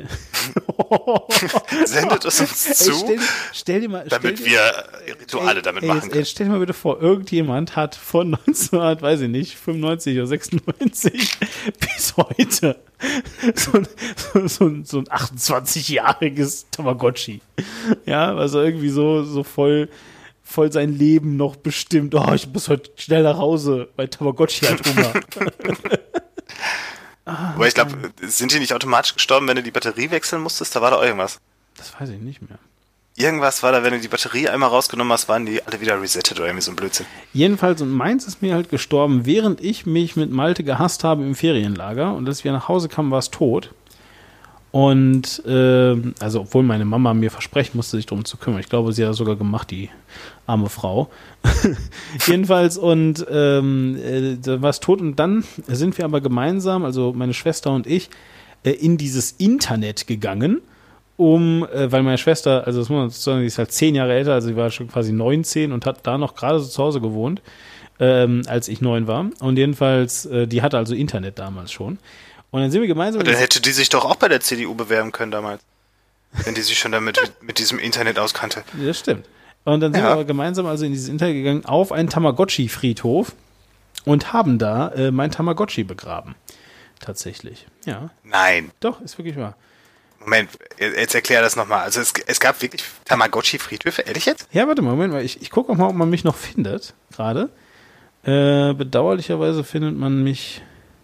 Sendet es uns zu, Stell dir mal, damit wir Rituale damit machen können. Jetzt stell dir mal bitte vor, irgendjemand hat von 1900, weiß ich nicht, 95 oder 96 bis heute so ein 28-jähriges Tamagotchi. Ja, also irgendwie so voll sein Leben noch bestimmt. Oh, ich muss heute schnell nach Hause, weil Tamagotchi hat Hunger. Aber ich glaube, sind die nicht automatisch gestorben, wenn du die Batterie wechseln musstest? Da war da irgendwas. Das weiß ich nicht mehr. Irgendwas war da, wenn du die Batterie einmal rausgenommen hast, waren die alle wieder resettet oder irgendwie so ein Blödsinn. Jedenfalls, und meins ist mir halt gestorben, während ich mich mit Malte gehasst habe im Ferienlager. Und als wir nach Hause kamen, war es tot. Und, also, obwohl meine Mama mir versprechen musste, sich darum zu kümmern. Ich glaube, sie hat das sogar gemacht, die arme Frau. Jedenfalls, und da war es tot. Und dann sind wir aber gemeinsam, also meine Schwester und ich, in dieses Internet gegangen, weil meine Schwester, also das muss man sagen, die ist halt 10 Jahre älter, also sie war schon quasi 19 und hat da noch gerade so zu Hause gewohnt, als ich 9 war. Und jedenfalls, die hatte also Internet damals schon. Und dann sind wir gemeinsam. Und dann hätte die sich doch auch bei der CDU bewerben können damals. Wenn die sich schon damit mit diesem Internet auskannte. Das stimmt. Und dann sind wir aber gemeinsam also in dieses Internet gegangen auf einen Tamagotchi-Friedhof und haben da mein Tamagotchi begraben. Tatsächlich. Ja. Nein. Doch, ist wirklich wahr. Moment, jetzt erklär das nochmal. Also es gab wirklich Tamagotchi-Friedhöfe, ehrlich jetzt? Ja, warte mal, Moment mal. Ich gucke auch mal, ob man mich noch findet, gerade. Bedauerlicherweise findet man mich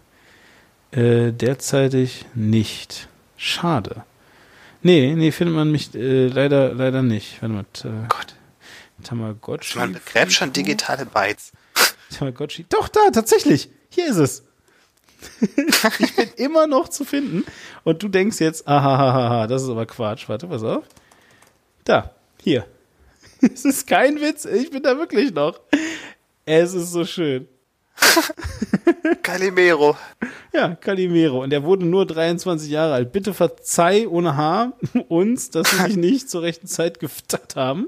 derzeitig nicht. Schade. Nee, findet man mich leider nicht. Warte mal. Gott. Tamagotchi. Man begräbt schon digitale Bytes. Tamagotchi. Doch, da, tatsächlich. Hier ist es. Ich bin immer noch zu finden. Und du denkst jetzt, das ist aber Quatsch. Warte, pass auf. Da, hier. Es ist kein Witz. Ich bin da wirklich noch. Es ist so schön. Calimero. Ja, Calimero. Und er wurde nur 23 Jahre alt. Bitte verzeih ohne Haar uns, dass wir dich nicht zur rechten Zeit gefüttert haben.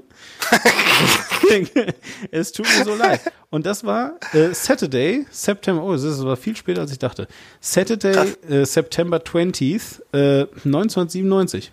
Es tut mir so leid. Und das war Saturday, September, das war viel später, als ich dachte. Saturday, September 20th, 1997.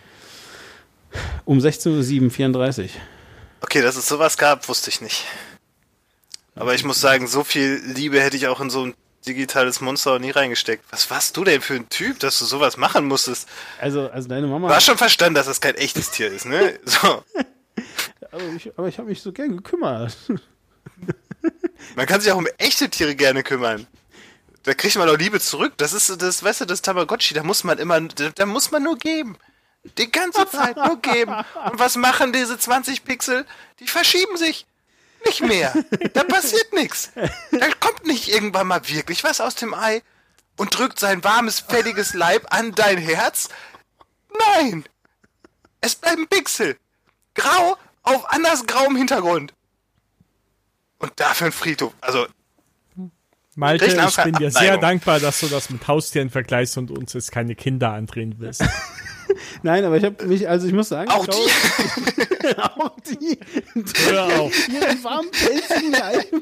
Um 16:34 Uhr. Okay, dass es sowas gab, wusste ich nicht. Aber ich muss sagen, so viel Liebe hätte ich auch in so ein digitales Monster nie reingesteckt. Was warst du denn für ein Typ, dass du sowas machen musstest? Also deine Mama... Du hast schon verstanden, dass das kein echtes Tier ist, ne? So. Aber ich habe mich so gern gekümmert. Man kann sich auch um echte Tiere gerne kümmern. Da kriegt man auch Liebe zurück. Das ist, weißt du, das Tamagotchi, da muss man nur geben. Die ganze Zeit nur geben. Und was machen diese 20 Pixel? Die verschieben sich. Nicht mehr. Da passiert nichts. Da kommt nicht irgendwann mal wirklich was aus dem Ei und drückt sein warmes, fettiges Leib an dein Herz. Nein. Es bleiben Pixel. Grau auf anders grauem Hintergrund. Und dafür ein Friedhof. Also, Malte, Richtig, ich bin dir sehr Abneigung. dankbar, dass du das mit Haustieren vergleichst und uns jetzt keine Kinder andrehen willst. Nein, aber ich habe mich, also ich muss sagen... auch ich die. glaube, auch die... Hör auf. Ihren warmen pelzigen Leib.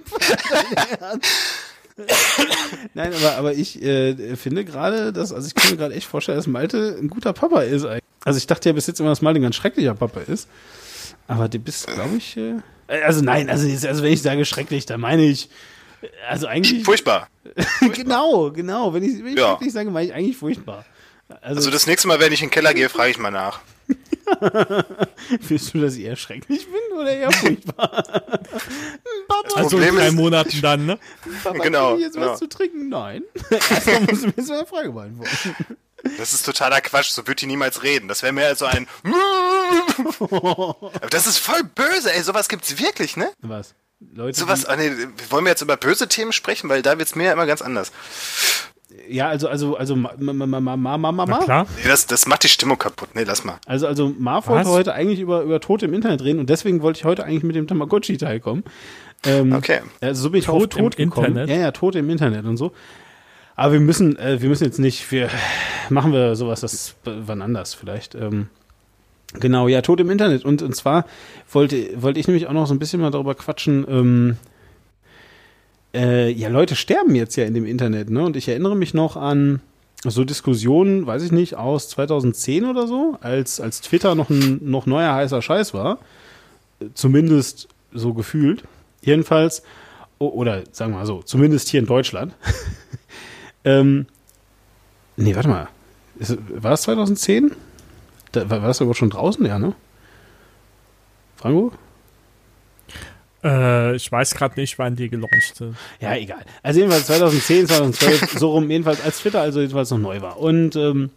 Nein, aber ich finde gerade, also ich kann mir gerade echt vorstellen, dass Malte ein guter Papa ist eigentlich. Also ich dachte ja bis jetzt immer, dass Malte ein ganz schrecklicher Papa ist. Aber du bist, glaube ich, also wenn ich sage schrecklich, dann meine ich, also eigentlich... Furchtbar. genau, wenn ich Ja. schrecklich sage, meine ich eigentlich furchtbar. Also das nächste Mal, wenn ich in den Keller gehe, frage ich mal nach. Findest du, dass ich eher schrecklich bin oder eher furchtbar? Papa, Also in Problem 3 ist- Monaten dann, ne? Papa, genau, krieg ich jetzt genau. was zu trinken? Nein. Erstmal musst du mir so eine Frage beantworten. Das ist totaler Quatsch, so wird die niemals reden. Das wäre mehr als so ein... Aber das ist voll böse, ey, sowas gibt's wirklich, ne? Was? Leute, Sowas, wollen wir jetzt über böse Themen sprechen? Weil da wird's mir ja immer ganz anders. ja, also Na klar. Nee, das macht die Stimmung kaputt. Nee, lass mal. Also Marv wollte Was? heute eigentlich über Tote im Internet reden und deswegen wollte ich heute eigentlich mit dem Tamagotchi-Teil kommen. Okay. Also so bin ich Tot auf Tod im gekommen. Internet? Ja, Tote im Internet und so. Aber wir müssen jetzt nicht, machen wir sowas, das wann anders vielleicht. Genau, ja, Tod im Internet. Und zwar wollte ich nämlich auch noch so ein bisschen mal darüber quatschen, ja, Leute sterben jetzt ja in dem Internet, ne? Und ich erinnere mich noch an so Diskussionen, weiß ich nicht, aus 2010 oder so, als Twitter noch neuer heißer Scheiß war. Zumindest so gefühlt. Jedenfalls, oder sagen wir mal so, zumindest hier in Deutschland. Nee, warte mal. War das 2010? War das aber schon draußen, ja, ne? Franco? Ich weiß gerade nicht, wann die gelauncht sind. Ja, egal. Also jedenfalls 2010, 2012, so rum, jedenfalls als Twitter also jedenfalls noch neu war. Und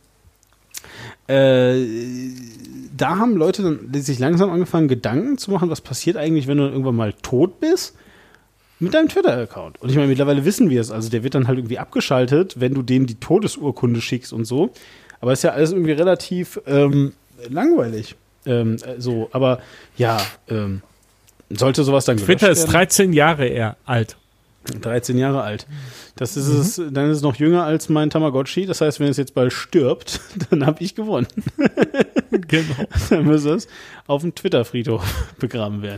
da haben Leute dann sich langsam angefangen, Gedanken zu machen, was passiert eigentlich, wenn du irgendwann mal tot bist mit deinem Twitter-Account. Und ich meine, mittlerweile wissen wir es. Also der wird dann halt irgendwie abgeschaltet, wenn du dem die Todesurkunde schickst und so. Aber ist ja alles irgendwie relativ langweilig. So, aber ja, sollte sowas dann Twitter ist 13 Jahre alt. 13 Jahre alt. Das ist es, dann ist es noch jünger als mein Tamagotchi. Das heißt, wenn es jetzt bald stirbt, dann habe ich gewonnen. Genau. Dann muss es auf dem Twitter-Friedhof begraben werden.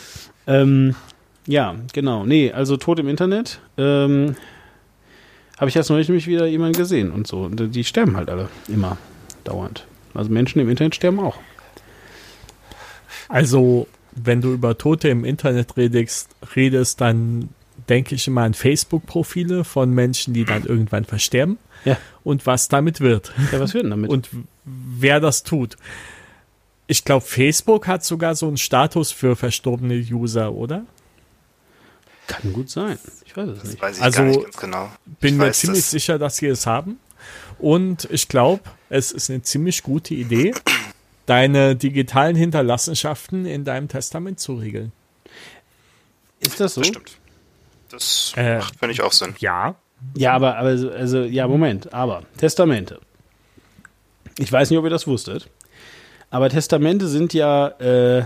Ja, genau. Nee, also Tod im Internet. Habe ich jetzt neulich nämlich wieder jemanden gesehen und so. Und die sterben halt alle immer dauernd. Also Menschen im Internet sterben auch. Also, wenn du über Tote im Internet redest, dann denke ich immer an Facebook-Profile von Menschen, die dann irgendwann versterben. Ja. Und was damit wird. Ja, was wird denn damit? Und wer das tut. Ich glaube, Facebook hat sogar so einen Status für verstorbene User, oder? Kann gut sein. Ich weiß es Das nicht. weiß ich Also, gar nicht ganz genau. Bin Ich mir weiß, ziemlich sicher, dass sie es haben. Und ich glaube, es ist eine ziemlich gute Idee, deine digitalen Hinterlassenschaften in deinem Testament zu regeln. Ist das so? Das stimmt. Das macht, finde ich, auch Sinn. Ja. Ja, aber ja, Moment. Aber Testamente. Ich weiß nicht, ob ihr das wusstet. Aber Testamente sind ja,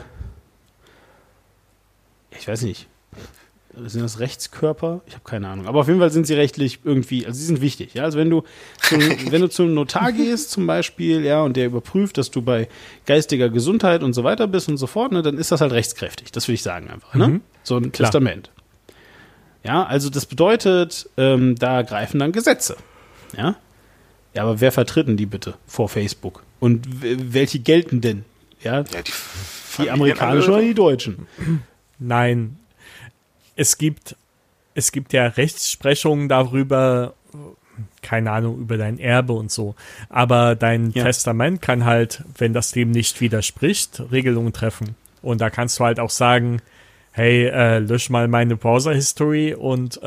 ich weiß nicht. Sind das Rechtskörper? Ich habe keine Ahnung. Aber auf jeden Fall sind sie rechtlich irgendwie, also sie sind wichtig. Ja? Also wenn du zum Notar gehst zum Beispiel, ja, und der überprüft, dass du bei geistiger Gesundheit und so weiter bist und so fort, ne, dann ist das halt rechtskräftig. Das will ich sagen einfach. Ne? So ein Klar. Testament. Ja, also das bedeutet, da greifen dann Gesetze. Ja? Ja, aber wer vertritt denn die bitte vor Facebook? Und welche gelten denn? Ja, Ja, die amerikanischen oder die deutschen? Nein. Es gibt ja Rechtsprechungen darüber, keine Ahnung, über dein Erbe und so. Aber dein Testament kann halt, wenn das dem nicht widerspricht, Regelungen treffen. Und da kannst du halt auch sagen, hey, lösch mal meine Browser-History und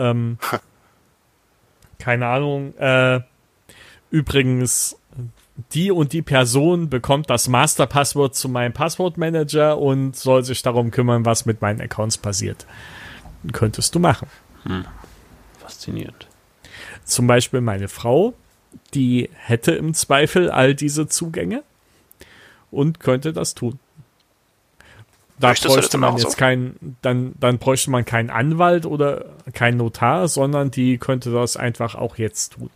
keine Ahnung, übrigens, die und die Person bekommt das Masterpasswort zu meinem Passwortmanager und soll sich darum kümmern, was mit meinen Accounts passiert. Könntest du machen. Faszinierend. Zum Beispiel meine Frau, die hätte im Zweifel all diese Zugänge und könnte das tun. Da Möchtest du das bräuchte dann man auch jetzt so? dann bräuchte man keinen Anwalt oder keinen Notar, sondern die könnte das einfach auch jetzt tun.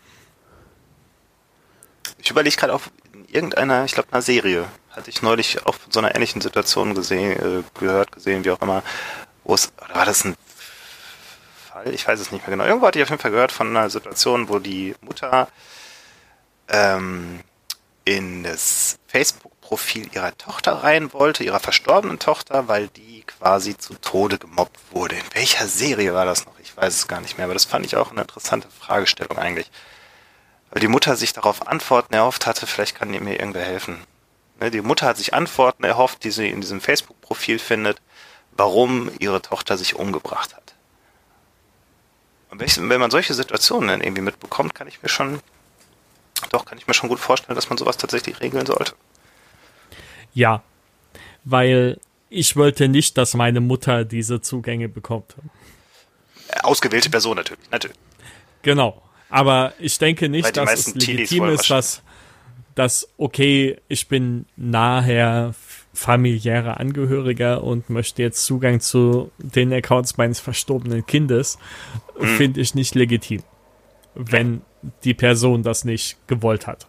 Ich überlege gerade auf irgendeiner, ich glaube, einer Serie, hatte ich neulich auf so einer ähnlichen Situation gesehen, wie auch immer, wo es, oder war das ein Fall? Ich weiß es nicht mehr genau. Irgendwo hatte ich auf jeden Fall gehört von einer Situation, wo die Mutter in das Facebook-Profil ihrer Tochter rein wollte, ihrer verstorbenen Tochter, weil die quasi zu Tode gemobbt wurde. In welcher Serie war das noch? Ich weiß es gar nicht mehr, aber das fand ich auch eine interessante Fragestellung eigentlich. Weil die Mutter sich darauf Antworten erhofft hatte, vielleicht kann mir irgendwer helfen. Ne, die Mutter hat sich Antworten erhofft, die sie in diesem Facebook-Profil findet, warum ihre Tochter sich umgebracht hat. Und wenn man solche Situationen dann irgendwie mitbekommt, kann ich mir schon gut vorstellen, dass man sowas tatsächlich regeln sollte. Ja, weil ich wollte nicht, dass meine Mutter diese Zugänge bekommt. Ausgewählte Person natürlich. Genau. Aber ich denke Weil nicht, die dass es meisten Teenies legitim wollen ist, dass, okay, ich bin nachher familiärer Angehöriger und möchte jetzt Zugang zu den Accounts meines verstorbenen Kindes, finde ich nicht legitim. wenn die Person das nicht gewollt hat.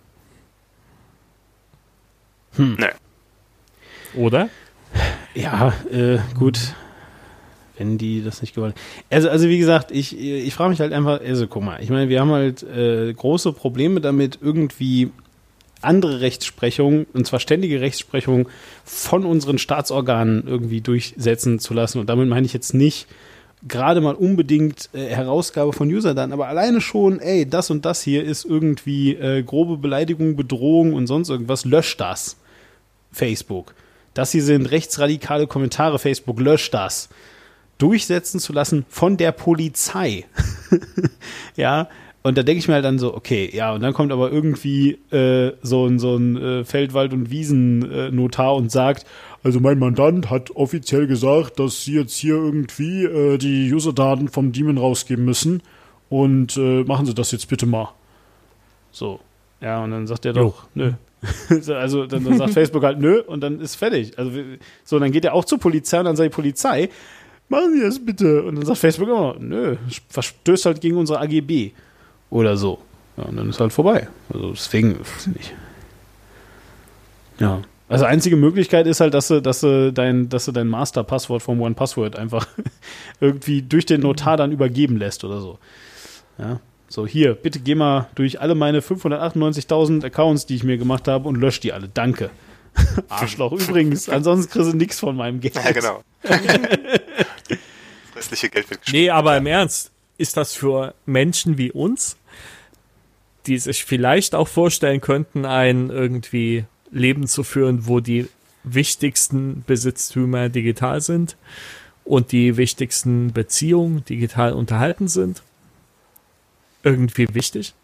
Nee. Oder? Ja, gut. Wenn die das nicht gewollt haben. Also wie gesagt, ich frage mich halt einfach, also guck mal, ich meine, wir haben halt große Probleme damit, irgendwie andere Rechtsprechung, und zwar ständige Rechtsprechung von unseren Staatsorganen irgendwie durchsetzen zu lassen. Und damit meine ich jetzt nicht gerade mal unbedingt Herausgabe von Userdaten, aber alleine schon, ey, das und das hier ist irgendwie grobe Beleidigung, Bedrohung und sonst irgendwas, löscht das. Facebook. Das hier sind rechtsradikale Kommentare, Facebook, löscht das. Durchsetzen zu lassen von der Polizei. Ja, und da denke ich mir halt dann so, okay, ja, und dann kommt aber irgendwie so ein Feldwald- und Wiesen-Notar und sagt, also mein Mandant hat offiziell gesagt, dass sie jetzt hier irgendwie die Userdaten vom Daemon rausgeben müssen und machen Sie das jetzt bitte mal. So, ja, und dann sagt er doch, nö. Also dann sagt Facebook halt nö und dann ist fertig. Also so, dann geht er auch zur Polizei und dann sagt die Polizei, machen Sie das bitte. Und dann sagt Facebook immer, nö, verstößt halt gegen unsere AGB. Oder so. Ja, und dann ist halt vorbei. Also deswegen, weiß ich nicht. Ja. Also einzige Möglichkeit ist halt, dass du dein Master-Passwort vom OnePassword einfach irgendwie durch den Notar dann übergeben lässt oder so. Ja. So, hier, bitte geh mal durch alle meine 598.000 Accounts, die ich mir gemacht habe und lösch die alle. Danke. Arschloch. Übrigens, ansonsten kriegst du nichts von meinem Geld. Ja, genau. Restliche Geld wird Nee, aber im Ernst, ist das für Menschen wie uns, die sich vielleicht auch vorstellen könnten, ein irgendwie Leben zu führen, wo die wichtigsten Besitztümer digital sind und die wichtigsten Beziehungen digital unterhalten sind, irgendwie wichtig?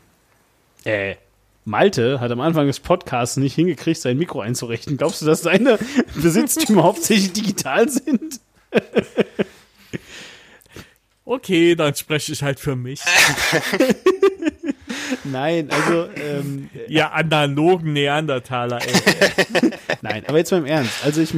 Malte hat am Anfang des Podcasts nicht hingekriegt, sein Mikro einzurichten. Glaubst du, dass seine Besitztümer hauptsächlich digital sind? Okay, dann spreche ich halt für mich. Nein, also Ja, analogen Neandertaler, ey. nein, aber jetzt mal im Ernst. Also ich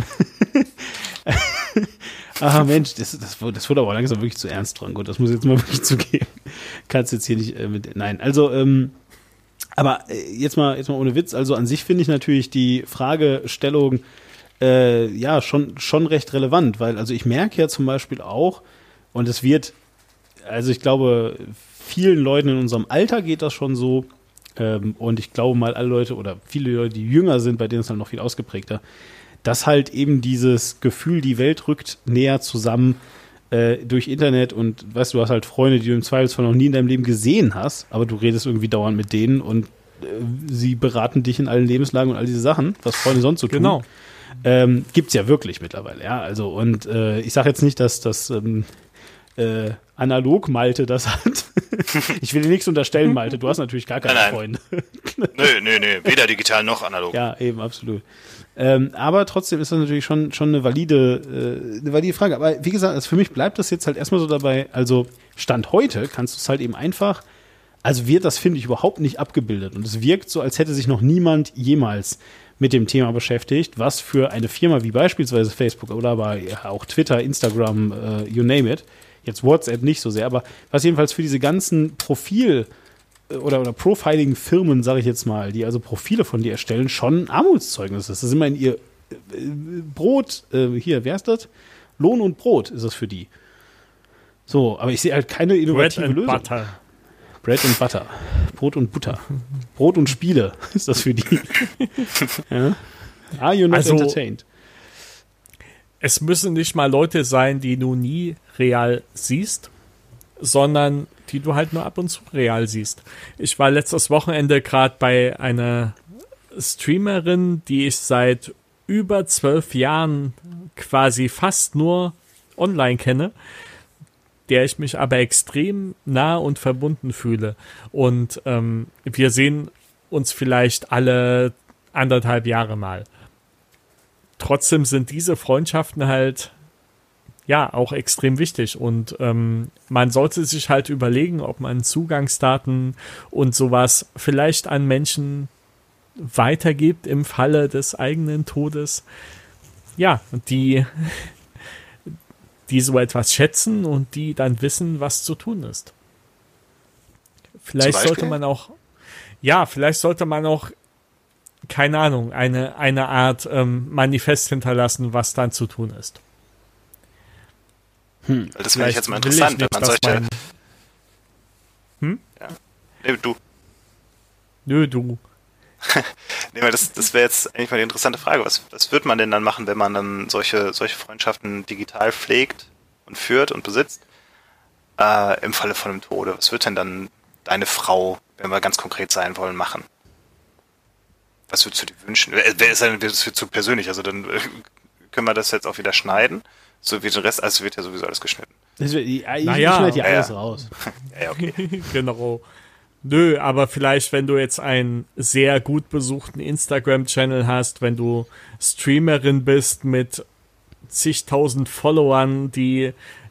Mensch, das wurde aber langsam wirklich zu ernst dran. Gut, das muss ich jetzt mal wirklich zugeben. Kannst jetzt hier nicht nein, also aber jetzt mal ohne Witz, also an sich finde ich natürlich die Fragestellung ja schon recht relevant, weil also ich merke ja zum Beispiel auch, und es wird, also ich glaube, vielen Leuten in unserem Alter geht das schon so, und ich glaube mal alle Leute oder viele Leute, die jünger sind, bei denen ist es halt noch viel ausgeprägter, dass halt eben dieses Gefühl, die Welt rückt näher zusammen durch Internet und weißt du, hast halt Freunde, die du im Zweifelsfall noch nie in deinem Leben gesehen hast, aber du redest irgendwie dauernd mit denen und sie beraten dich in allen Lebenslagen und all diese Sachen, was Freunde sonst so tun. Genau. Gibt's ja wirklich mittlerweile, ja, also und ich sage jetzt nicht, dass das analog Malte das hat. Ich will dir nichts unterstellen, Malte, du hast natürlich gar keine Freunde. Nö, weder digital noch analog. Ja, eben, absolut. Aber trotzdem ist das natürlich schon eine valide Frage. Aber wie gesagt, also für mich bleibt das jetzt halt erstmal so dabei, also Stand heute kannst du es halt eben einfach, also wird das, finde ich, überhaupt nicht abgebildet. Und es wirkt so, als hätte sich noch niemand jemals mit dem Thema beschäftigt, was für eine Firma wie beispielsweise Facebook oder aber auch Twitter, Instagram, you name it, jetzt WhatsApp nicht so sehr, aber was jedenfalls für diese ganzen oder Profiling-Firmen, sage ich jetzt mal, die also Profile von dir erstellen, schon Armutszeugnis ist. Das ist immerhin ihr Brot, hier, wer ist das? Lohn und Brot ist das für die. So, aber ich sehe halt keine innovative Lösung. Butter. Bread and Butter. Brot und Butter. Brot und Spiele ist das für die. Ja? Are you not entertained? Es müssen nicht mal Leute sein, die du nie real siehst, sondern die du halt nur ab und zu real siehst. Ich war letztes Wochenende gerade bei einer Streamerin, die ich seit über 12 Jahren quasi fast nur online kenne, der ich mich aber extrem nah und verbunden fühle. Und wir sehen uns vielleicht alle 1,5 Jahre mal. Trotzdem sind diese Freundschaften halt ja auch extrem wichtig und man sollte sich halt überlegen, ob man Zugangsdaten und sowas vielleicht an Menschen weitergibt im Falle des eigenen Todes. Ja, die so etwas schätzen und die dann wissen, was zu tun ist. Vielleicht sollte man auch, keine Ahnung, eine Art Manifest hinterlassen, was dann zu tun ist. Das wäre jetzt mal interessant, wenn man solche... Ja. Nee, du. Nö, du. Nee, weil das wäre jetzt eigentlich mal die interessante Frage. Was wird man denn dann machen, wenn man dann solche Freundschaften digital pflegt und führt und besitzt? Im Falle von einem Tode. Was wird denn dann deine Frau, wenn wir ganz konkret sein wollen, machen? Was würdest du dir wünschen? Das wird zu persönlich, also dann können wir das jetzt auch wieder schneiden. So wie den Rest, also wird ja sowieso alles geschnitten. Ich schneide ja alles raus. Ja, okay. Genau. Nö, aber vielleicht, wenn du jetzt einen sehr gut besuchten Instagram-Channel hast, wenn du Streamerin bist mit zigtausend Followern, die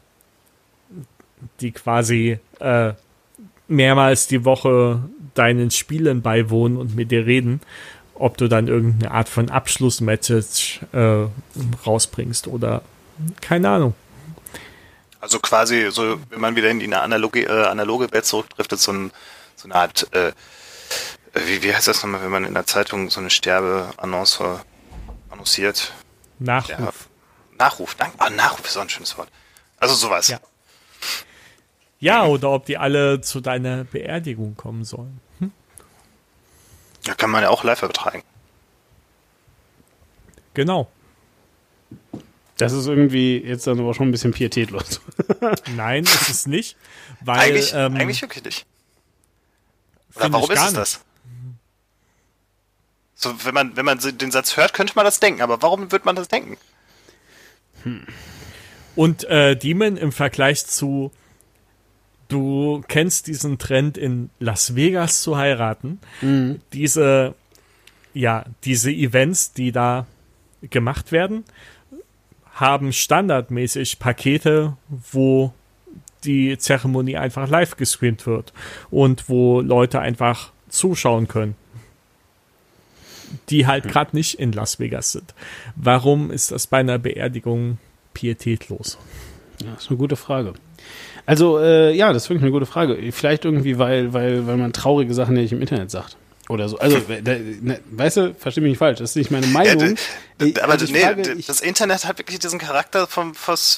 quasi mehrmals die Woche deinen Spielen beiwohnen und mit dir reden, ob du dann irgendeine Art von Abschlussmessage rausbringst oder keine Ahnung. Also quasi, so wenn man wieder in die analoge Welt zurücktrifft, ist so eine Art, wie heißt das nochmal, wenn man in der Zeitung so eine Sterbeannonce annonciert? Nachruf. Nachruf, danke. Nachruf ist auch ein schönes Wort. Also sowas. Ja. Ja, oder ob die alle zu deiner Beerdigung kommen sollen. Ja, kann man ja auch live übertragen. Genau. Das ist irgendwie jetzt dann aber schon ein bisschen pietätlos. Nein, ist es nicht. Weil, eigentlich wirklich nicht. Oder warum ist es das? So, wenn man den Satz hört, könnte man das denken, aber warum wird man das denken? Und Demon im Vergleich zu, du kennst diesen Trend in Las Vegas zu heiraten, diese Events, die da gemacht werden, haben standardmäßig Pakete, wo die Zeremonie einfach live gestreamt wird und wo Leute einfach zuschauen können, die halt gerade nicht in Las Vegas sind. Warum ist das bei einer Beerdigung pietätlos? Ja, das ist eine gute Frage. Also, das ist wirklich eine gute Frage. Vielleicht irgendwie, weil man traurige Sachen nicht im Internet sagt. Oder so. Also, weißt du, versteh mich nicht falsch, das ist nicht meine Meinung. Das Internet hat wirklich diesen Charakter vom, das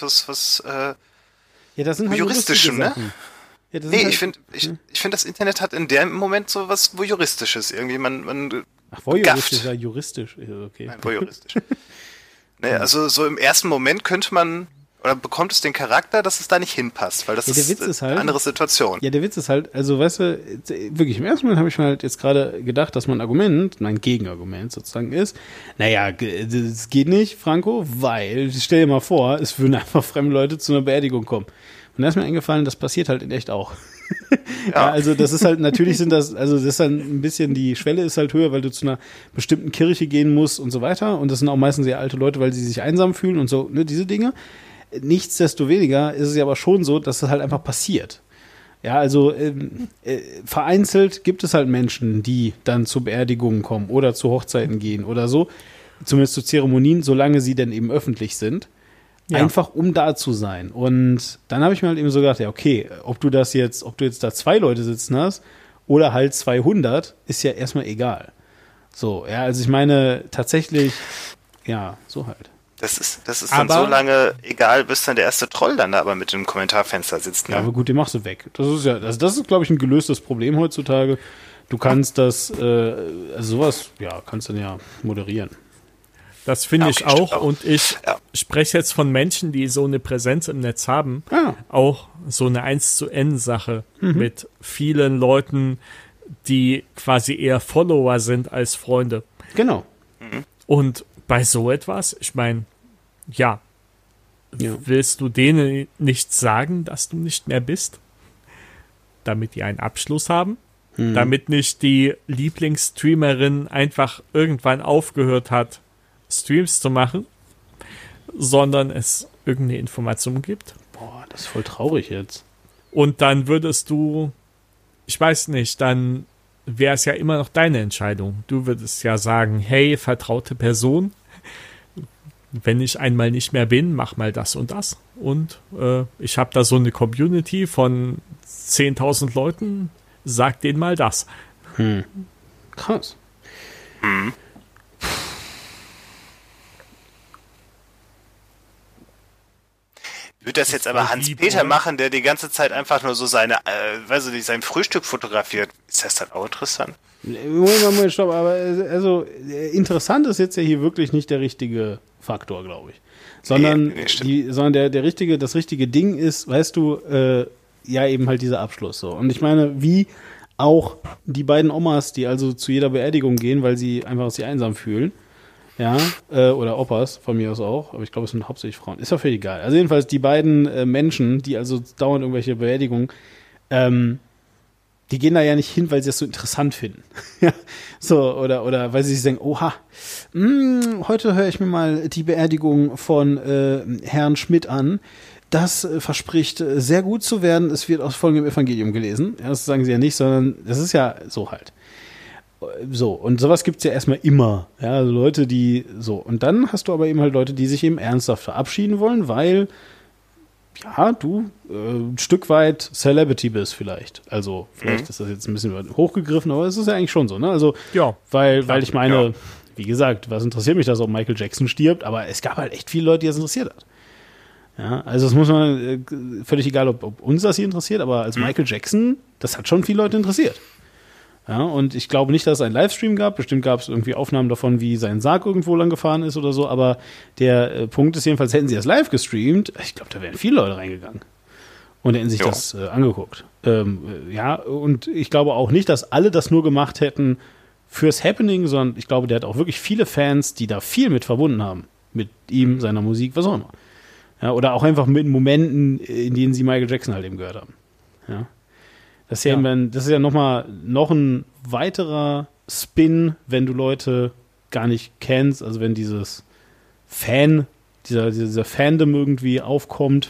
sind halt juristischen, ne? Ja, ich finde, das Internet hat in dem Moment so was Voyeuristisches. Irgendwie, man voyeuristisch, ja, juristisch. Okay. Nein, voyeuristisch. Also so im ersten Moment könnte man, oder bekommt es den Charakter, dass es da nicht hinpasst, weil das ist eine andere Situation. Ja, der Witz ist halt, also weißt du, wirklich im ersten Moment habe ich mir halt jetzt gerade gedacht, dass mein Gegenargument sozusagen ist, naja, das geht nicht, Franco, weil, stell dir mal vor, es würden einfach fremde Leute zu einer Beerdigung kommen. Und da ist mir eingefallen, das passiert halt in echt auch. Ja, also das ist halt, natürlich das ist dann ein bisschen, die Schwelle ist halt höher, weil du zu einer bestimmten Kirche gehen musst und so weiter. Und das sind auch meistens sehr alte Leute, weil sie sich einsam fühlen und so, ne, diese Dinge. Nichtsdestoweniger ist es ja aber schon so, dass es halt einfach passiert. Ja, also vereinzelt gibt es halt Menschen, die dann zu Beerdigungen kommen oder zu Hochzeiten gehen oder so, zumindest zu Zeremonien, solange sie denn eben öffentlich sind. Ja. Einfach um da zu sein. Und dann habe ich mir halt eben so gedacht, ja, okay, ob du jetzt da 2 Leute sitzen hast oder halt 200, ist ja erstmal egal. So, ja, also ich meine, tatsächlich, ja, so halt. Das ist dann so lange egal, bis dann der erste Troll dann da aber mit dem Kommentarfenster sitzt. Ne? Ja, aber gut, den machst du weg. Das ist ja, das ist, glaube ich, ein gelöstes Problem heutzutage. Du kannst das, also sowas, ja, kannst dann ja moderieren. Das finde ich auch. Und ich spreche jetzt von Menschen, die so eine Präsenz im Netz haben. Auch so eine 1:N-Sache mit vielen Leuten, die quasi eher Follower sind als Freunde. Genau. Und bei so etwas, ich meine, willst du denen nicht sagen, dass du nicht mehr bist? Damit die einen Abschluss haben? Damit nicht die Lieblingsstreamerin einfach irgendwann aufgehört hat, Streams zu machen, sondern es irgendeine Information gibt. Boah, das ist voll traurig jetzt. Und dann würdest du, ich weiß nicht, dann wäre es ja immer noch deine Entscheidung. Du würdest ja sagen, hey, vertraute Person, wenn ich einmal nicht mehr bin, mach mal das und das. Und ich habe da so eine Community von 10.000 Leuten, sag denen mal das. Krass. Würde das jetzt aber Hans-Peter machen, der die ganze Zeit einfach nur so seine, weiß ich nicht, sein Frühstück fotografiert? Ist das dann auch interessant? Moment, stopp, aber also interessant ist jetzt ja hier wirklich nicht der richtige Faktor, glaube ich. Sondern, sondern das richtige Ding ist, weißt du, ja eben halt dieser Abschluss so. Und ich meine, wie auch die beiden Omas, die also zu jeder Beerdigung gehen, weil sie einfach sich einsam fühlen, ja, oder Opas, von mir aus auch, aber ich glaube, es sind hauptsächlich Frauen. Ist ja völlig egal. Also jedenfalls die beiden Menschen, die also dauernd irgendwelche Beerdigungen, die gehen da ja nicht hin, weil sie das so interessant finden. Ja, so, oder weil sie sich denken, oha, heute höre ich mir mal die Beerdigung von Herrn Schmidt an. Das verspricht sehr gut zu werden. Es wird aus folgendem Evangelium gelesen. Ja, das sagen sie ja nicht, sondern das ist ja so halt. So, und sowas gibt's ja erstmal immer. Ja, also Leute, die so. Und dann hast du aber eben halt Leute, die sich eben ernsthaft verabschieden wollen, weil ja, du ein Stück weit Celebrity bist vielleicht. Also vielleicht ist das jetzt ein bisschen hochgegriffen, aber es ist ja eigentlich schon so, ne? Also, ja, weil ich meine, wie gesagt, was interessiert mich das, ob Michael Jackson stirbt, aber es gab halt echt viele Leute, die das interessiert hat. Ja, also das muss man, völlig egal, ob uns das hier interessiert, aber als Michael Jackson, das hat schon viele Leute interessiert. Ja, und ich glaube nicht, dass es einen Livestream gab. Bestimmt gab es irgendwie Aufnahmen davon, wie sein Sarg irgendwo lang gefahren ist oder so. Aber der Punkt ist jedenfalls, hätten sie das live gestreamt, ich glaube, da wären viele Leute reingegangen und hätten sich das angeguckt. Ja, und ich glaube auch nicht, dass alle das nur gemacht hätten fürs Happening, sondern ich glaube, der hat auch wirklich viele Fans, die da viel mit verbunden haben. Mit ihm, seiner Musik, was auch immer. Ja, oder auch einfach mit Momenten, in denen sie Michael Jackson halt eben gehört haben. Ja. Das ist ja noch ein weiterer Spin, wenn du Leute gar nicht kennst, also wenn dieses dieser Fandom irgendwie aufkommt,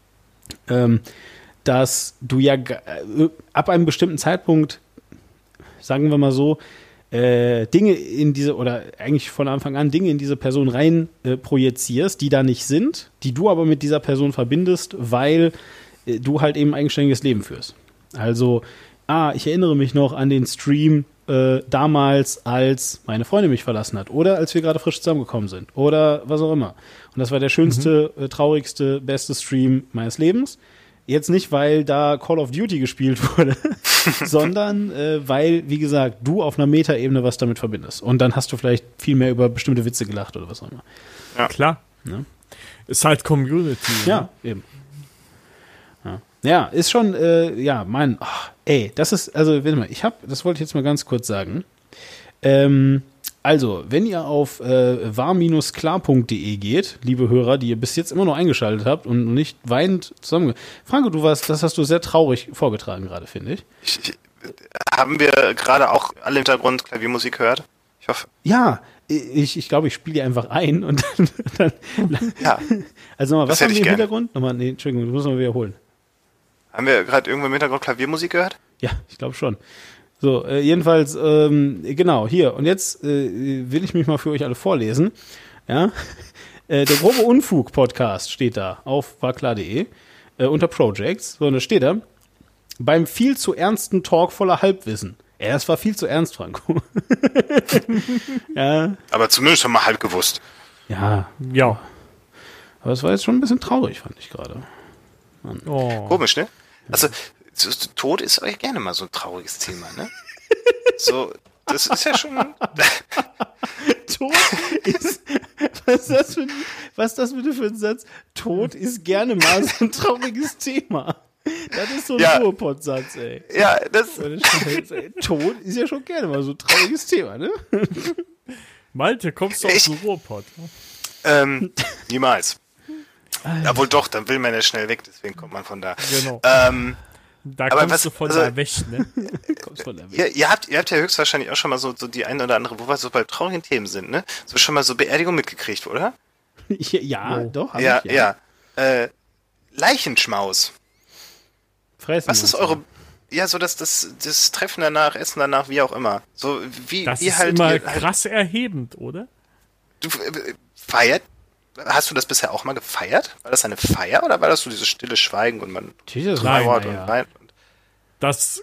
dass du ja ab einem bestimmten Zeitpunkt, sagen wir mal so, Dinge in diese, oder eigentlich von Anfang an Dinge in diese Person rein projizierst, die da nicht sind, die du aber mit dieser Person verbindest, weil du halt eben ein eigenständiges Leben führst. Also, ich erinnere mich noch an den Stream damals, als meine Freundin mich verlassen hat oder als wir gerade frisch zusammengekommen sind oder was auch immer. Und das war der schönste, traurigste, beste Stream meines Lebens. Jetzt nicht, weil da Call of Duty gespielt wurde, sondern weil, wie gesagt, du auf einer Metaebene was damit verbindest. Und dann hast du vielleicht viel mehr über bestimmte Witze gelacht oder was auch immer. Ja, klar. Ne? Ist halt Community. Ja, ne? Eben. Ja, ist schon, das ist, also, warte mal, das wollte ich jetzt mal ganz kurz sagen. Also, wenn ihr auf war-klar.de geht, liebe Hörer, die ihr bis jetzt immer noch eingeschaltet habt und nicht weinend zusammen. Franco, das hast du sehr traurig vorgetragen gerade, finde ich. Haben wir gerade auch alle im Hintergrund Klaviermusik gehört? Ich hoffe. Ja, ich glaube, ich spiele die einfach ein und dann ja. Also nochmal, was haben wir im Hintergrund? Nochmal, nee, Entschuldigung, das müssen wir wiederholen. Haben wir gerade irgendwo im Hintergrund Klaviermusik gehört? Ja, ich glaube schon. So, jedenfalls, genau, hier. Und jetzt will ich mich mal für euch alle vorlesen. Ja, der grobe Unfug-Podcast steht da auf warklar.de unter Projects. So, und da steht da, beim viel zu ernsten Talk voller Halbwissen. Ja, es war viel zu ernst, Franco. Ja. Aber zumindest schon mal halb gewusst. Ja. Aber es war jetzt schon ein bisschen traurig, fand ich gerade. Oh. Komisch, ne? Also, Tod ist euch gerne mal so ein trauriges Thema, ne? So, das ist ja schon. Tod ist. Was ist das bitte für ein Satz? Tod ist gerne mal so ein trauriges Thema. Das ist so ein Ruhrpott-Satz, ey. Ja, das. Tod ist ja schon gerne mal so ein trauriges Thema, ne? Malte, kommst du aus dem Ruhrpott? Niemals. Obwohl doch, dann will man ja schnell weg, deswegen kommt man von da. Genau. Da aber kommst du von da weg, ne? Ihr habt ja höchstwahrscheinlich auch schon mal so die eine oder andere, wo wir so bei traurigen Themen sind, ne? So schon mal so Beerdigung mitgekriegt, oder? Ja, doch. Ja. Leichenschmaus. Fressen. Was ist eure, so das Treffen danach, Essen danach, wie auch immer. So wie das wie ist halt immer krass erhebend, oder? Du feiert. Hast du das bisher auch mal gefeiert? War das eine Feier oder war das so dieses stille Schweigen und man trauert und weint? Das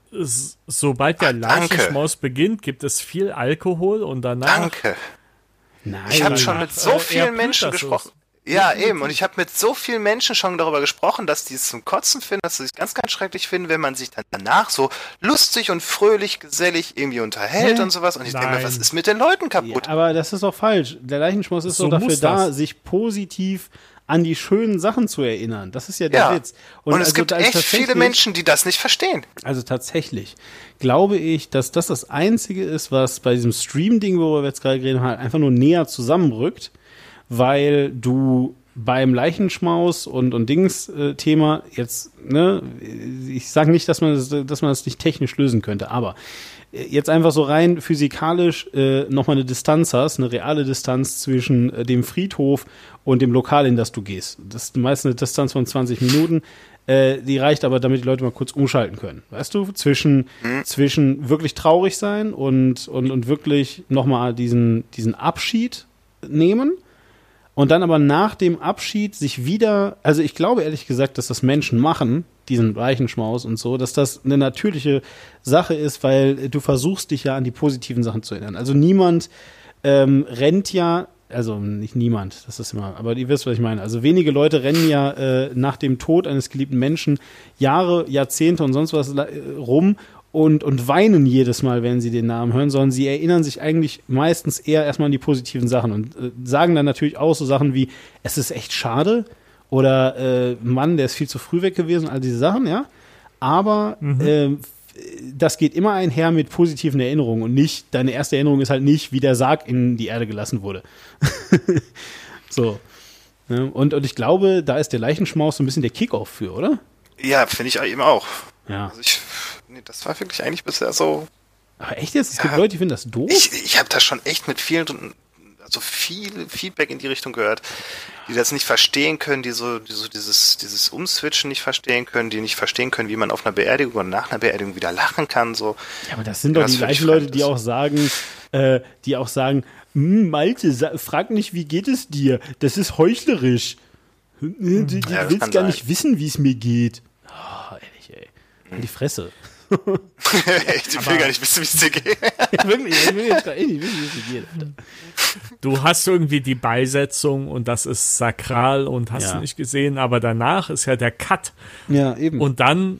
sobald der Leichenschmaus beginnt, gibt es viel Alkohol und danach... Danke. Nein. Ich habe schon mit so vielen Menschen das gesprochen. Ja, eben. Und ich habe mit so vielen Menschen schon darüber gesprochen, dass die es zum Kotzen finden, dass sie es ganz, ganz schrecklich finden, wenn man sich dann danach so lustig und fröhlich, gesellig irgendwie unterhält und sowas. Und ich denke mir, was ist mit den Leuten kaputt? Ja, aber das ist doch falsch. Der Leichenschmaus ist So doch dafür muss da, das. sich positiv an die schönen Sachen zu erinnern. Das ist ja der Witz. Und es also gibt da ist echt viele tatsächlich- Menschen, die das nicht verstehen. Also tatsächlich glaube ich, dass das Einzige ist, was bei diesem Stream-Ding, worüber wir jetzt gerade geredet haben, halt einfach nur näher zusammenrückt, weil du beim Leichenschmaus und Dings-Thema jetzt, ne, ich sage nicht, dass man das nicht technisch lösen könnte, aber jetzt einfach so rein physikalisch nochmal eine Distanz hast, eine reale Distanz zwischen dem Friedhof und dem Lokal, in das du gehst. Das ist meist eine Distanz von 20 Minuten. Die reicht aber, damit die Leute mal kurz umschalten können. Weißt du, zwischen wirklich traurig sein und wirklich nochmal diesen Abschied nehmen und dann aber nach dem Abschied sich wieder, also ich glaube ehrlich gesagt, dass das Menschen machen, diesen Leichenschmaus und so, dass das eine natürliche Sache ist, weil du versuchst dich ja an die positiven Sachen zu erinnern. Also niemand rennt ja, also nicht niemand, das ist immer, aber ihr wisst, was ich meine. Also wenige Leute rennen ja nach dem Tod eines geliebten Menschen Jahre, Jahrzehnte und sonst was rum und weinen jedes Mal, wenn sie den Namen hören, sondern sie erinnern sich eigentlich meistens eher erstmal an die positiven Sachen und sagen dann natürlich auch so Sachen wie, es ist echt schade oder Mann, der ist viel zu früh weg gewesen, all diese Sachen, ja. Aber das geht immer einher mit positiven Erinnerungen und nicht, deine erste Erinnerung ist halt nicht, wie der Sarg in die Erde gelassen wurde. So. Ja, und ich glaube, da ist der Leichenschmaus so ein bisschen der Kickoff für, oder? Ja, finde ich eben auch. Ja. Also das war wirklich eigentlich bisher so. Aber echt jetzt? Es gibt Leute, die finden das doof? Ich habe da schon echt mit vielen, also viel Feedback in die Richtung gehört, die das nicht verstehen können, die so dieses Umswitchen nicht verstehen können, die nicht verstehen können, wie man auf einer Beerdigung oder nach einer Beerdigung wieder lachen kann. So. Ja, aber das sind doch die gleichen Leute, die auch sagen, Malte, frag nicht, wie geht es dir? Das ist heuchlerisch. Du willst gar nicht wissen, wie es mir geht. Oh, ehrlich, ey. An die Fresse. Echt, ich will gar nicht wissen, wie es dir geht. Wirklich, ich will jetzt gar nicht wissen, wie es dir geht. Alter. Du hast irgendwie die Beisetzung und das ist sakral und hast du nicht gesehen, aber danach ist ja der Cut. Ja, eben. Und dann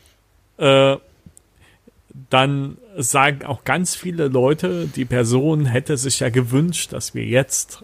sagen auch ganz viele Leute, die Person hätte sich ja gewünscht, dass wir jetzt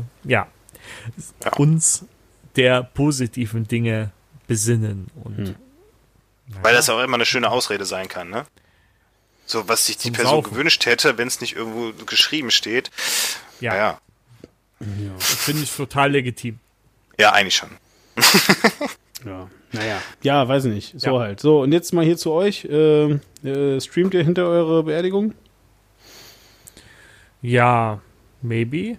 uns der positiven Dinge besinnen. Und Weil das auch immer eine schöne Ausrede sein kann, ne? So, was sich die Zum Person Saufen. gewünscht hätte, wenn es nicht irgendwo geschrieben steht. ja, finde ich total legitim. Ja, eigentlich schon. Ja, naja. Ja, weiß ich nicht. So halt. So, und jetzt mal hier zu euch. Streamt ihr hinter eure Beerdigung? Ja, maybe.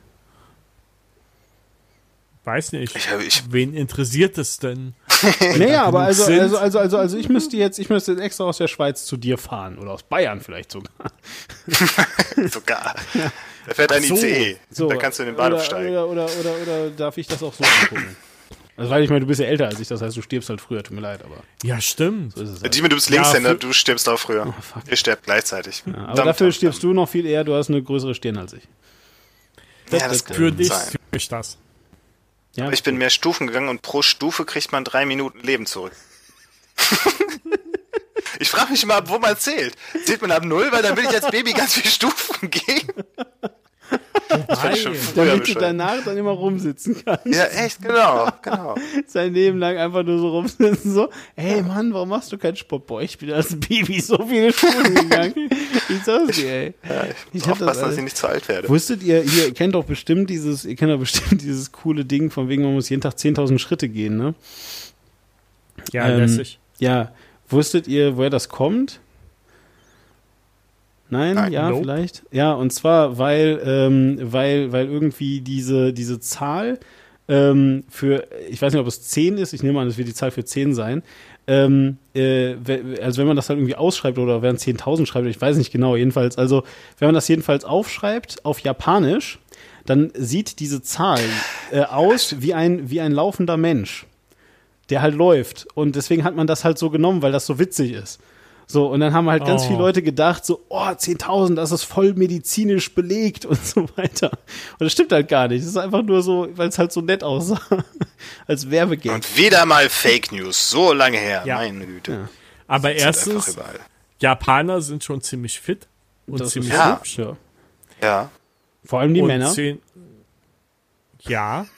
Weiß nicht. Wen interessiert es denn? Naja, aber genug also ich müsste jetzt extra aus der Schweiz zu dir fahren. Oder aus Bayern vielleicht sogar. Sogar. Da fährt ein so. ICE. So, Da kannst du in den Bahnhof steigen. Oder darf ich das auch so angucken? Also, weil ich meine, du bist ja älter als ich, das heißt, du stirbst halt früher, tut mir leid, aber Ja, stimmt. so ist es halt. Diemen, du bist Linkshänder, du stirbst auch früher. Ihr sterbt gleichzeitig. Ja, aber dafür stirbst du noch viel eher, du hast eine größere Stirn als ich. Ja, das kann Für dich sein. fühle ich das. Ja, Aber ich bin mehr Stufen gegangen und pro Stufe kriegt man 3 Minuten Leben zurück. Ich frage mich immer, ab wo man zählt. Zählt man ab 0, weil dann will ich als Baby ganz viele Stufen gehen. Das fand ich schon früher damit du bescheuert. danach dann immer rumsitzen kannst. Ja, echt, genau. Sein Leben lang einfach nur so rumsitzen, so, hey Mann, warum machst du keinen Sport? Boah, ich bin als Baby so viele Schulen gegangen. Ich sag's dir, ey. Ja, ich muss hab aufpassen, dass alles- ich nicht zu alt werde. Wusstet ihr kennt doch bestimmt dieses coole Ding, von wegen, man muss jeden Tag 10.000 Schritte gehen, ne? Ja, lässig. Ja, wusstet ihr, woher das kommt? Nein, ja, nope. vielleicht. Ja, und zwar, weil irgendwie diese Zahl für, ich weiß nicht, ob es 10 ist, ich nehme an, es wird die Zahl für 10 sein. Also wenn man das halt irgendwie ausschreibt oder während 10.000 schreibt, ich weiß nicht genau, jedenfalls, also wenn man das jedenfalls aufschreibt auf Japanisch, dann sieht diese Zahl aus wie ein laufender Mensch, der halt läuft. Und deswegen hat man das halt so genommen, weil das so witzig ist. So, und dann haben halt ganz viele Leute gedacht, so, 10.000, das ist voll medizinisch belegt und so weiter. Und das stimmt halt gar nicht. Das ist einfach nur so, weil es halt so nett aussah. Als Werbegag. Und wieder mal Fake News. So lange her. Ja. Meine Güte. Ja. Aber Sind erstens, einfach überall. Japaner sind schon ziemlich fit und Das ziemlich ist Ja. hübsch, ja. Ja. Vor allem die und Männer. Ja,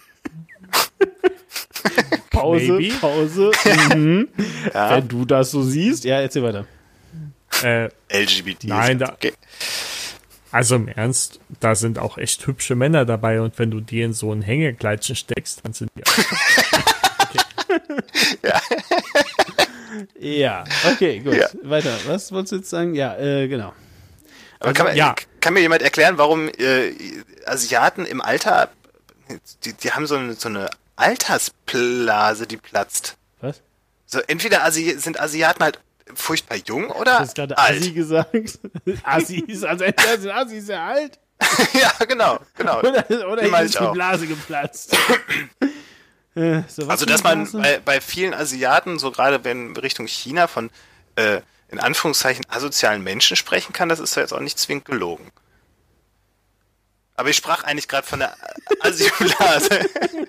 Pause, maybe. Pause. Mhm. Wenn du das so siehst. Ja, erzähl weiter. LGBT. Nein, da- Okay. Also im Ernst, da sind auch echt hübsche Männer dabei und wenn du die in so ein Hängekleidchen steckst, dann sind die auch. Ja, okay, gut. Ja. Weiter. Was wolltest du jetzt sagen? Ja, genau. Aber kann mir jemand erklären, warum Asiaten im Alter, die haben so eine Altersblase, die platzt. Was? So, entweder sind Asiaten halt furchtbar jung Du oder hast gerade alt. Assi gesagt. Assis, also entweder sind Assis sehr alt Ja, genau. oder Die ihm meine ist ich die auch. Blase geplatzt. So, was Also, für dass eine man Blase? bei vielen Asiaten, so gerade wenn Richtung China von in Anführungszeichen asozialen Menschen sprechen kann, das ist ja jetzt auch nicht zwingend gelogen. Aber ich sprach eigentlich gerade von der Asi-Blase.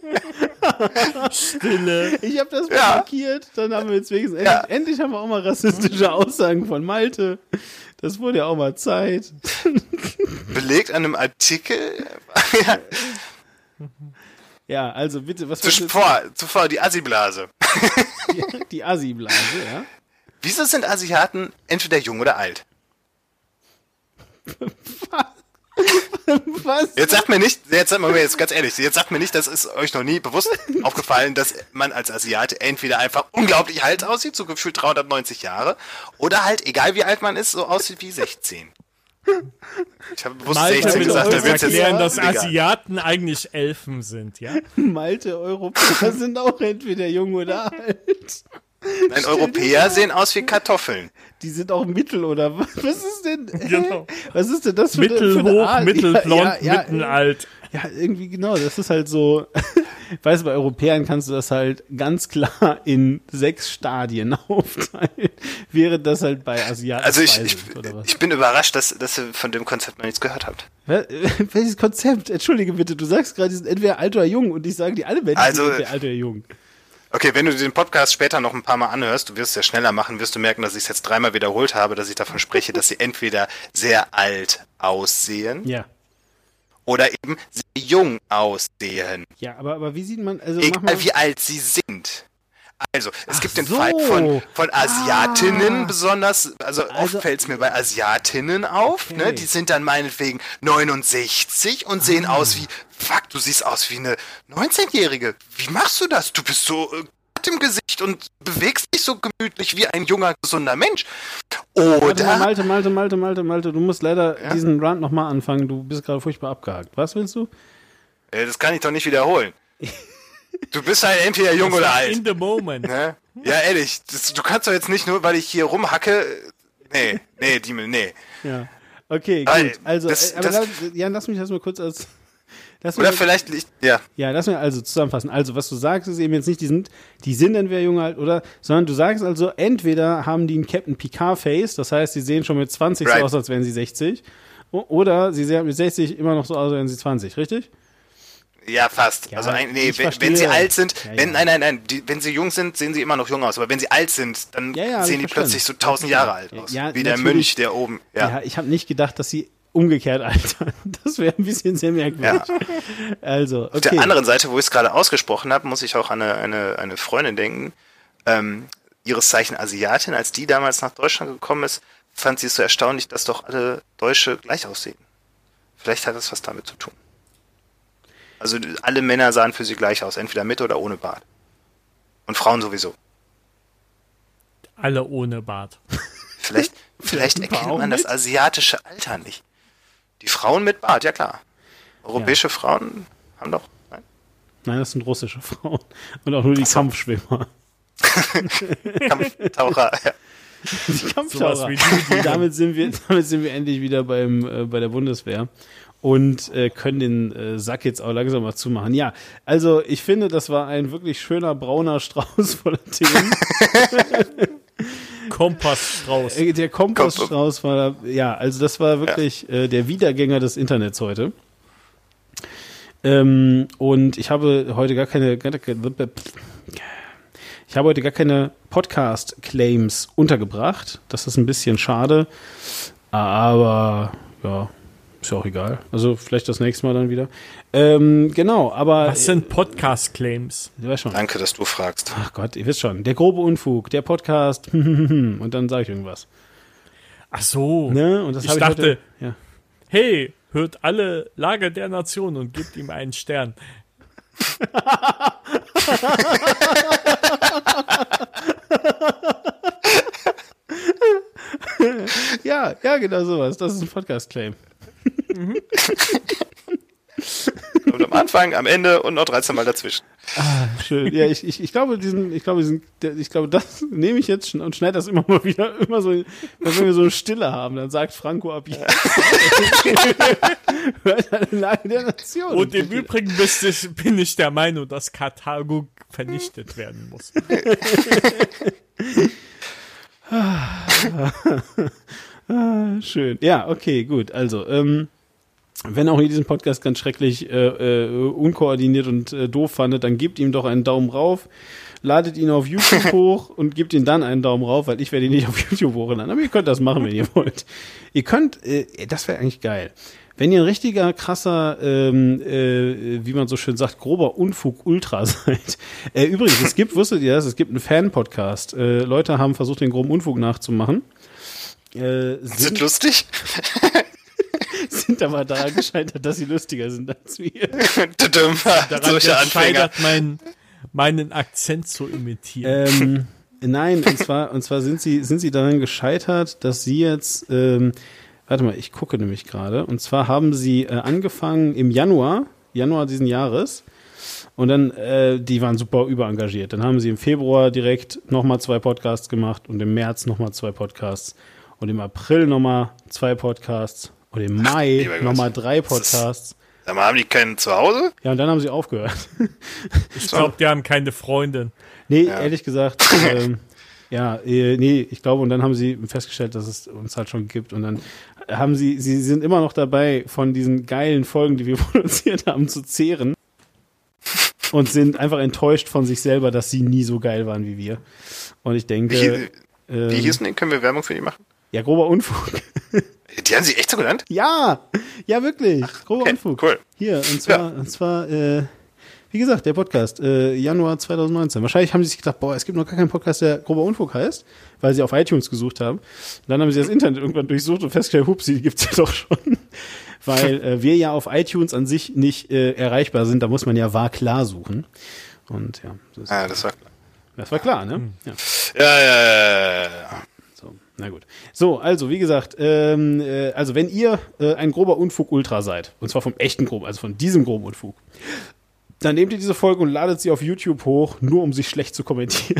Stille. Ich habe das mal Ja. markiert, dann haben wir jetzt wenigstens, Ja. endlich haben wir auch mal rassistische Aussagen von Malte. Das wurde ja auch mal Zeit. Belegt an einem Artikel. Ja, Ja, also bitte, was war zuvor die Asi-Blase. die Assi-Blase, ja? Wieso sind Asiaten entweder jung oder alt? Was? Jetzt sagt mir nicht, jetzt ganz ehrlich, jetzt sagt mir nicht, das ist euch noch nie bewusst aufgefallen, dass man als Asiate entweder einfach unglaublich alt aussieht, so gefühlt 390 Jahre, oder halt, egal wie alt man ist, so aussieht wie 16. Ich habe bewusst Malte 16 will gesagt, uns da wird's jetzt erklären, dass illegal. Asiaten eigentlich Elfen sind, ja? Malte, Europäer sind auch entweder jung oder alt. Nein, Europäer sehen aus wie Kartoffeln. Die sind auch mittel, oder was? Was ist denn? Genau. Was ist denn das für eine Mittelhoch, Art? mittelblond, mittelalt. Ja, irgendwie genau. Das ist halt so. Weißt du, bei Europäern kannst du das halt ganz klar in 6 Stadien aufteilen, während das halt bei Asiaten Also 2 sind, oder was? ich bin überrascht, dass ihr von dem Konzept noch nichts gehört habt. Welches Konzept? Entschuldige bitte, du sagst gerade, die sind entweder alt oder jung und ich sage, die alle Menschen Also- sind entweder alt oder jung. Okay, wenn du den Podcast später noch ein paar Mal anhörst, du wirst es ja schneller machen, wirst du merken, dass ich es jetzt 3-mal wiederholt habe, dass ich davon spreche, dass sie entweder sehr alt aussehen Ja. oder eben sehr jung aussehen. Ja, aber wie sieht man, also mach Egal mal. wie alt sie sind. Also, es gibt den so. Fall von Asiatinnen besonders, also oft fällt es mir bei Asiatinnen auf, Okay. ne? Die sind dann meinetwegen 69 und sehen aus wie, fuck, du siehst aus wie eine 19-Jährige. Wie machst du das? Du bist so glatt im Gesicht und bewegst dich so gemütlich wie ein junger, gesunder Mensch. Warte mal, Oder, Malte, du musst leider diesen Rant nochmal anfangen, du bist gerade furchtbar abgehakt. Was willst du? das kann ich doch nicht wiederholen. Du bist halt entweder jung oder alt. In the moment. Ne? Ja, ehrlich, du kannst doch jetzt nicht nur, weil ich hier rumhacke. Nee. Ja. Okay, Weil gut. Also, das- aber das- Jan, lass mich das mal kurz als. Oder vielleicht, ja. Ja, lass mir also zusammenfassen. Also, was du sagst, ist eben jetzt nicht, die sind entweder jung oder alt, oder, sondern du sagst also, entweder haben die ein Captain Picard-Face, das heißt, sie sehen schon mit 20 Right. so aus, als wären sie 60, oder sie sehen mit 60 immer noch so aus, als wären sie 20, richtig? Ja, fast. Ja, also ich wenn verstehe. sie alt sind, Ja, wenn ja. nein, wenn sie jung sind, sehen sie immer noch jung aus. Aber wenn sie alt sind, dann Ja, hab sehen ich die plötzlich so 1000 Jahre alt aus. Ja, wie der natürlich. Mönch, der oben. Ja, ich habe nicht gedacht, dass sie umgekehrt altern. Das wäre ein bisschen sehr merkwürdig. Also, Auf der okay. anderen Seite, wo ich es gerade ausgesprochen habe, muss ich auch an eine Freundin denken. Ihres Zeichen Asiatin, als die damals nach Deutschland gekommen ist, fand sie es so erstaunlich, dass doch alle Deutsche gleich aussehen. Vielleicht hat das was damit zu tun. Also alle Männer sahen für sie gleich aus, entweder mit oder ohne Bart. Und Frauen sowieso. Alle ohne Bart. Vielleicht ein paar erkennt auch man das mit? asiatische Alter nicht. Die Frauen mit Bart, ja klar. Europäische Frauen haben doch. Nein? Nein, das sind russische Frauen. Und auch nur die so. Kampfschwimmer. Kampftaucher. Ja. Die Kampftaucher. Sowas wie du. Damit sind wir endlich wieder bei der Bundeswehr. Und können den Sack jetzt auch langsam mal zumachen. Ja, also ich finde, das war ein wirklich schöner brauner Strauß voller Themen. Kompassstrauß. Der Kompassstrauß war, ja, also das war wirklich der Wiedergänger des Internets heute. Und ich habe heute gar keine Podcast-Claims untergebracht. Das ist ein bisschen schade, aber ja, ist ja auch egal. Also vielleicht das nächste Mal dann wieder. Genau, aber... Was sind Podcast-Claims? Du weißt schon. Danke, dass du fragst. Ach Gott, ihr wisst schon. Der grobe Unfug, der Podcast und dann sage ich irgendwas. Ach so. Ne? Und das Ich habe dachte, heute, ja. hey, hört alle Lage der Nation und gebt ihm einen Stern. Ja, genau sowas. Das ist ein Podcast-Claim. Und am Anfang, am Ende und noch 13 Mal dazwischen. Ah, schön. Ja, ich glaube, das nehme ich jetzt und schneide das immer mal wieder, immer so, wenn wir so eine Stille haben, dann sagt Franco ab jetzt. Hört eine Lage der Nation. Und im Übrigen bin ich der Meinung, dass Karthago vernichtet werden muss. Schön. Ja, okay, gut. Also, wenn auch ihr diesen Podcast ganz schrecklich unkoordiniert und doof fandet, dann gebt ihm doch einen Daumen rauf, ladet ihn auf YouTube hoch und gebt ihm dann einen Daumen rauf, weil ich werde ihn nicht auf YouTube hochladen. Aber ihr könnt das machen, wenn ihr wollt. Ihr könnt, das wäre eigentlich geil. Wenn ihr ein richtiger, krasser, wie man so schön sagt, grober Unfug Ultra seid. Übrigens, wusstet ihr das? Es gibt einen Fan-Podcast. Leute haben versucht, den groben Unfug nachzumachen. Sind lustig? Sind aber daran gescheitert, dass sie lustiger sind als wir. Daran Solche Anfänger. gescheitert, meinen Akzent zu imitieren. Nein, und zwar sind sie daran gescheitert, dass sie jetzt, warte mal, ich gucke nämlich gerade, und zwar haben sie angefangen im Januar diesen Jahres, und dann, die waren super überengagiert. Dann haben sie im Februar direkt nochmal 2 Podcasts gemacht und im März nochmal 2 Podcasts und im April nochmal 2 Podcasts und im Mai nochmal 3 Podcasts. Sag mal, haben die keinen zu Hause? Ja, und dann haben sie aufgehört. Ich glaube, die haben keine Freundin. Nee, ehrlich gesagt, ich glaube, und dann haben sie festgestellt, dass es uns halt schon gibt, und dann haben sie sind immer noch dabei, von diesen geilen Folgen, die wir produziert haben, zu zehren und sind einfach enttäuscht von sich selber, dass sie nie so geil waren wie wir. Und ich denke... Wie hießen die? Können wir Werbung für die machen? Ja, grober Unfug. Die haben sie echt so genannt? Ja, wirklich. Grober Unfug. Cool. Hier, und zwar, wie gesagt, der Podcast, Januar 2019. Wahrscheinlich haben sie sich gedacht, es gibt noch gar keinen Podcast, der grober Unfug heißt, weil sie auf iTunes gesucht haben. Und dann haben sie das Internet irgendwann durchsucht und festgestellt, hupsi, die gibt's ja doch schon. Weil wir ja auf iTunes an sich nicht erreichbar sind, da muss man ja klar suchen. Und ja. Das war klar. Das war klar, ne? Ja. Ja. So, na gut. So, also wie gesagt, also wenn ihr ein grober Unfug Ultra seid, und zwar vom echten groben, also von diesem groben Unfug, dann nehmt ihr diese Folge und ladet sie auf YouTube hoch, nur um sie schlecht zu kommentieren.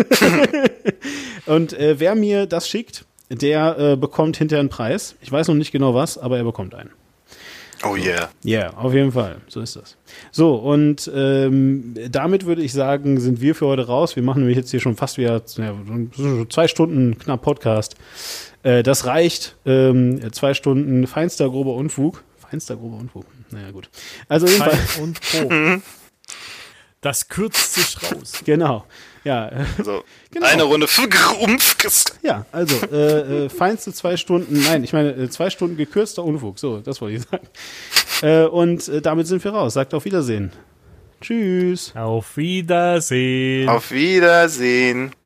Und wer mir das schickt, der bekommt hinterher einen Preis. Ich weiß noch nicht genau was, aber er bekommt einen. Oh yeah. Ja, auf jeden Fall. So ist das. So, und damit würde ich sagen, sind wir für heute raus. Wir machen nämlich jetzt hier schon fast wieder 2 Stunden knapp Podcast. Das reicht. 2 Stunden feinster grober Unfug. Naja, gut. Also jedenfalls. Fein und grob. Das kürzt sich raus. Genau. Ja. Also, genau. eine Runde Ja, also feinste 2 Stunden, nein, ich meine 2 Stunden gekürzter Unfug, so, das wollte ich sagen. Und damit sind wir raus. Sagt auf Wiedersehen. Tschüss. Auf Wiedersehen. Auf Wiedersehen.